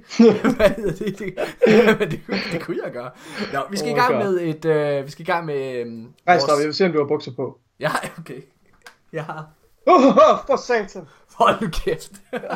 det kunne jeg gøre. Nå, vi skal i gang med et... vi skal i gang med... Nej, stop. Jeg vil se, om du har bukser på. Ja, okay. Jeg har... For satan. Hold nu kæft.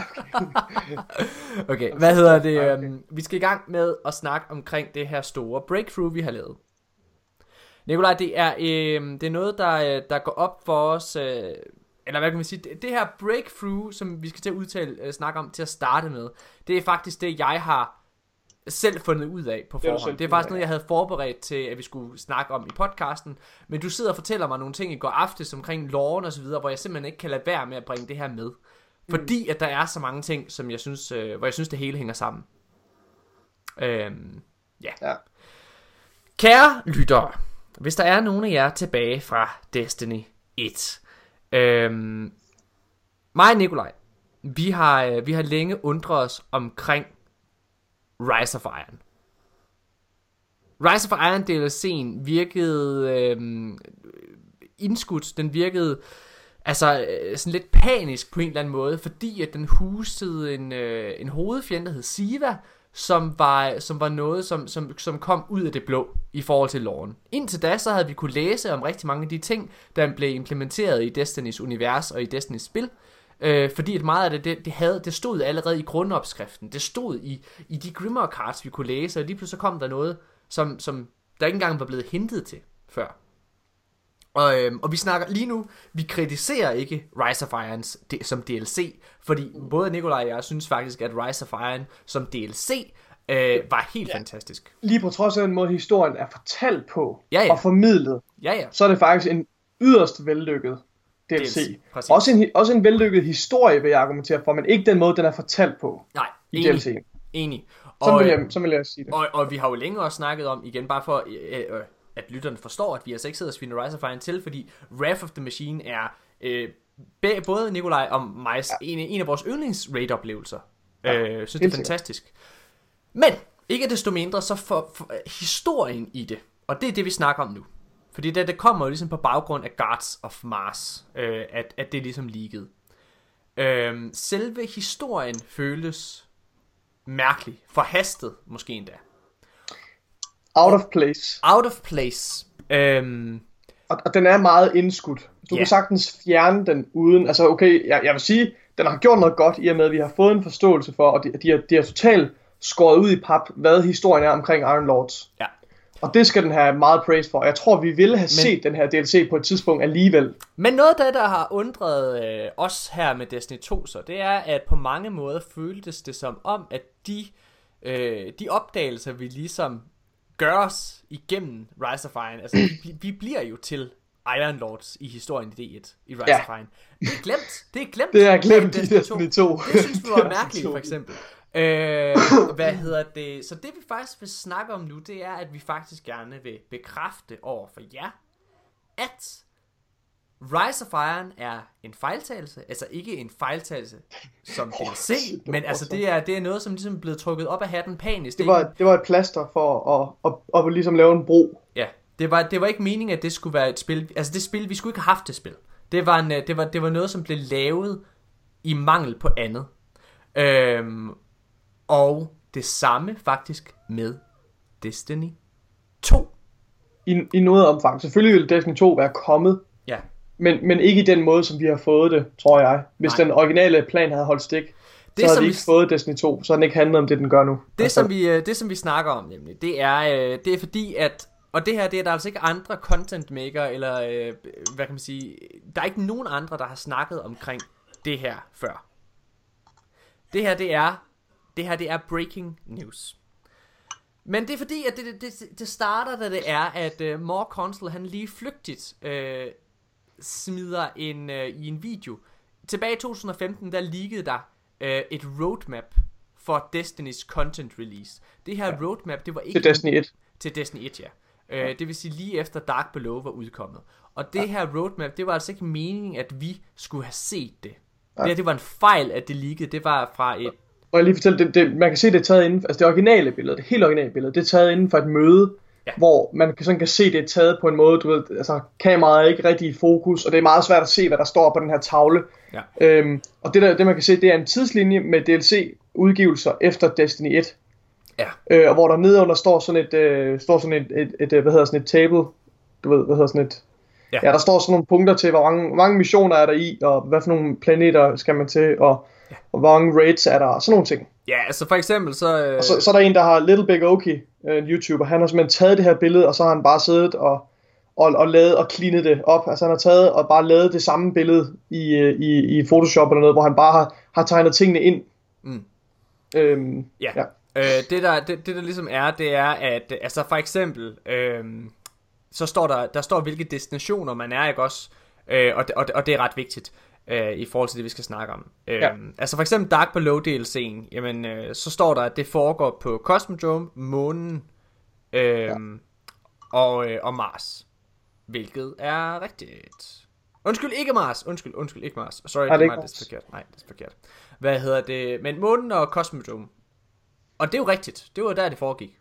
Okay, hvad hedder det? Vi skal i gang med at snakke omkring det her store breakthrough, vi har lavet. Nikolaj, det er noget, der går op for os... eller hvad kan man sige, det her breakthrough, som vi skal til at snakke om til at starte med, det er faktisk det, jeg har selv fundet ud af på forhånd. Det er faktisk noget, jeg havde forberedt til, at vi skulle snakke om i podcasten, men du sidder og fortæller mig nogle ting i går aftes omkring loven og så videre, hvor jeg simpelthen ikke kan lade være med at bringe det her med. Fordi at der er så mange ting, som jeg synes, hvor jeg synes, det hele hænger sammen. Ja. Kære lyttere, hvis der er nogen af jer tilbage fra Destiny 1, mig og Nikolaj, vi har længe undret os omkring Rise of Iron. Rise of Iron DLC'en virkede indskudt, den virkede sådan lidt panisk på en eller anden måde, fordi at den husede en hovedfjende, der hed Siva, som var noget, som kom ud af det blå i forhold til loven. Indtil da, så havde vi kunne læse om rigtig mange af de ting, der blev implementeret i Destinys univers og i Destinys spil. Fordi at meget af det stod allerede i grundopskriften. Det stod i de Grimoire cards, vi kunne læse, og lige pludselig kom der noget, som der ikke engang var blevet hintet til før. Og vi snakker lige nu, vi kritiserer ikke Rise of Iron som DLC, fordi både Nikolaj og jeg synes faktisk, at Rise of Iron som DLC var helt fantastisk. Lige på trods af den måde, historien er fortalt på og formidlet, så er det faktisk en yderst vellykket DLC. Også en vellykket historie, vil jeg argumentere for, men ikke den måde, den er fortalt på. Nej, i DLC'en. Enig. Så vil jeg sige det. Og vi har jo længe også snakket om, igen bare for at lytterne forstår, at vi altså ikke sidder og sviner Rise of Iron til, fordi Wrath of the Machine er både Nikolaj og mig en af vores yndlings-raid-oplevelser. Så det er fantastisk. Men ikke desto mindre, så for historien i det, og det er det, vi snakker om nu. Fordi det kommer jo ligesom på baggrund af Guards of Mars, at det er ligesom leaget. Selve historien føles mærkelig, forhastet måske endda. Out of place. Out of place. Og den er meget indskudt. Du kan sagtens fjerne den uden. Altså okay, jeg vil sige, den har gjort noget godt i og med, at vi har fået en forståelse for, og de har totalt skåret ud i pap, hvad historien er omkring Iron Lords. Ja. Og det skal den have meget praise for. Jeg tror, vi ville have set den her DLC på et tidspunkt alligevel. Men noget af det, der har undret os her med Destiny 2, så det er, at på mange måder føltes det som om, at de opdagelser, vi ligesom gør os igennem Rise of Iron, altså vi bliver jo til Iron Lords i historien i D1, i Rise of Iron. Det er glemt. Det er glemt i Destiny 2. Det synes vi var mærkeligt, for eksempel. Så det vi faktisk vil snakke om nu, det er, at vi faktisk gerne vil bekræfte over for jer, at Rise of Iron er en fejltagelse. Altså ikke en fejltagelse som DLC, men altså det er noget, som ligesom er blevet trukket op af hatten panisk. Det var et plaster for at ligesom lave en bro. Ja, det var ikke meningen, at det skulle være et spil. Altså det spil, vi skulle ikke have haft det spil. Det var noget, som blev lavet i mangel på andet. Og det samme faktisk med Destiny 2. I noget omfang. Selvfølgelig ville Destiny 2 være kommet. Ja. Men ikke i den måde, som vi har fået det, tror jeg. Hvis den originale plan havde holdt stik, så havde vi ikke fået Destiny 2. Så den ikke handlet om det, den gør nu. Det som vi snakker om nemlig, det er fordi at, og det her, det er der altså ikke andre content maker, eller hvad kan man sige, der er ikke nogen andre, der har snakket omkring det her før. Det her det er breaking news. Men det er fordi, at det starter, da det er, at More Console, han lige flygtigt smider i en video. Tilbage i 2015, der leakede der et roadmap for Destiny's content release. Det her roadmap, det var ikke... Til Destiny 1. Til Destiny 1, ja. Det vil sige lige efter Dark Below var udkommet. Og det her roadmap, det var altså ikke meningen, at vi skulle have set det. Det var en fejl, at det leakede. Det var fra et... Og jeg lige fortælle, man kan se, det er taget inden, altså det originale billede, det helt originale billede, det er taget inden for et møde, hvor man sådan kan se, det er taget på en måde, du ved, altså kameraet er ikke rigtig i fokus, og det er meget svært at se, hvad der står på den her tavle. Ja. Og det man kan se, det er en tidslinje med DLC-udgivelser efter Destiny 1. Ja. Og hvor der nedenunder står sådan et table, du ved, hvad hedder sådan et... Ja, der står sådan nogle punkter til, hvor mange missioner er der i, og hvad for nogle planeter skal man til, og hvor mange raids er der, og sådan nogle ting. Ja, altså for eksempel så... Og så er der en, der har Little Big Oki, en YouTuber, han har simpelthen taget det her billede, og så har han bare siddet og lavet og cleanet det op. Altså han har taget og bare lavet det samme billede i Photoshop eller noget, hvor han bare har tegnet tingene ind. Ja. Det der ligesom er, det er, at altså for eksempel... så står der står hvilke destinationer man er, ikke også? Og det er ret vigtigt. i forhold til det vi skal snakke om. Altså for eksempel Dark Below DLC'en, jamen så står der at det foregår på Cosmodrome, Månen og Mars, hvilket er rigtigt. Undskyld, ikke Mars. Undskyld, ikke Mars. Sorry, det er forkert. Nej, det er forkert. Hvad hedder det? Men Månen og Cosmodrome. Og det er jo rigtigt. Det var der det foregik.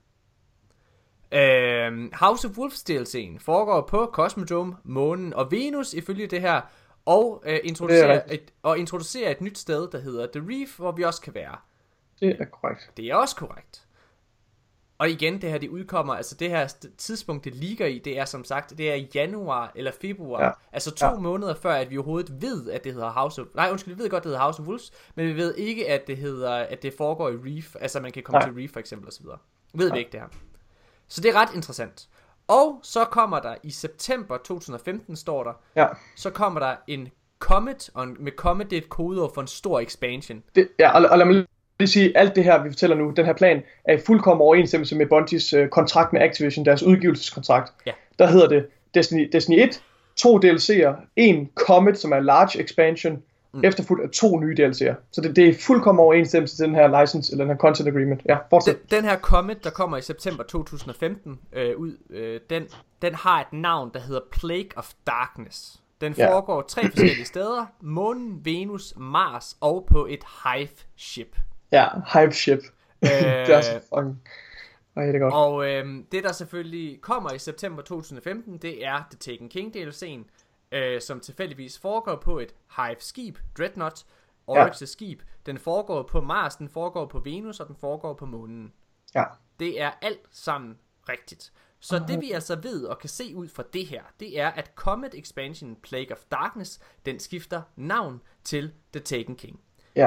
House of Wolves DLC'en foregår på Cosmodrome, Månen og Venus ifølge det her, og introducerer et nyt sted, der hedder The Reef, hvor vi også kan være. Det er korrekt. Det er også korrekt. Og igen, det her det udkommer, altså det her tidspunkt det ligger i, det er som sagt, det er januar eller februar, altså 2 måneder før at vi overhovedet ved at det hedder House of, vi ved godt det hedder House of Wolves, men vi ved ikke at det hedder, at det foregår i Reef, altså man kan komme til Reef for eksempel og så videre. Ved vi ikke det her. Så det er ret interessant. Og så kommer der i september 2015 står der, så kommer der en Comet, og med Comet det er et kodeord for en stor expansion. Og lad mig lige sige, alt det her vi fortæller nu, den her plan er i fuldkommen overensstemmelse med Bungies kontrakt med Activision, deres udgivelseskontrakt. Ja. Der hedder det Destiny 1, 2 DLC'er, 1 Comet, som er large expansion, efterfulgt af 2 nye DLC'er. Så det er fuldkommen overensstemmelse til den her license, eller den her content agreement. Ja, fortsæt. Den her Comet, der kommer i september 2015 den har et navn, der hedder Plague of Darkness. Den foregår 3 forskellige steder: Månen, Venus, Mars og på et Hive ship. Ja, Hive ship. Det er så fucking... det er godt. Og det der selvfølgelig kommer i september 2015, det er The Taken King DLC'en, som tilfældigvis foregår på et Hive skib, Dreadnought, Oryx's skib. Den foregår på Mars, den foregår på Venus, og den foregår på Månen. Ja. Det er alt sammen rigtigt. Så det vi altså ved og kan se ud fra det her, det er at Comet Expansion Plague of Darkness, den skifter navn til The Taken King. Ja,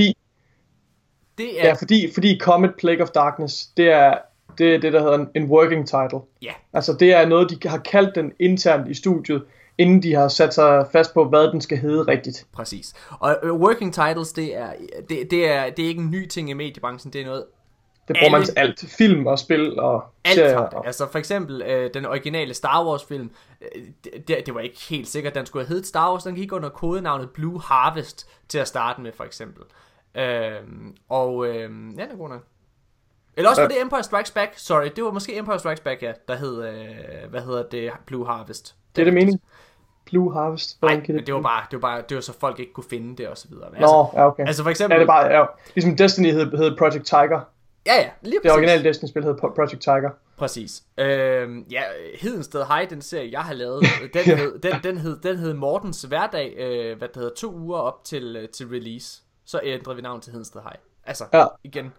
fordi Comet Plague of Darkness, det er det der hedder en working title. Ja. Altså det er noget de har kaldt den internt i studiet, inden de har sat sig fast på hvad den skal hedde rigtigt. Præcis. Og working titles, det er ikke en ny ting i mediebranchen, det er noget det bruger man til alt. Film og spil og serier. Alt. Altså for eksempel den originale Star Wars film, det var ikke helt sikkert, den skulle have heddet Star Wars. Den gik under kodenavnet Blue Harvest til at starte med, for eksempel. Ja, den er god nok. Eller også var det Empire Strikes Back. Sorry, det var måske Empire Strikes Back, ja, der hed, hvad hedder det, Blue Harvest. Det er det mening. Blue Harvest. Nej, men det var så folk ikke kunne finde det og så videre. Ja, okay. Altså for eksempel, det bare ligesom Destiny hed Project Tiger. Ja, lige præcis. Det originale Destiny-spil hed Project Tiger. Præcis. Hedensted High, den serie jeg har lavet, den hed Mortens hverdag, 2 uger op til release. Så ændrede vi navn til Hedensted High. Altså, igen.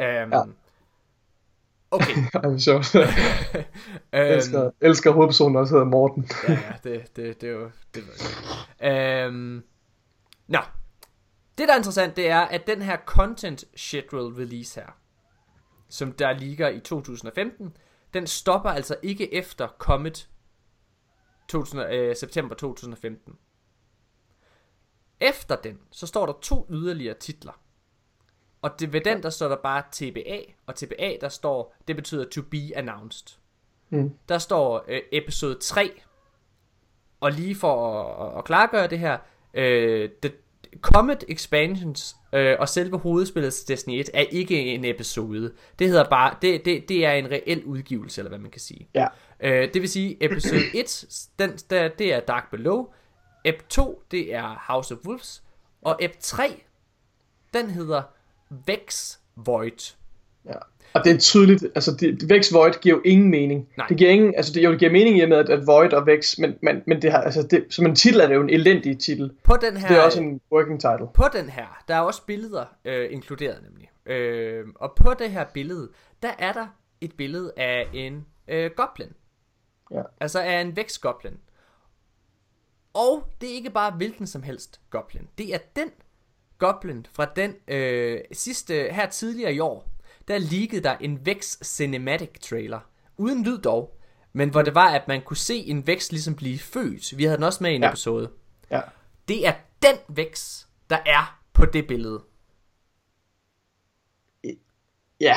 Okay. elsker hovedpersonen også hedder Morten. det er jo det. Nå. Det der er interessant, det er at den her content schedule release her, som der ligger i 2015, den stopper altså ikke efter Comet september 2015. Efter den, så står der 2 yderligere titler. Og ved den, der står der bare TBA, og TBA, der står, det betyder to be announced. Der står episode 3, og lige for at klargøre det her, The Comet Expansions og selve hovedspillet til Destiny 1 er ikke en episode. Det hedder bare, det er en reel udgivelse, eller hvad man kan sige. Ja. Det vil sige, episode 1, det er Dark Below, Ep 2, det er House of Wolves, og Ep 3, den hedder Vex Void. Ja. Og det er tydeligt, altså Vex Void giver jo ingen mening. Nej. Det giver ingen, altså det giver mening i med at Void og Vex, men det har, altså det, som en titel er det jo en elendig titel. På den her, det er også en working title. På den her, der er også billeder inkluderet nemlig. Og på det her billede, der er der et billede af en goblin. Ja. Altså af en Vex goblin. Og det er ikke bare hvilken som helst goblin. Det er den goblin fra den sidste her tidligere i år. Der leakede der en Vex cinematic trailer. Uden lyd dog. Men hvor det var at man kunne se en Vex ligesom blive født. Vi havde den også med i en episode. Ja. Det er den Vex der er på det billede. Ja.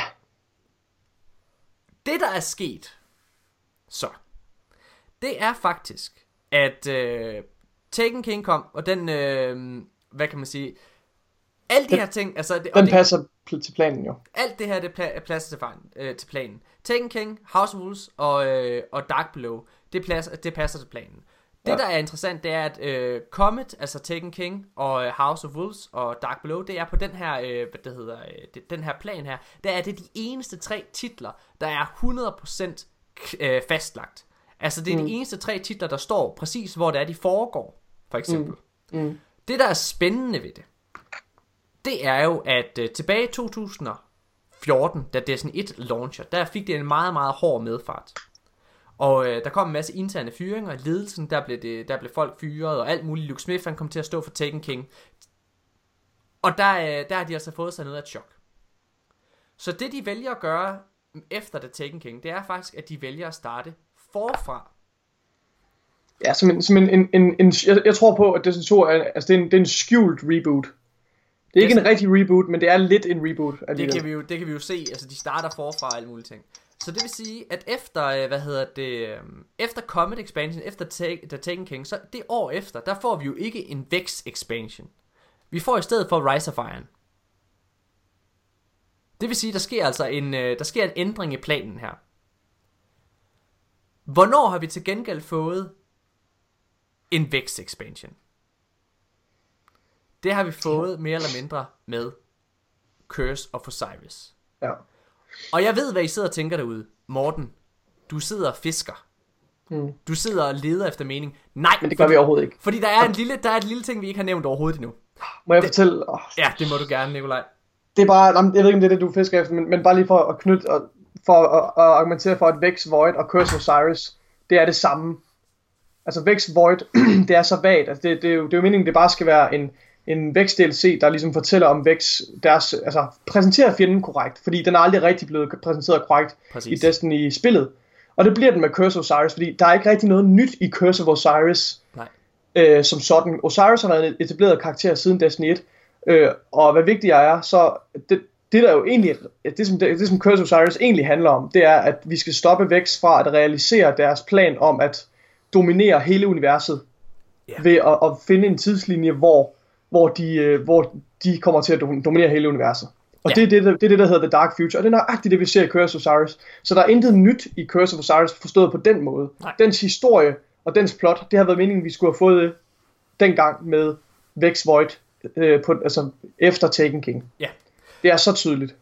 Det der er sket så, det er faktisk at Taken King kom, og den, hvad kan man sige, alle de her ting, altså... Den passer til planen jo. Alt det her, det passer til planen. Taken King, House of Wolves og Dark Below, det passer til planen. Det, der er interessant, det er, at Comet, altså Taken King og House of Wolves og Dark Below, det er på den her, den her plan her, der er det de eneste 3 titler, der er 100% fastlagt. Altså det er de eneste 3 titler, der står præcis, hvor det er, de foregår, for eksempel. Det, der er spændende ved det er jo, at tilbage i 2014, da Destiny 1 launcher, der fik det en meget, meget hård medfart. Og der kom en masse interne fyringer. I ledelsen, der blev folk fyret, og alt muligt. Luke Smith, han kom til at stå for Taken King. Og der har de altså fået sig noget af et chok. Så det, de vælger at gøre efter The Taken King, det er faktisk, at de vælger at starte forfra. Ja, jeg tror på, at Destiny 2 det er en skjult reboot. Det er ikke en rigtig reboot, men det er lidt en reboot. Det kan vi jo se. Altså, de starter forfra og alle mulige ting. Så det vil sige, at efter, efter Comet Expansion, efter The Taken King, så det år efter, der får vi jo ikke en Vex Expansion. Vi får i stedet for Rise of Iron. Det vil sige, der sker en ændring i planen her. Hvornår har vi til gengæld fået en Vex Expansion? Det har vi fået mere eller mindre med Curse of Osiris. Ja. Og jeg ved, hvad I sidder og tænker derude. Morten, du sidder og fisker. Du sidder og leder efter mening. Nej, men det gør vi overhovedet ikke. Fordi der er et lille ting, vi ikke har nævnt overhovedet endnu. Må jeg fortælle? Ja, det må du gerne, Nikolaj. Det er bare, jeg ved ikke om det er det, du fisker efter, men bare lige for at knytte, for at argumentere for, at Vex Void og Curse of Osiris, det er det samme. Altså Vex Void, det er så vagt. Altså, det er jo meningen, det bare skal være en Vex DLC, der ligesom fortæller om Vex, altså præsenterer fjenden korrekt, fordi den er aldrig rigtig blevet præsenteret korrekt. Præcis. I Destiny-spillet. Og det bliver den med Curse of Osiris, fordi der er ikke rigtig noget nyt i Curse of Osiris. Nej. Som sådan. Osiris har været en etableret karakter siden Destiny 1, og hvad vigtigere er, så det der jo egentlig, det som Curse of Osiris egentlig handler om, det er, at vi skal stoppe Vex fra at realisere deres plan om at dominere hele universet, ved at finde en tidslinje, hvor de kommer til at dominere hele universet. Og det er det, der hedder The Dark Future. Og det er nøjagtigt det, vi ser i Curse of Osiris. Så der er intet nyt i Curse of Osiris forstået på den måde. Nej. Dens historie og dens plot, det har været meningen, vi skulle have fået dengang med Vex Void, altså efter Taken King. Ja. Det er så tydeligt.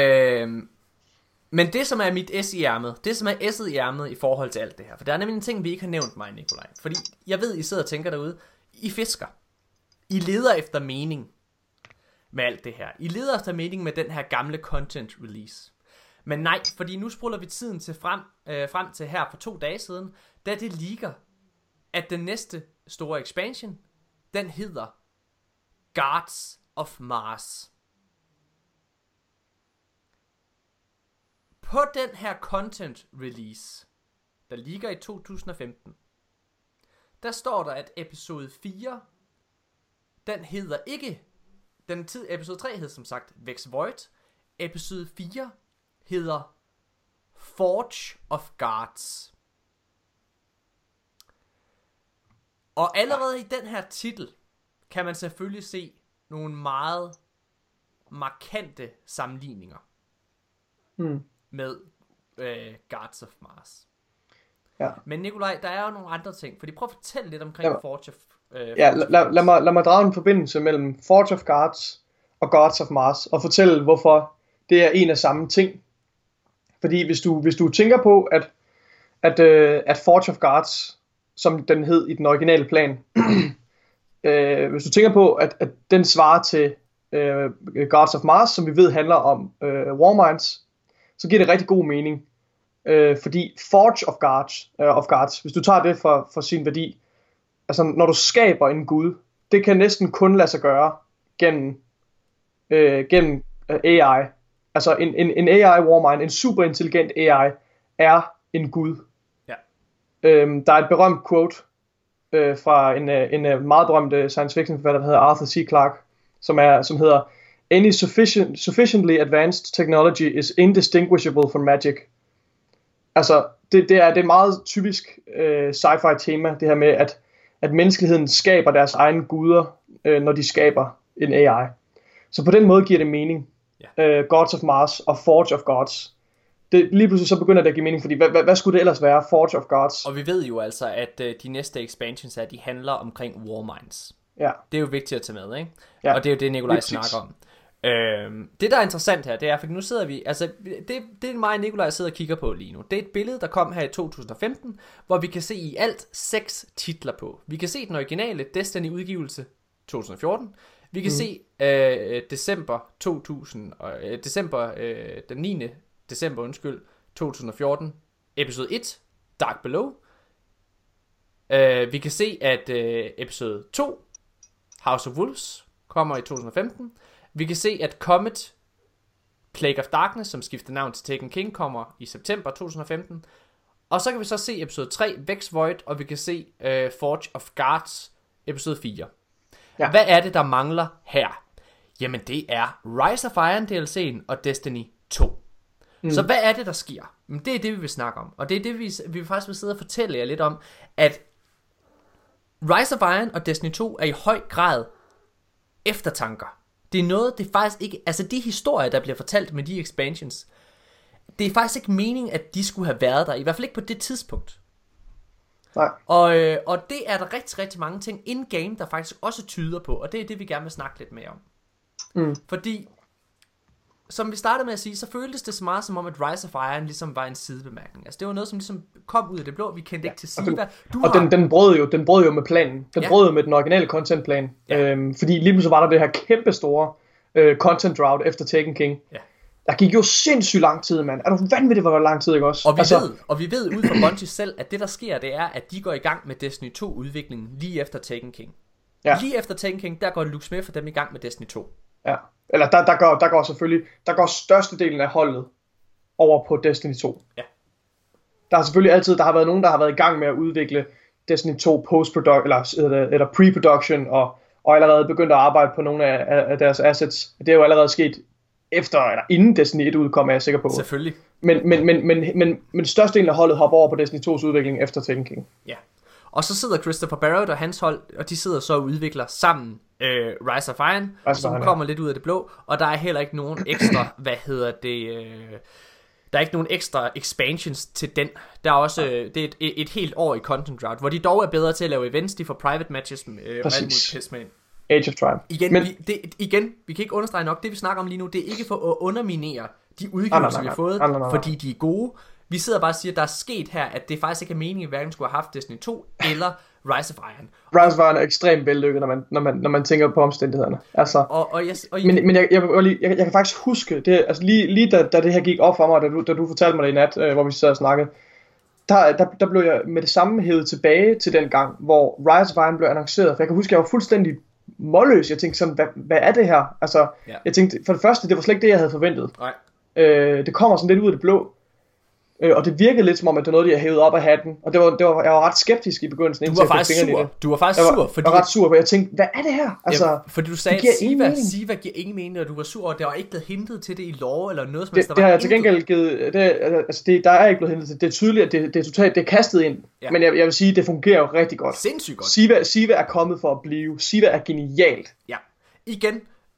Men det, som er mit S i ærmet, det, som er S'et i ærmet i forhold til alt det her, for der er nemlig en ting, vi ikke har nævnt mig, Nikolaj. Fordi jeg ved, I sidder og tænker derude, I fisker. I leder efter mening med alt det her. I leder efter mening med den her gamle content release. Men nej, fordi nu spoler vi tiden til frem til her for 2 dage siden, da det leaker, at den næste store expansion, den hedder Guards of Mars. På den her content release, der ligger i 2015, der står der, at episode 4, den hedder ikke, episode 3 hedder som sagt Vex Void, episode 4 hedder Forge of Guards. Og allerede i den her titel, kan man selvfølgelig se nogle meget markante sammenligninger med Guards of Mars. Ja. Men Nikolaj, der er jo nogle andre ting, fordi prøv at fortælle lidt omkring Forge of lad mig drage en forbindelse mellem Forge of Guards og Guards of Mars, og fortælle, hvorfor det er en af samme ting. Fordi hvis du tænker på, at Forge of Guards, som den hed i den originale plan, hvis du tænker på, at den svarer til Guards of Mars, som vi ved handler om Warminds, så giver det rigtig god mening. Fordi Forge of Guards, hvis du tager det for sin værdi, altså når du skaber en gud, det kan næsten kun lade sig gøre gennem AI. Altså en AI Warmind, en super intelligent AI, er en gud. Ja. Der er et berømt quote fra en meget berømt science fiction forfatter, der hedder Arthur C. Clarke, som hedder: "Any sufficiently advanced technology is indistinguishable from magic." Altså det er meget typisk sci-fi tema, det her med at menneskeligheden skaber deres egne guder, når de skaber en AI. Så på den måde giver det mening. Gods of Mars og Forge of Gods. Lige pludselig så begynder det at give mening, fordi hvad skulle det ellers være? Forge of Gods. Og vi ved jo altså, at de næste expansions de handler omkring Warminds. Ja. Det er jo vigtigt at tage med, ikke? Ja. Og det er jo det, Nikolaj snakker om. Det der er interessant her, det er, for nu sidder vi, altså det er mig og Nikolaj sidder og kigger på lige nu. Det er et billede, der kom her i 2015, hvor vi kan se i alt 6 titler på. Vi kan se den originale Destiny udgivelse 2014. Vi kan se den 9. december 2014, episode 1, Dark Below. Vi kan se, at episode 2, House of Wolves, kommer i 2015. Vi kan se, at Comet, Plague of Darkness, som skifter navn til Taken King, kommer i september 2015. Og så kan vi så se episode 3, Vex Void, og vi kan se Forge of Guards, episode 4. Ja. Hvad er det, der mangler her? Jamen det er Rise of Iron DLC'en og Destiny 2. Så hvad er det, der sker? Men det er det, vi vil snakke om. Og det er det, vi faktisk vil sidde og fortælle jer lidt om, at Rise of Iron og Destiny 2 er i høj grad eftertanker. Det er noget, det er faktisk ikke, altså de historier, der bliver fortalt med de expansions, det er faktisk ikke meningen, at de skulle have været der, i hvert fald ikke på det tidspunkt. Nej. Og det er der rigtig, rigtig mange ting in-game, der faktisk også tyder på, og det er det, vi gerne vil snakke lidt mere om. Fordi, som vi startede med at sige, så føltes det så meget som om, at Rise of Iron ligesom var en sidebemærkning. Altså det var noget, som ligesom kom ud af det blå, vi kendte ikke til Siva. Den brød jo med planen. Den brød jo med den originale contentplan. Ja. Fordi lige pludselig var der det her kæmpe store content drought efter Taken King. Ja. Der gik jo sindssygt lang tid, mand. Er du vanvittigt, hvor der var lang tid, ikke også? Og vi ved ud fra Bungie selv, at det der sker, det er, at de går i gang med Destiny 2 udviklingen lige efter Taken King. Ja. Lige efter Taken King, der går Luke Smith og dem i gang med Destiny 2. Ja. Eller der går selvfølgelig, der går størstedelen af holdet over på Destiny 2. Ja. Der har selvfølgelig altid, der har været nogen, der har været i gang med at udvikle Destiny 2 eller pre-production, og allerede begyndt at arbejde på nogle af deres assets. Det er jo allerede sket efter eller inden Destiny 1 udkom, er jeg sikker på. Selvfølgelig. Men størstedelen af holdet hopper over på Destiny 2's udvikling efter Taken King. Ja. Og så sidder Christopher Barrett og hans hold, og de sidder så og udvikler sammen Rise of Iron, som kommer lidt ud af det blå, og der er heller ikke nogen ekstra, der er ikke nogen ekstra expansions til den. Der er også det er et helt år i content drought, hvor de dog er bedre til at lave events, de får private matches med Age of Triumph. Igen, vi kan ikke understrege nok, det vi snakker om lige nu, det er ikke for at underminere de udgivelser, vi har fået, fordi de er gode. Vi sidder bare og siger, at der er sket her, at det faktisk ikke er meningen, at hverken skulle have haft Destiny 2 eller Rise of Iron. Rise of Iron er ekstremt vellykket, når man tænker på omstændighederne. Altså, men jeg kan faktisk huske, det, altså lige da det her gik op for mig, da du fortalte mig det i nat, hvor vi sad og snakkede, der blev jeg med det samme hævet tilbage til den gang, hvor Rise of Iron blev annonceret. For jeg kan huske, at jeg var fuldstændig målløs. Jeg tænkte sådan, hvad er det her? Altså, jeg tænkte, for det første, det var slet ikke det, jeg havde forventet. Nej. Det kommer sådan lidt ud af det blå. Og det virkede lidt som om, at det var noget, de havde hævet op af hatten. Og jeg var ret skeptisk i begyndelsen. Du var faktisk sur. Jeg var ret sur, for jeg tænkte, hvad er det her? Altså, fordi du sagde, at Siva giver ingen mening, og du var sur, og der var ikke blevet hentet til det i lore, eller noget som helst. Det har jeg til gengæld givet, der er ikke blevet hentet til det. Det er tydeligt, at det er totalt, det er kastet ind. Ja. Men jeg vil sige, det fungerer jo rigtig godt. Sindssygt godt. Siva er kommet for at blive. Siva er genialt. Ja, igen.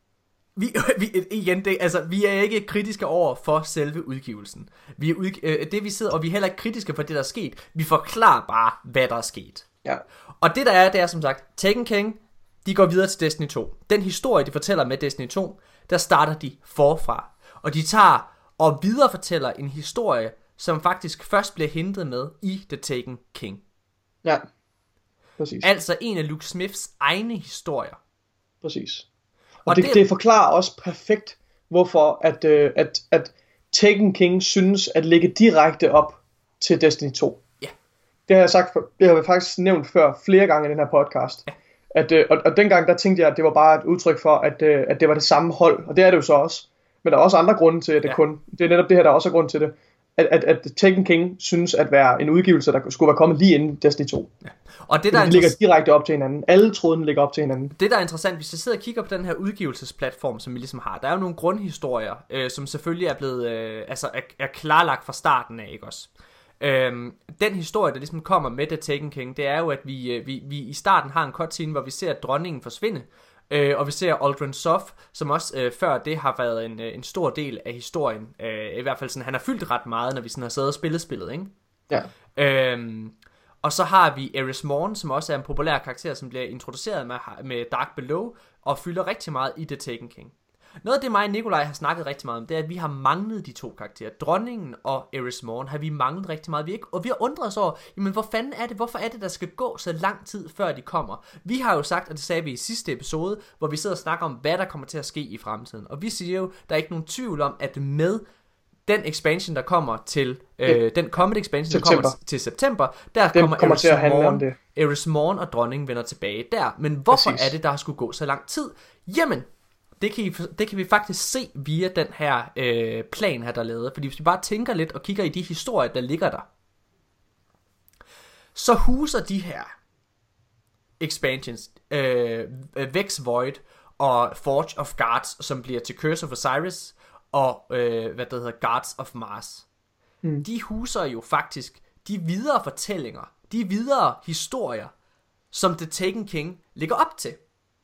Vi er ikke kritiske over for selve udgivelsen. Vi er heller ikke kritiske for det, der er sket. Vi forklarer bare, hvad der er sket. Ja. Og det der er, det er som sagt, Taken King, de går videre til Destiny 2. Den historie, de fortæller med Destiny 2, der starter de forfra. Og de tager og viderefortæller en historie, som faktisk først bliver hentet med i The Taken King. Ja, præcis. Altså en af Luke Smiths egne historier. Præcis. Og det forklarer også perfekt, hvorfor at Taken King synes at ligge direkte op til Destiny 2. Ja. Det har jeg faktisk nævnt før flere gange i den her podcast. Ja. Og dengang der tænkte jeg, at det var bare et udtryk for, at det var det samme hold. Og det er det jo så også. Men der er også andre grunde til, at det det er netop det her, der er også grund til det. At Taken King synes at være en udgivelse, der skulle være kommet lige inden Destiny 2. Ja. Og det der ligger direkte op til hinanden. Alle trådene ligger op til hinanden. Det der er interessant, hvis jeg sidder og kigger på den her udgivelsesplatform, som vi ligesom har, der er jo nogle grundhistorier, som selvfølgelig er blevet er klarlagt fra starten af, ikke også? Den historie, der ligesom kommer med The Taken King, det er jo, at vi i starten har en cutscene, hvor vi ser dronningen forsvinde. Og vi ser Aldrin Sof, som også før det har været en stor del af historien. I hvert fald sådan, han har fyldt ret meget, når vi sådan har siddet og spillet spillet, ikke? Ja. Og så har vi Eris Morn, som også er en populær karakter, som bliver introduceret med Dark Below, og fylder rigtig meget i The Taken King. Noget af det mig og Nikolaj har snakket rigtig meget om, det er, at vi har manglet de to karakterer. Dronningen og Eris Morn har vi manglet rigtig meget. Og vi har undret os over, jamen hvorfor er det, der skal gå så lang tid, før de kommer? Vi har jo sagt, og det sagde vi i sidste episode, hvor vi sidder og snakker om, hvad der kommer til at ske i fremtiden. Og vi siger jo, der er ikke nogen tvivl om, at med den expansion, der kommer til, den kommende expansion, der kommer til september, der kommer Eris Morn og dronningen vender tilbage der. Men hvorfor er det, der skulle gå så lang tid? Jamen, det kan vi faktisk se via den her plan her, der er lavet. Fordi hvis vi bare tænker lidt og kigger i de historier, der ligger der, så huser de her expansions, Vex Void og Forge of Guards, som bliver til Curse of Osiris, og Guards of Mars. De huser jo faktisk de videre fortællinger, de videre historier, som The Taken King ligger op til.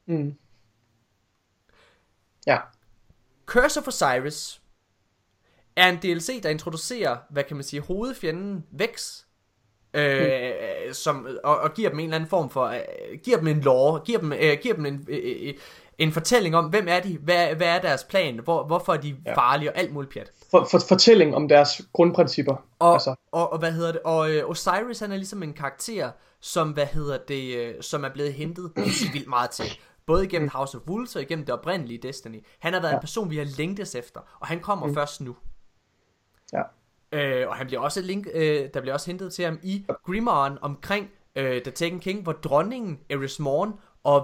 Ja. Curse of Osiris er en DLC, der introducerer, hvad kan man sige, hovedfjenden Vex, som, og giver dem en eller anden form for, giver dem en lore, giver dem en fortælling om, hvem er de, hvad er deres plan, hvorfor er de farlige og alt muligt pjat. Fortælling om deres grundprincipper. Og Osiris, han er ligesom en karakter, som som er blevet hentet helt vildt meget til. Både igennem House of Wolves og igennem det oprindelige Destiny. Han har været en person, vi har længtes efter, og han kommer først nu. Ja. Og han bliver også der bliver også hentet til ham i Grimoire omkring The Taken King, hvor dronningen Eris Morn og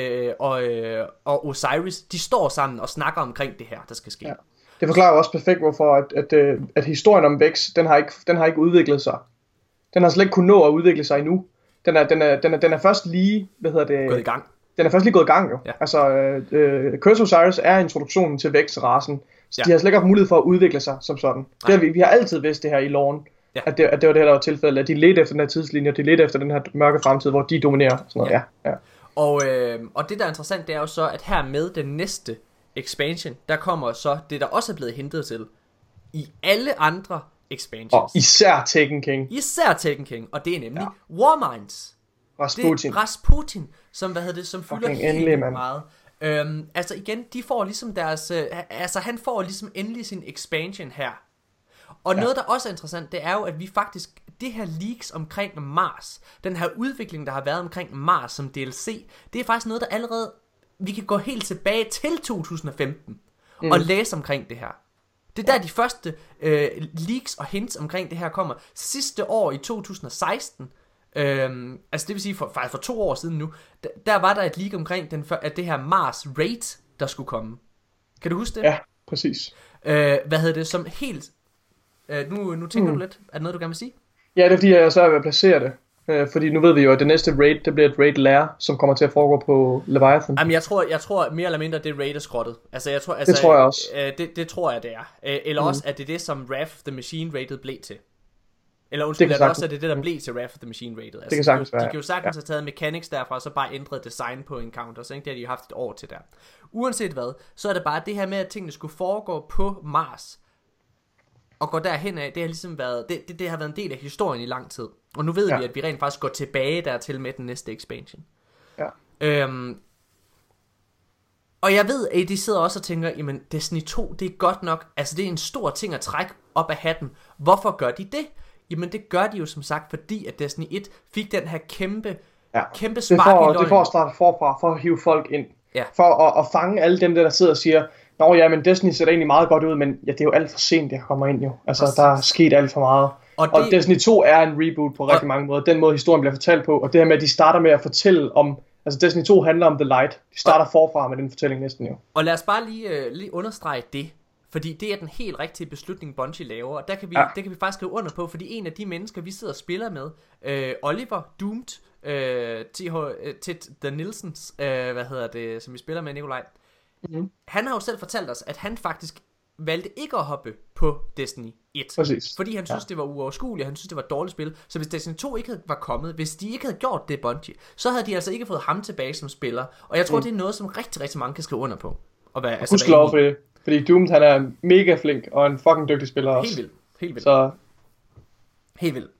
og Osiris, de står sammen og snakker omkring det her, der skal ske. Ja. Det forklarer jo også perfekt, hvorfor at historien om Vex, den har ikke udviklet sig. Den har slet ikke kunnet nå at udvikle sig endnu. Den er først lige, gået i gang. Den er først lige gået i gang jo. Ja. Altså, Curse of Osiris er introduktionen til Vex-racen. Så de har slet ikke haft mulighed for at udvikle sig som sådan. Vi har altid vidst det her i loven, at det var det her, der var tilfældet. At de ledte efter den her tidslinje, og de ledte efter den her mørke fremtid, hvor de dominerer. Sådan noget. Ja. Og det, der er interessant, det er jo så, at her med den næste expansion, der kommer så det, der også er blevet hentet til i alle andre expansions. Og især Taken King. Og det er nemlig Warminds. Rasputin, som som fylder helt meget. Altså igen, de får ligesom deres, han får ligesom endelig sin expansion her. Og noget, der også er interessant, det er jo, at vi faktisk, det her leaks omkring Mars, den her udvikling, der har været omkring Mars som DLC, det er faktisk noget, der allerede, vi kan gå helt tilbage til 2015 og læse omkring det her. Det er der de første leaks og hints omkring det her kommer. Sidste år i 2016, altså det vil sige for 2 år siden nu, der var der et leak omkring at det her Mars Raid, der skulle komme. Kan du huske det? Ja, præcis. Som helt nu tænker du lidt, er det noget du gerne vil sige? Ja, det er fordi jeg så er ved at placere det. Fordi nu ved vi jo, at det næste raid, det bliver et raid Lair, som kommer til at foregå på Leviathan. Jamen jeg tror mere eller mindre, det raid er skrottet. Det tror jeg også. Det tror jeg, det er. Eller også, at det er det, som Wrath of the Machine rated blev til. Eller undskyld, det også, at det er det, der blev til Wrath of the Machine rated. Altså, det kan sagtens være. De kan jo sagtens have taget mechanics derfra, og så bare ændret design på encounters. Ikke? Det har de jo haft et år til der. Uanset hvad, så er det bare det her med, at tingene skulle foregå på Mars. Og går derhen af, det har ligesom været, det har været en del af historien i lang tid. Og nu ved vi, at vi rent faktisk går tilbage dertil med den næste expansion. Ja. Og jeg ved, at de sidder også og tænker, jamen Destiny 2, det er godt nok, altså det er en stor ting at trække op af hatten. Hvorfor gør de det? Jamen det gør de jo som sagt, fordi at Destiny 1 fik den her kæmpe spark i løgn. Det får at starte forfra, for at hive folk ind. Ja. For at fange alle dem der sidder og siger, nå ja, men Destiny ser egentlig meget godt ud, men ja, det er jo alt for sent, det kommer ind jo. Altså, der er sket alt for meget. Og Destiny 2 er en reboot på rigtig mange måder. Den måde historien bliver fortalt på, og det her med, at de starter med at fortælle om, altså Destiny 2 handler om The Light. De starter forfra med den fortælling næsten jo. Og lad os bare lige understrege det, fordi det er den helt rigtige beslutning Bungie laver, og det kan vi faktisk skrive under på, fordi en af de mennesker, vi sidder og spiller med, Oliver Doomed, The Nielsens, som vi spiller med, Nikolaj, han har jo selv fortalt os, at han faktisk valgte ikke at hoppe på Destiny 1. Præcis. Fordi han synes, det var uoverskueligt, han synes, det var et dårligt spil. Så hvis Destiny 2 ikke var kommet, hvis de ikke havde gjort det, Bungie, så havde de altså ikke fået ham tilbage som spiller. Og jeg tror, det er noget, som rigtig, rigtig mange kan skrive under på. Husk lov for det. Fordi Doomed, han er mega flink, og en fucking dygtig spiller også. Helt vildt. Så... Helt vildt.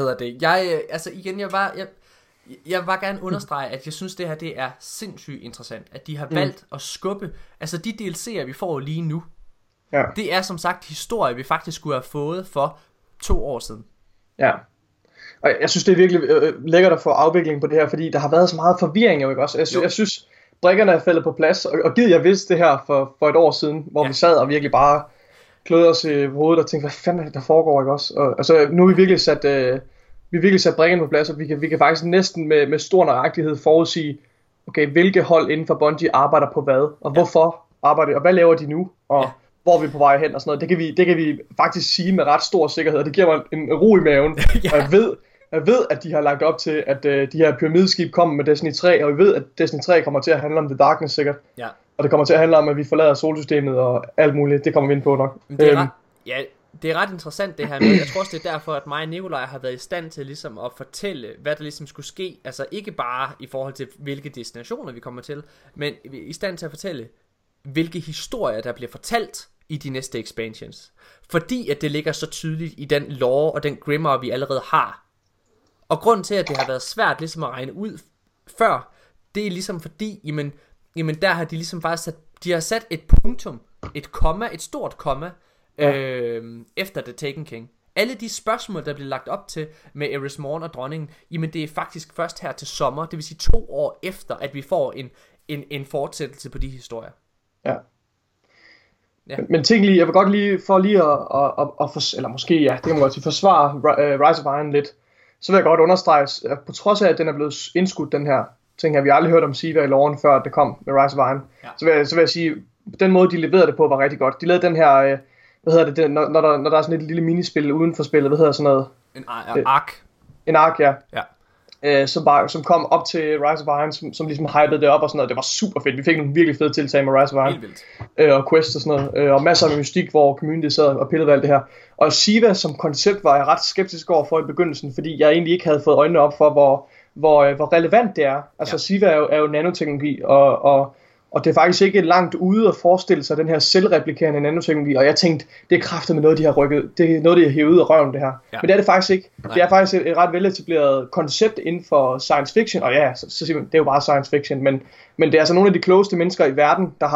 Jeg vil bare gerne understrege, at jeg synes, det her det er sindssygt interessant, at de har valgt at skubbe, altså de DLC'er, vi får lige nu, det er som sagt historie, vi faktisk skulle have fået for 2 år siden. Ja. Og jeg synes, det er virkelig lækkert at få afvikling på det her, fordi der har været så meget forvirring, ikke også? Jeg synes, brikkerne er faldet på plads, og givet jeg vidste det her for et år siden, hvor vi sad og virkelig bare klødede os i hovedet og tænkte, hvad fanden er det, der foregår, ikke også? Og altså, nu er vi virkelig sat brikkerne på plads, og vi kan faktisk næsten med stor nøjagtighed forudsige, okay, hvilke hold inden for Bungie arbejder på hvad, og hvorfor arbejder de, og hvad laver de nu, og hvor er vi på vej hen og sådan noget. Det kan vi faktisk sige med ret stor sikkerhed, og det giver mig en ro i maven. Og jeg ved, at de har lagt op til, at de her pyramideskib kommer med Destiny 3, og vi ved, at Destiny 3 kommer til at handle om The Darkness sikkert. Ja. Og det kommer til at handle om, at vi forlader solsystemet og alt muligt. Det kommer vi ind på nok. Det er ret interessant det her med. Jeg tror også, det er derfor, at mig og Nikolaj har været i stand til ligesom at fortælle, hvad der ligesom skulle ske. Altså ikke bare i forhold til, hvilke destinationer vi kommer til, men i stand til at fortælle, hvilke historier, der bliver fortalt i de næste expansions. Fordi at det ligger så tydeligt i den lore og den Grimoire, vi allerede har. Og grunden til, at det har været svært ligesom at regne ud før, det er ligesom fordi, jamen der har de ligesom faktisk sat et punktum, et komma, et stort komma, efter The Taken King. Alle de spørgsmål, der bliver lagt op til med Eris Morn og dronningen, jamen det er faktisk først her til sommer, det vil sige 2 år efter, at vi får en fortsættelse på de historier. Ja. Men tænk lige, jeg vil godt lige, for lige eller måske, det kan man godt sige, forsvare Rise of Iron lidt, så vil jeg godt understrege, at på trods af, at den er blevet indskudt, den her ting her, vi har aldrig hørt om Siva i loven, før det kom med Rise of Iron, så vil jeg sige, den måde, de leverede det på, var rigtig godt. De lavede den her, når der er sådan et lille minispil uden for spillet, hvad hedder sådan noget? En ark. En ark, ja. Som kom op til Rise of Iron, som ligesom hypede det op og sådan noget. Det var super fedt. Vi fik nogle virkelig fede tiltag med Rise of Iron. Helt vildt. Og Quest og sådan noget. Og masser af mystik, hvor community sad og pillede ved alt det her. Og Siva som koncept var jeg ret skeptisk over for i begyndelsen, fordi jeg egentlig ikke havde fået øjnene op for, hvor relevant det er. Altså Siva er jo nanoteknologi, og det er faktisk ikke langt ude at forestille sig den her selvreplikerende nanoteknologi, og jeg tænkte, det er kraftigt med noget, de har rykket, det er noget, de har hævet ud af røven, det her. Ja. Men det er det faktisk ikke. Nej. Det er faktisk et ret veletableret koncept inden for science fiction, og så siger man, det er jo bare science fiction, men det er altså nogle af de klogeste mennesker i verden, der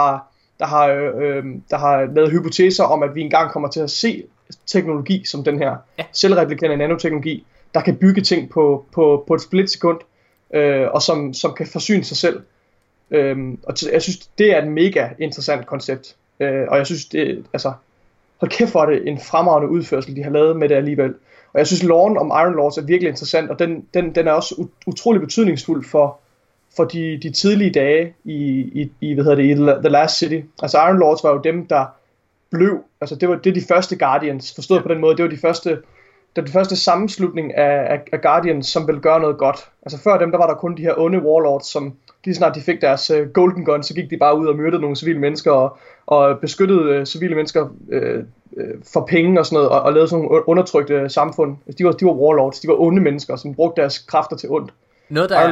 har lavet hypoteser om, at vi engang kommer til at se teknologi som den her selvreplikerende nanoteknologi, der kan bygge ting på et splitsekund, og som kan forsyne sig selv. Og jeg synes det er et mega interessant koncept, og jeg synes det, altså hold kæft for det, en fremragende udførsel de har lavet med det alligevel. Og jeg synes loven om Iron Lords er virkelig interessant, og den er også utrolig betydningsfuld for de tidlige dage i The Last City. Altså Iron Lords var jo dem der blev, altså det er de første Guardians, forstået på den måde, det var den første sammenslutning af Guardians, som ville gøre noget godt. Altså før dem, der var der kun de her onde warlords, som lige snart de fik deres golden gun, så gik de bare ud og myrdede nogle civile mennesker, og beskyttede civile mennesker for penge og sådan noget, og lavede sådan nogle undertrykte samfund. De var warlords, de var onde mennesker, som brugte deres kræfter til ondt. Noget, der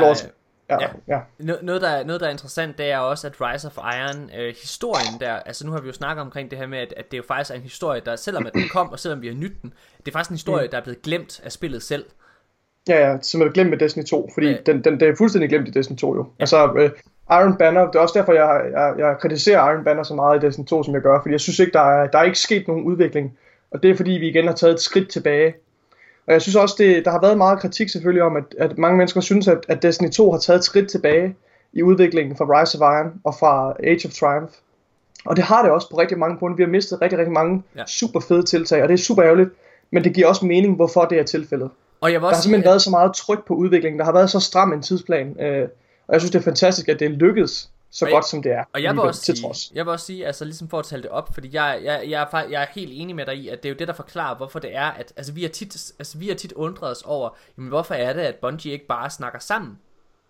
er interessant, det er også, at Rise of Iron, historien der, altså nu har vi jo snakket omkring det her med, at det jo faktisk er en historie, der selvom at den kom, og selvom vi har nydt den, det er faktisk en historie, der er blevet glemt af spillet selv. Ja, som er glemt med Destiny 2, fordi den er fuldstændig glemt i Destiny 2 jo. Ja. Altså Iron Banner, det er også derfor jeg kritiserer Iron Banner så meget i Destiny 2 som jeg gør, fordi jeg synes ikke der er ikke sket nogen udvikling, og det er fordi vi igen har taget et skridt tilbage. Og jeg synes også der har været meget kritik selvfølgelig om at mange mennesker synes at Destiny 2 har taget et skridt tilbage i udviklingen fra Rise of Iron og fra Age of Triumph. Og det har det også på rigtig mange punkter. Vi har mistet rigtig rigtig mange super fede tiltag, og det er super ærgerligt, men det giver også mening hvorfor det er tilfældet. Og der har simpelthen været så meget tryk på udviklingen. Der har været så stram en tidsplan. Og jeg synes, det er fantastisk, at det er lykkedes så godt, som det er. Og jeg vil også sige, altså ligesom for at tale det op, fordi jeg er helt enig med dig i, at det er jo det, der forklarer, hvorfor det er, at altså, vi har tit undret os over, jamen, hvorfor er det, at Bungie ikke bare snakker sammen?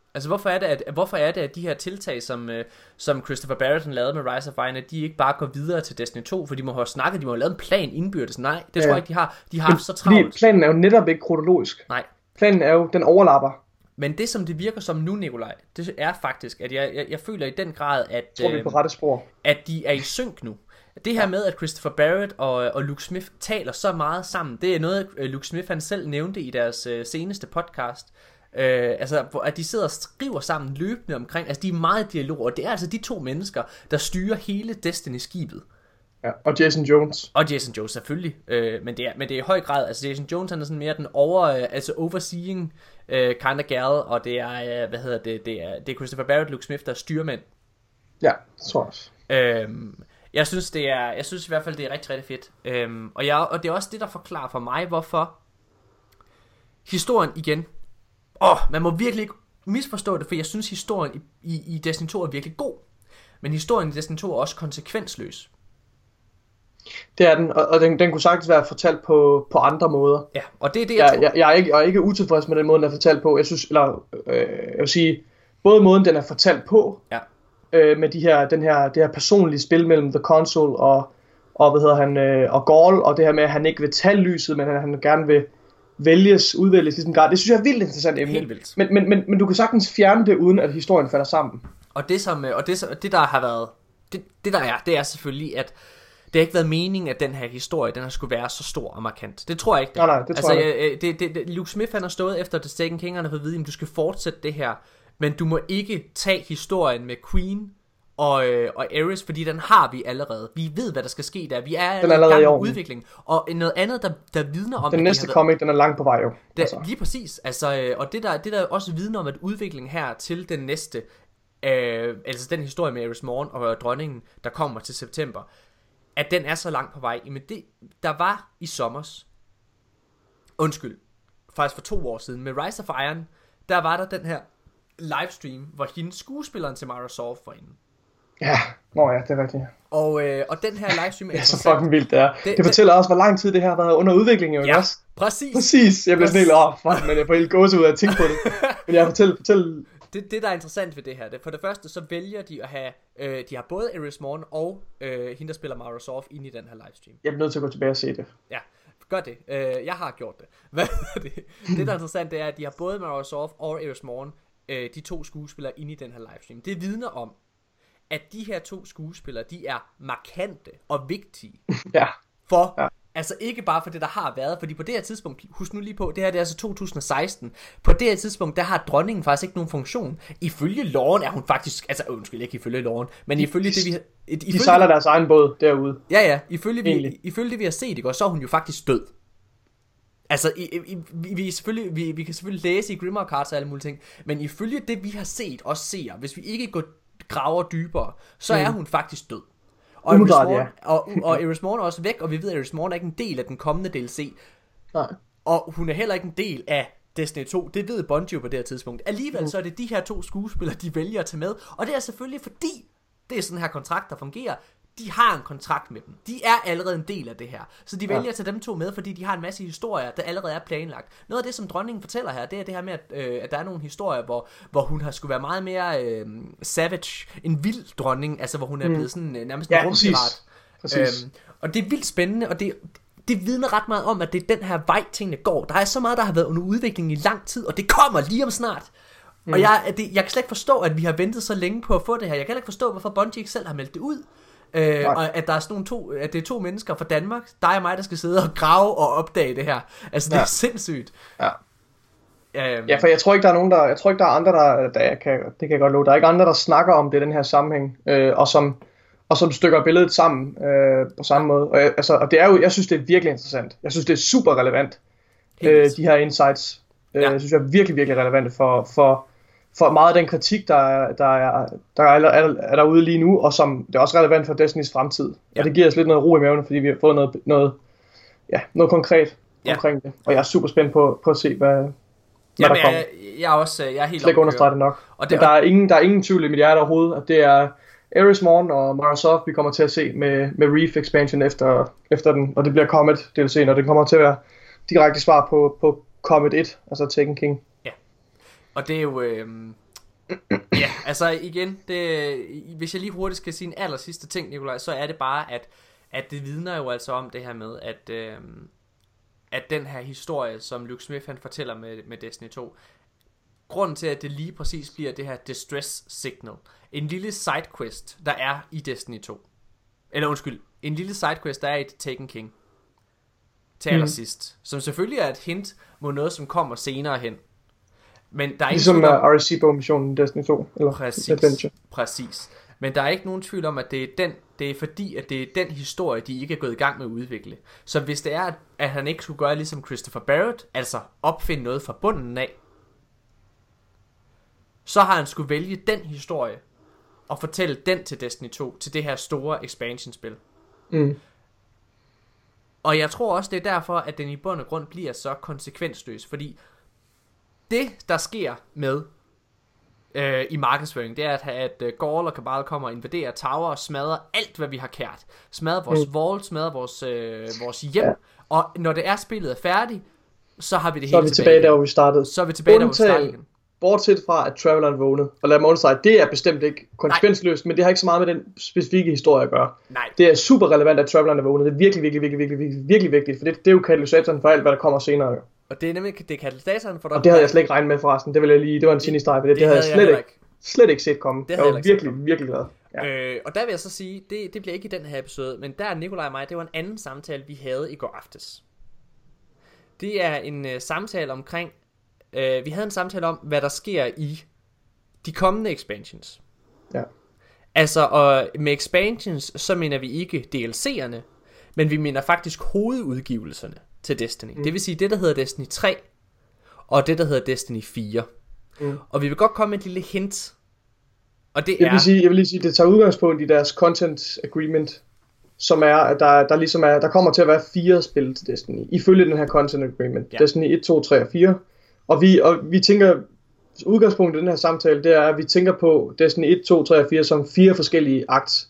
Altså hvorfor er det at de her tiltag som Christopher Barrett lavede med Rise of Iron, at de ikke bare går videre til Destiny 2, for de må have snakket, de må have lavet en plan indbyrdes. Nej, det tror jeg ikke de har. De har haft så travlt. Fordi planen er jo netop ikke kronologisk. Nej. Planen er jo, den overlapper. Men det som det virker som nu, Nikolaj, det er faktisk at jeg føler i den grad at tror vi er på rette spor. At de er i synk nu. Det her med at Christopher Barrett og Luke Smith taler så meget sammen, det er noget Luke Smith han selv nævnte i deres seneste podcast. Altså at de sidder og skriver sammen løbende omkring, altså de er meget i dialog, og det er altså de to mennesker der styrer hele Destiny-skibet. Ja, og Jason Jones. Og Jason Jones selvfølgelig, men det er i høj grad, altså Jason Jones han er sådan mere den overseeing kind of gal, og det er det er Christopher Barrett, Luke Smith der er styrmænd. Ja, det tror jeg også. Jeg synes i hvert fald det er rigtig rigtig fedt. Og det er også det der forklarer for mig hvorfor historien igen. Man må virkelig ikke misforstå det, for jeg synes historien i Destiny 2 er virkelig god. Men historien i Destiny 2 er også konsekvensløs. Det er den, og den kunne sagtens være fortalt på andre måder. Ja, og det er det jeg tror. Jeg er ikke utilfreds med den måde den er fortalt på. Jeg synes, jeg vil sige, både måden den er fortalt på, ja. Med det her personlige spil mellem The Consul og og Gaul, og det her med at han ikke vil tage lyset, men han gerne vil udvælges ligesom Gar. Det synes jeg er vildt interessant emne. Helt vildt. Men du kan sagtens fjerne det uden at historien falder sammen. Og det der har været det er selvfølgelig at det har ikke været meningen at den her historie den har skulle være så stor og markant. Det tror jeg ikke. Nej, det tror jeg ikke. Luke Smith han har stået efter The Taken King og har fået at vide at du skal fortsætte det her, men du må ikke tage historien med Queen og Ares, fordi den har vi allerede. Vi ved hvad der skal ske der. Vi er allerede i gang med udvikling. Og noget andet der vidner om den næste comic den er langt på vej jo. Lige præcis. Altså og det der også vidner om at udviklingen her til den næste altså den historie med Ares Morn og dronningen der kommer til september, at den er så langt på vej. Men det der var i sommers, faktisk for 2 år siden med Rise of Iron, der var der den her livestream hvor hende skuespilleren til Mara Sof var inde. Ja, det er rigtigt. Og den her livestream er det er så fucking vildt det er. Det fortæller også hvor lang tid det her har været under udvikling jo. Ja, også. præcis. Jeg bliver sådan helt men jeg får helt gåsehud af at tænke på det. Men jeg fortæl. Det der er interessant ved det her, for det første så vælger de at have de har både Ares Morn og hende der spiller Mara Sof inde i den her livestream. Jeg bliver nødt til at gå tilbage og se det. Ja, gør det. Jeg har gjort det. Det der er interessant det er at de har både Mara Sof og Ares Morn, de to skuespillere inde i den her livestream. Det vidner om at de her to skuespillere de er markante og vigtige. Ja. Altså ikke bare for det der har været, fordi på det her tidspunkt, husk nu lige på, det her det er altså 2016. På det her tidspunkt, der har dronningen faktisk ikke nogen funktion. Ifølge loven er hun faktisk, altså undskyld ikke ifølge loven, men ifølge det vi har de sejler deres egen båd derude. Ja, ifølge det vi har set i går, så er hun jo faktisk død. Altså vi kan selvfølgelig læse i Grimoire Cards og alle mulige ting, men ifølge det vi har set og ser, hvis vi ikke graver dybere, så er hun faktisk død. Og Ares Morn er også væk, og vi ved at Ares Morn er ikke en del af den kommende DLC. Nej. Og hun er heller ikke en del af Destiny 2. Det ved Bungie på det her tidspunkt. Alligevel så er det de her to skuespillere de vælger at tage med. Og det er selvfølgelig fordi det er sådan her kontrakt der fungerer. De har en kontrakt med dem. De er allerede en del af det her. Så de vælger at tage dem to med, fordi de har en masse historier, der allerede er planlagt. Noget af det, som dronningen fortæller her, det er det her med, at der er nogle historier, hvor hun har skulle være meget mere savage, en vild dronning, altså hvor hun er blevet sådan nærmest en rumpirat. Og det er vildt spændende, og det vidner ret meget om, at det er den her vej, tingene går. Der er så meget, der har været under udvikling i lang tid, og det kommer lige om snart. Og jeg kan slet ikke forstå, at vi har ventet så længe på at få det her. Jeg kan heller ikke forstå, hvorfor Bungie ikke selv har meldt det ud. Og at der er sådan at det er 2 mennesker fra Danmark, dig og mig, der skal sidde og grave og opdage det her. Altså det er sindssygt. Ja, for jeg tror ikke der er nogen der, der er andre det kan jeg godt love. Der er ikke andre der snakker om det i den her sammenhæng, og som stykker billedet sammen på samme måde. Og det er jo, jeg synes det er virkelig interessant. Jeg synes det er super relevant. De her insights, jeg synes jeg er virkelig virkelig relevante for meget af den kritik der er derude lige nu, og som det er også relevant for Destinys fremtid. Og det giver os lidt noget ro i maven, fordi vi har fået noget konkret omkring det. Og jeg er super spændt på at se hvad der kommer. Jeg er helt slet ikke understreget det nok. Og der er ingen tvivl i mit hjerte overhovedet, at det er Ares Morn og Mara Sof, vi kommer til at se med Reef Expansion efter den, og det bliver Comet DLC, og det kommer til at være direkte svar på Comet 1, altså Taken King. Ja. Og det er jo Ja, altså igen, hvis jeg lige hurtigt skal sige en aller sidste ting, Nikolaj, så er det bare, at det vidner jo altså om det her med, at den her historie, som Luke Smith han fortæller med Destiny 2, grunden til, at det lige præcis bliver det her distress signal, en lille sidequest, der er i Destiny 2, eller undskyld, en lille sidequest, der er i Taken King, til allersidst, som selvfølgelig er et hint mod noget, som kommer senere hen. Men der er ligesom RSC-missionen Destiny 2 eller Adventure. Præcis. Men der er ikke nogen tvivl om, at det er fordi, at det er den historie, de ikke er gået i gang med at udvikle. Så hvis det er, at han ikke skulle gøre ligesom Christopher Barrett, altså opfinde noget fra bunden af, så har han skulle vælge den historie og fortælle den til Destiny 2, til det her store expansion-spil. Og jeg tror også, det er derfor, at den i bund og grund bliver så konsekvensløs, fordi det, der sker med i markedsføring, det er, at Ghaul og Cabal kommer og invaderer Tower og smadrer alt, hvad vi har kært. Smadrer vores vault, smadrer vores hjem. Ja. Og når det er spillet er færdigt, så har vi det hele tilbage der, hvor vi startede. Så er vi tilbage der, hvor vi startede igen. Bortset fra, at Traveleren vågnede. Og lad mig understrege, det er bestemt ikke konsekvensløst, men det har ikke så meget med den specifikke historie at gøre. Nej. Det er super relevant, at Traveleren er vågnet. Det er virkelig vigtigt, for det er jo katalysatoren for alt, hvad der kommer senere. Og det er nemlig det katalysatoren for dig. Og det havde jeg slet ikke regnet med forresten. Det var en genistreg, det havde jeg slet ikke set komme. Jeg var virkelig glad. Ja. Og der vil jeg så sige, det bliver ikke i den her episode, men der Nikolaj og mig, det var en anden samtale, vi havde i går aftes. Det er en samtale omkring, vi havde en samtale om, hvad der sker i de kommende expansions. Ja. Altså, og med expansions, så mener vi ikke DLC'erne, men vi mener faktisk hovedudgivelserne til Destiny. Det vil sige det, der hedder Destiny 3, og det, der hedder Destiny 4. Og vi vil godt komme med et lille hint. Og det jeg vil lige sige, det tager udgangspunkt i deres content agreement, som er, at der ligesom der kommer til at være 4 spil til Destiny, ifølge den her content agreement. Ja. Destiny 1, 2, 3 og 4. Og vi tænker, udgangspunktet i den her samtale, det er, at vi tænker på Destiny 1, 2, 3 og 4 som 4 forskellige acts.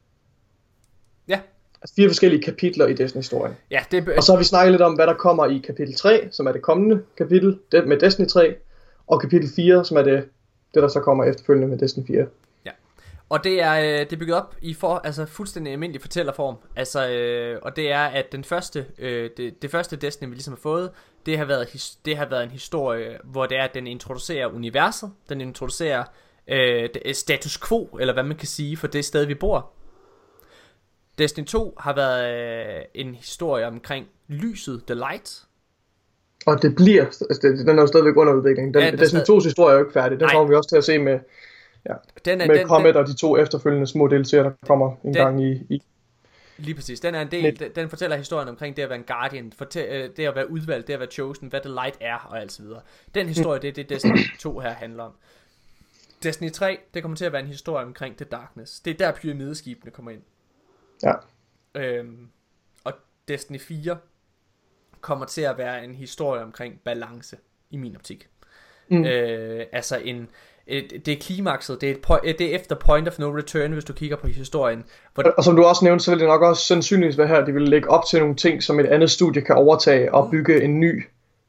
Ja. Altså 4 forskellige kapitler i Destiny-historien. Ja, og så har vi snakket lidt om, hvad der kommer i kapitel 3, som er det kommende kapitel med Destiny 3, og kapitel 4, som er det der så kommer efterfølgende med Destiny 4. Ja. Og det er bygget op i altså fuldstændig almindelig fortællerform. Altså og det er at den første det første Destiny vi ligesom har fået, det har været en historie, hvor det er at den introducerer universet, den introducerer status quo, eller hvad man kan sige, for det sted vi bor. Destiny 2 har været en historie omkring lyset, the light. Og det bliver, altså den er jo stadigvæk under udvikling. Destiny 2's historie er jo ikke færdig. Den kommer vi også til at se med Comet og de 2 efterfølgende små DLC'er, der kommer en gang i. Lige præcis. Den er en del. Den fortæller historien omkring det at være en guardian, det at være udvalgt, det at være chosen, hvad the light er og alt så videre. Den historie, det er det Destiny 2 her handler om. Destiny 3, det kommer til at være en historie omkring the darkness. Det er der pyramideskibene kommer ind. Ja. Og Destiny 4 kommer til at være en historie omkring balance i min optik. Altså det er klimakset, det er efter point of no return, hvis du kigger på historien. Og som du også nævnte, så vil det nok også sandsynligvis være her, de vil lægge op til nogle ting, som et andet studie kan overtage og bygge en ny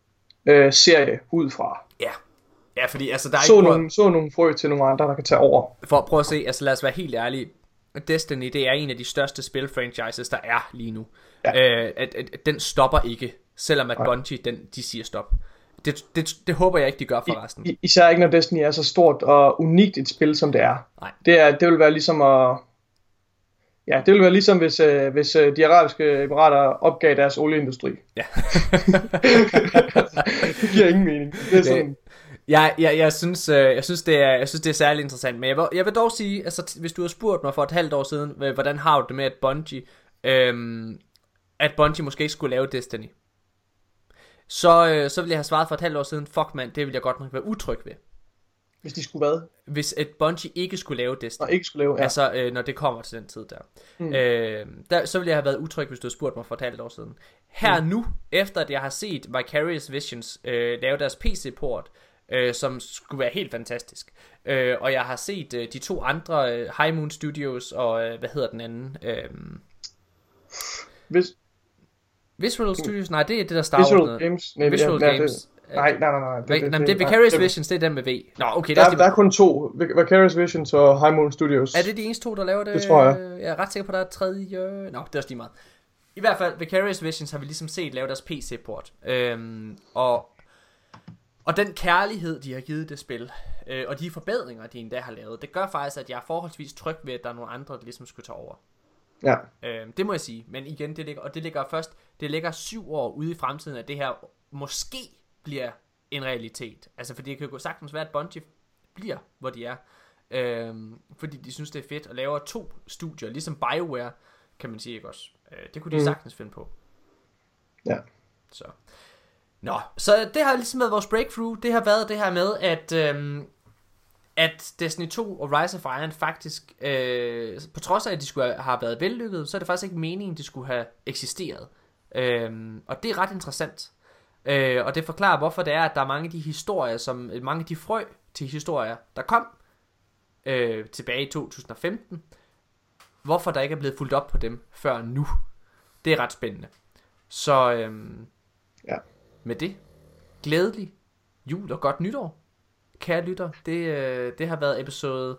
serie ud fra. Ja, fordi altså der er så nogle frø til nogle andre, der kan tage over. For at prøve at se, altså lad os være helt ærlige, Destiny, det er en af de største spilfranchises, der er lige nu. Ja. Den stopper ikke, selvom at Bungie, de siger stop. Det håber jeg ikke, de gør for resten. Især ikke, når Destiny er så stort og unikt et spil, som det er. Nej. Det vil være ligesom at... Ja, det vil være ligesom, hvis de arabiske emirater opgav deres olieindustri. Ja. Det giver ingen mening. Det er sådan... Jeg synes det er særlig interessant. Men jeg vil dog sige, altså hvis du har spurgt mig for et halvt år siden, hvordan har du det med at Bungie måske ikke skulle lave Destiny, så ville jeg have svaret for et halvt år siden, fuck man, det ville jeg godt nok være utryg ved. Hvis de skulle hvad? Hvis et Bungie ikke skulle lave Destiny. Og ikke skulle lave, ja. Altså når det kommer til den tid der. Så ville jeg have været utryg, hvis du havde spurgt mig for et halvt år siden. Her nu, efter at jeg har set Vicarious Visions lave deres PC-port, som skulle være helt fantastisk, og jeg har set de 2 andre High Moon Studios og hvad hedder den anden? Visceral Studios. Nej, det er det der starter Visual Games. Visual Games. Nej. Det er Vicarious Visions, det er den med V. Nå, okay. Der er kun 2. Vicarious Visions og High Moon Studios. Er det de eneste 2, der laver det? Det tror jeg. Jeg er ret sikker på, der er et tredje. Nå, det er også lige meget. I hvert fald, Vicarious Visions har vi ligesom set lave deres PC-port. Og den kærlighed, de har givet det spil, og de forbedringer, de endda har lavet, det gør faktisk, at jeg er forholdsvis tryg ved, at der er nogle andre, der ligesom skulle tage over. Ja. Det må jeg sige. Men igen, det ligger 7 år ude i fremtiden, at det her måske bliver en realitet. Altså, fordi det kan jo sagtens være, at Bungie bliver, hvor de er. Fordi de synes, det er fedt, og laver 2 studier, ligesom BioWare, kan man sige, ikke også? Det kunne de sagtens finde på. Ja. Så det har ligesom været vores breakthrough. Det har været det her med, at Destiny 2 og Rise of Iron faktisk, på trods af, at de skulle have været vellykket, så er det faktisk ikke meningen, de skulle have eksisteret. Og det er ret interessant. Og det forklarer, hvorfor det er, at der er mange af de historier, mange af de frø til historier, der kom tilbage i 2015, hvorfor der ikke er blevet fulgt op på dem før nu. Det er ret spændende. Så ja. Med det, glædelig jul og godt nytår, kære lytter. Det har været episode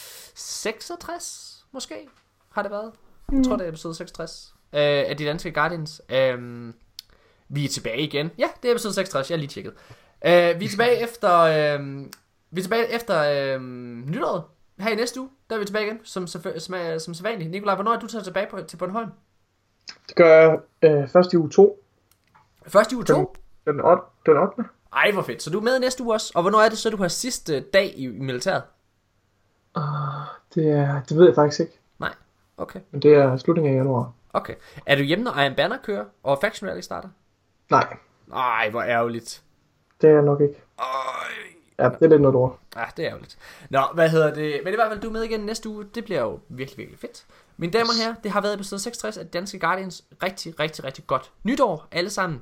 66, måske, har det været. Jeg tror, det er episode 66 af De Danske Guardians. Vi er tilbage igen. Ja, det er episode 66, jeg har lige tjekket. Vi er tilbage efter nytåret. Her i næste uge, der er vi tilbage igen, som sædvanligt. Nikolaj, hvornår er du taget tilbage til Bornholm? Det gør jeg først i uge 2. Først i uge 2? Den 8. Ej, hvor fedt. Så du er med næste uge også. Og hvornår er det så, du har sidste dag i militæret? Det ved jeg faktisk ikke. Nej, okay. Men det er slutningen af januar. Okay. Er du hjemme, når Iron Banner kører, og Faction Rally starter? Nej. Ej, hvor ærgerligt. Det er jeg nok ikke. Ja, det er lidt noget ord. Ja, det er ærgerligt. Nå, hvad hedder det? Men i hvert fald, du er med igen næste uge. Det bliver jo virkelig, virkelig fedt. Mine damer og herrer, det har været episode 66 af Danske Guardians. Rigtig, rigtig, rigtig godt nytår, alle sammen.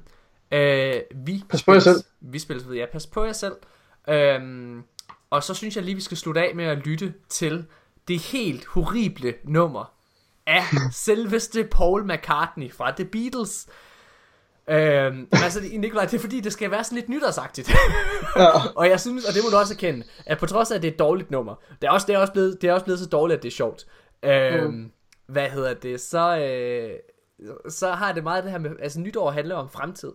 Pas på jer selv. Vi spiller ved, ja, pas på jer selv. Og så synes jeg lige, vi skal slutte af med at lytte til det helt horrible nummer af selveste Paul McCartney fra The Beatles. Altså Nikolaj, det er fordi det skal være sådan lidt nytårsagtigt. Ja. Og jeg synes, og det må du også erkende, at på trods af at det er et dårligt nummer, det er også blevet så dårligt, at det er sjovt. Hvad hedder det? Så har det meget det her med, altså nytår handler om fremtid.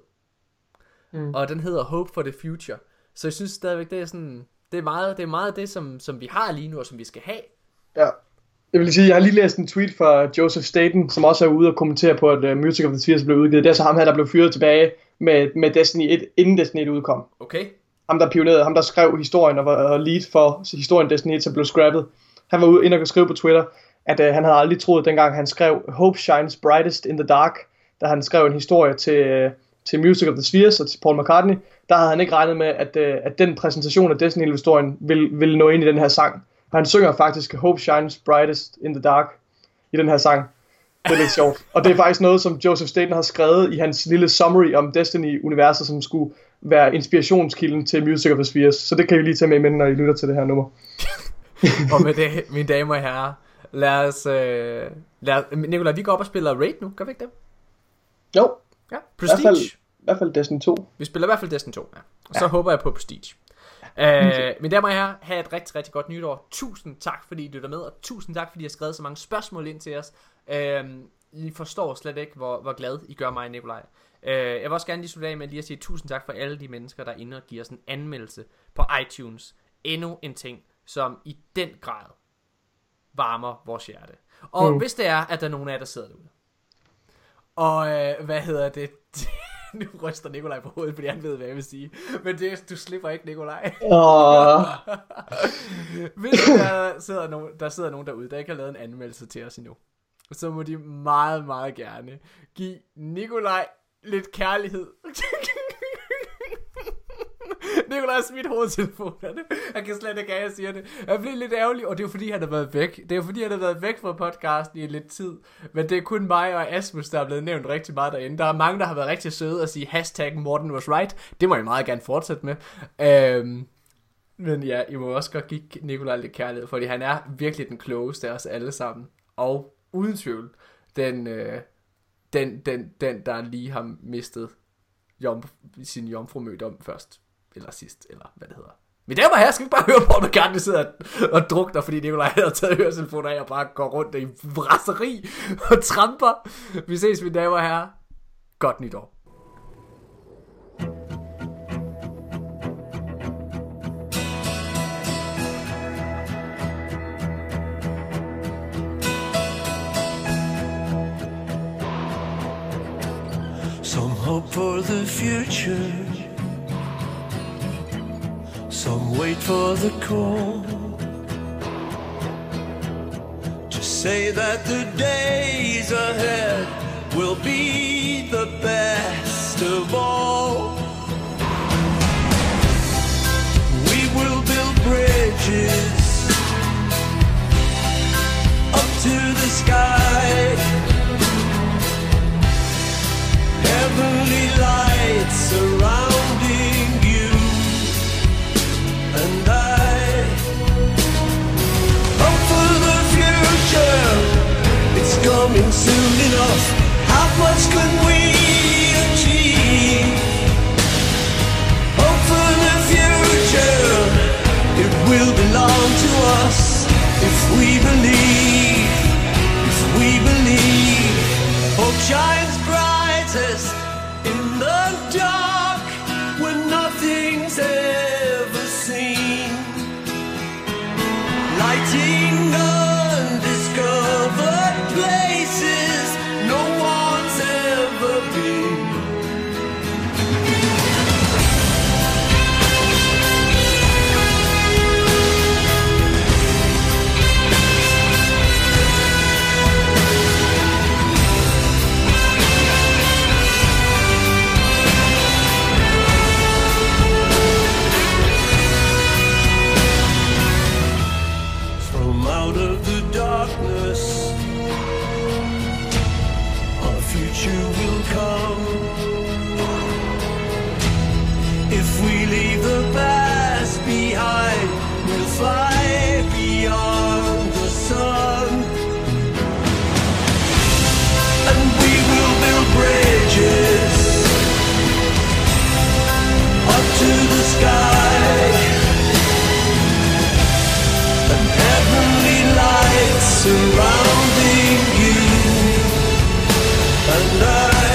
Og den hedder Hope for the Future. Så jeg synes stadigvæk, det er sådan, det er meget det som vi har lige nu, og som vi skal have. Ja. Jeg vil sige, jeg har lige læst en tweet fra Joseph Staten, som også er ude og kommentere på, at Music of the Spheres blev udgivet. Det er så ham her, der blev fyret tilbage med Destiny 1, inden Destiny 1 udkom. Okay. Ham der pionerede, ham der skrev historien og var lead for historien Destiny 1, som blev scrappet. Han var ude og skrive på Twitter, at han havde aldrig troet, dengang han skrev Hope shines brightest in the dark, da han skrev en historie til Music of the Spheres og til Paul McCartney, der havde han ikke regnet med, at den præsentation af Destiny-historien ville nå ind i den her sang. Og han synger faktisk Hope shines brightest in the dark i den her sang. Det er lidt sjovt. Og det er faktisk noget, som Joseph Staten har skrevet i hans lille summary om Destiny-universet, som skulle være inspirationskilden til Music of the Spheres. Så det kan I lige tage med i mente, når I lytter til det her nummer. Og med det, mine damer og herrer, lad os Nikolaj, vi går op og spiller Raid nu, gør vi ikke det? Jo. Ja, Prestige. I hvert fald Destiny 2. Vi spiller i hvert fald Destiny 2, ja. Og så håber jeg på Prestige. Mine damer og herrer, have et rigtig, rigtig godt nytår. Tusind tak, fordi I lytter med, og tusind tak, fordi I har skrevet så mange spørgsmål ind til os. I forstår slet ikke, hvor glad I gør mig, Nikolaj. Jeg vil også gerne lige slutte af med lige at sige tusind tak for alle de mennesker, der er inde og giver os en anmeldelse på iTunes. Endnu en ting, som i den grad varmer vores hjerte. Og hvis det er, at der er nogen af jer, der sidder derude, og hvad hedder det? Nu ryster Nikolaj på hovedet, fordi han ved, hvad jeg vil sige. Men du slipper ikke, Nikolaj. Hvis der sidder nogen derude, der ikke har lavet en anmeldelse til os endnu, så må de meget, meget gerne give Nikolaj lidt kærlighed. Nikolaj har smidt hovedtelefonerne. Han kan slet ikke have, jeg siger det. Jeg bliver lidt ærgerlig, og det er jo fordi, han har været væk. Det er jo fordi, han har været væk fra podcasten i lidt tid. Men det er kun mig og Asmus, der er blevet nævnt rigtig meget derinde. Der er mange, der har været rigtig søde at sige hashtag Morten was right. Det må jeg meget gerne fortsætte med. Men ja, I må også godt give Nikolaj lidt kærlighed, fordi han er virkelig den klogeste af os alle sammen. Og uden tvivl, den der lige har mistet sin jomfrumødom først. eller sidst, eller hvad det hedder. Men damer og herrer, skal vi bare høre Paul McCartney sidder og drukner, fordi Nikolaj havde taget høretelefoner af og bare går rundt i raseri og tramper. Vi ses, mine damer og herrer. Godt nytår. Some hope for the future, some wait for the call to say that the days ahead will be the best of all. We will build bridges up to the sky, heavenly lights surrounding you and I. Hope for the future, it's coming soon enough. How much can we achieve? Hope for the future, it will belong to us if we believe, if we believe. Hope shines brightest in the dark when nothing's ever seen, lighting undiscovered places no one's ever been. Out of the darkness, our future will come. If we leave the past behind, we'll fly beyond the sun, and we will build bridges up to the sky, and heavenly lights surrounding you and I.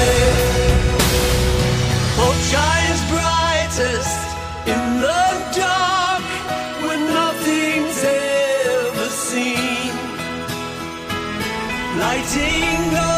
Hope shines brightest in the dark when nothing's ever seen, lighting up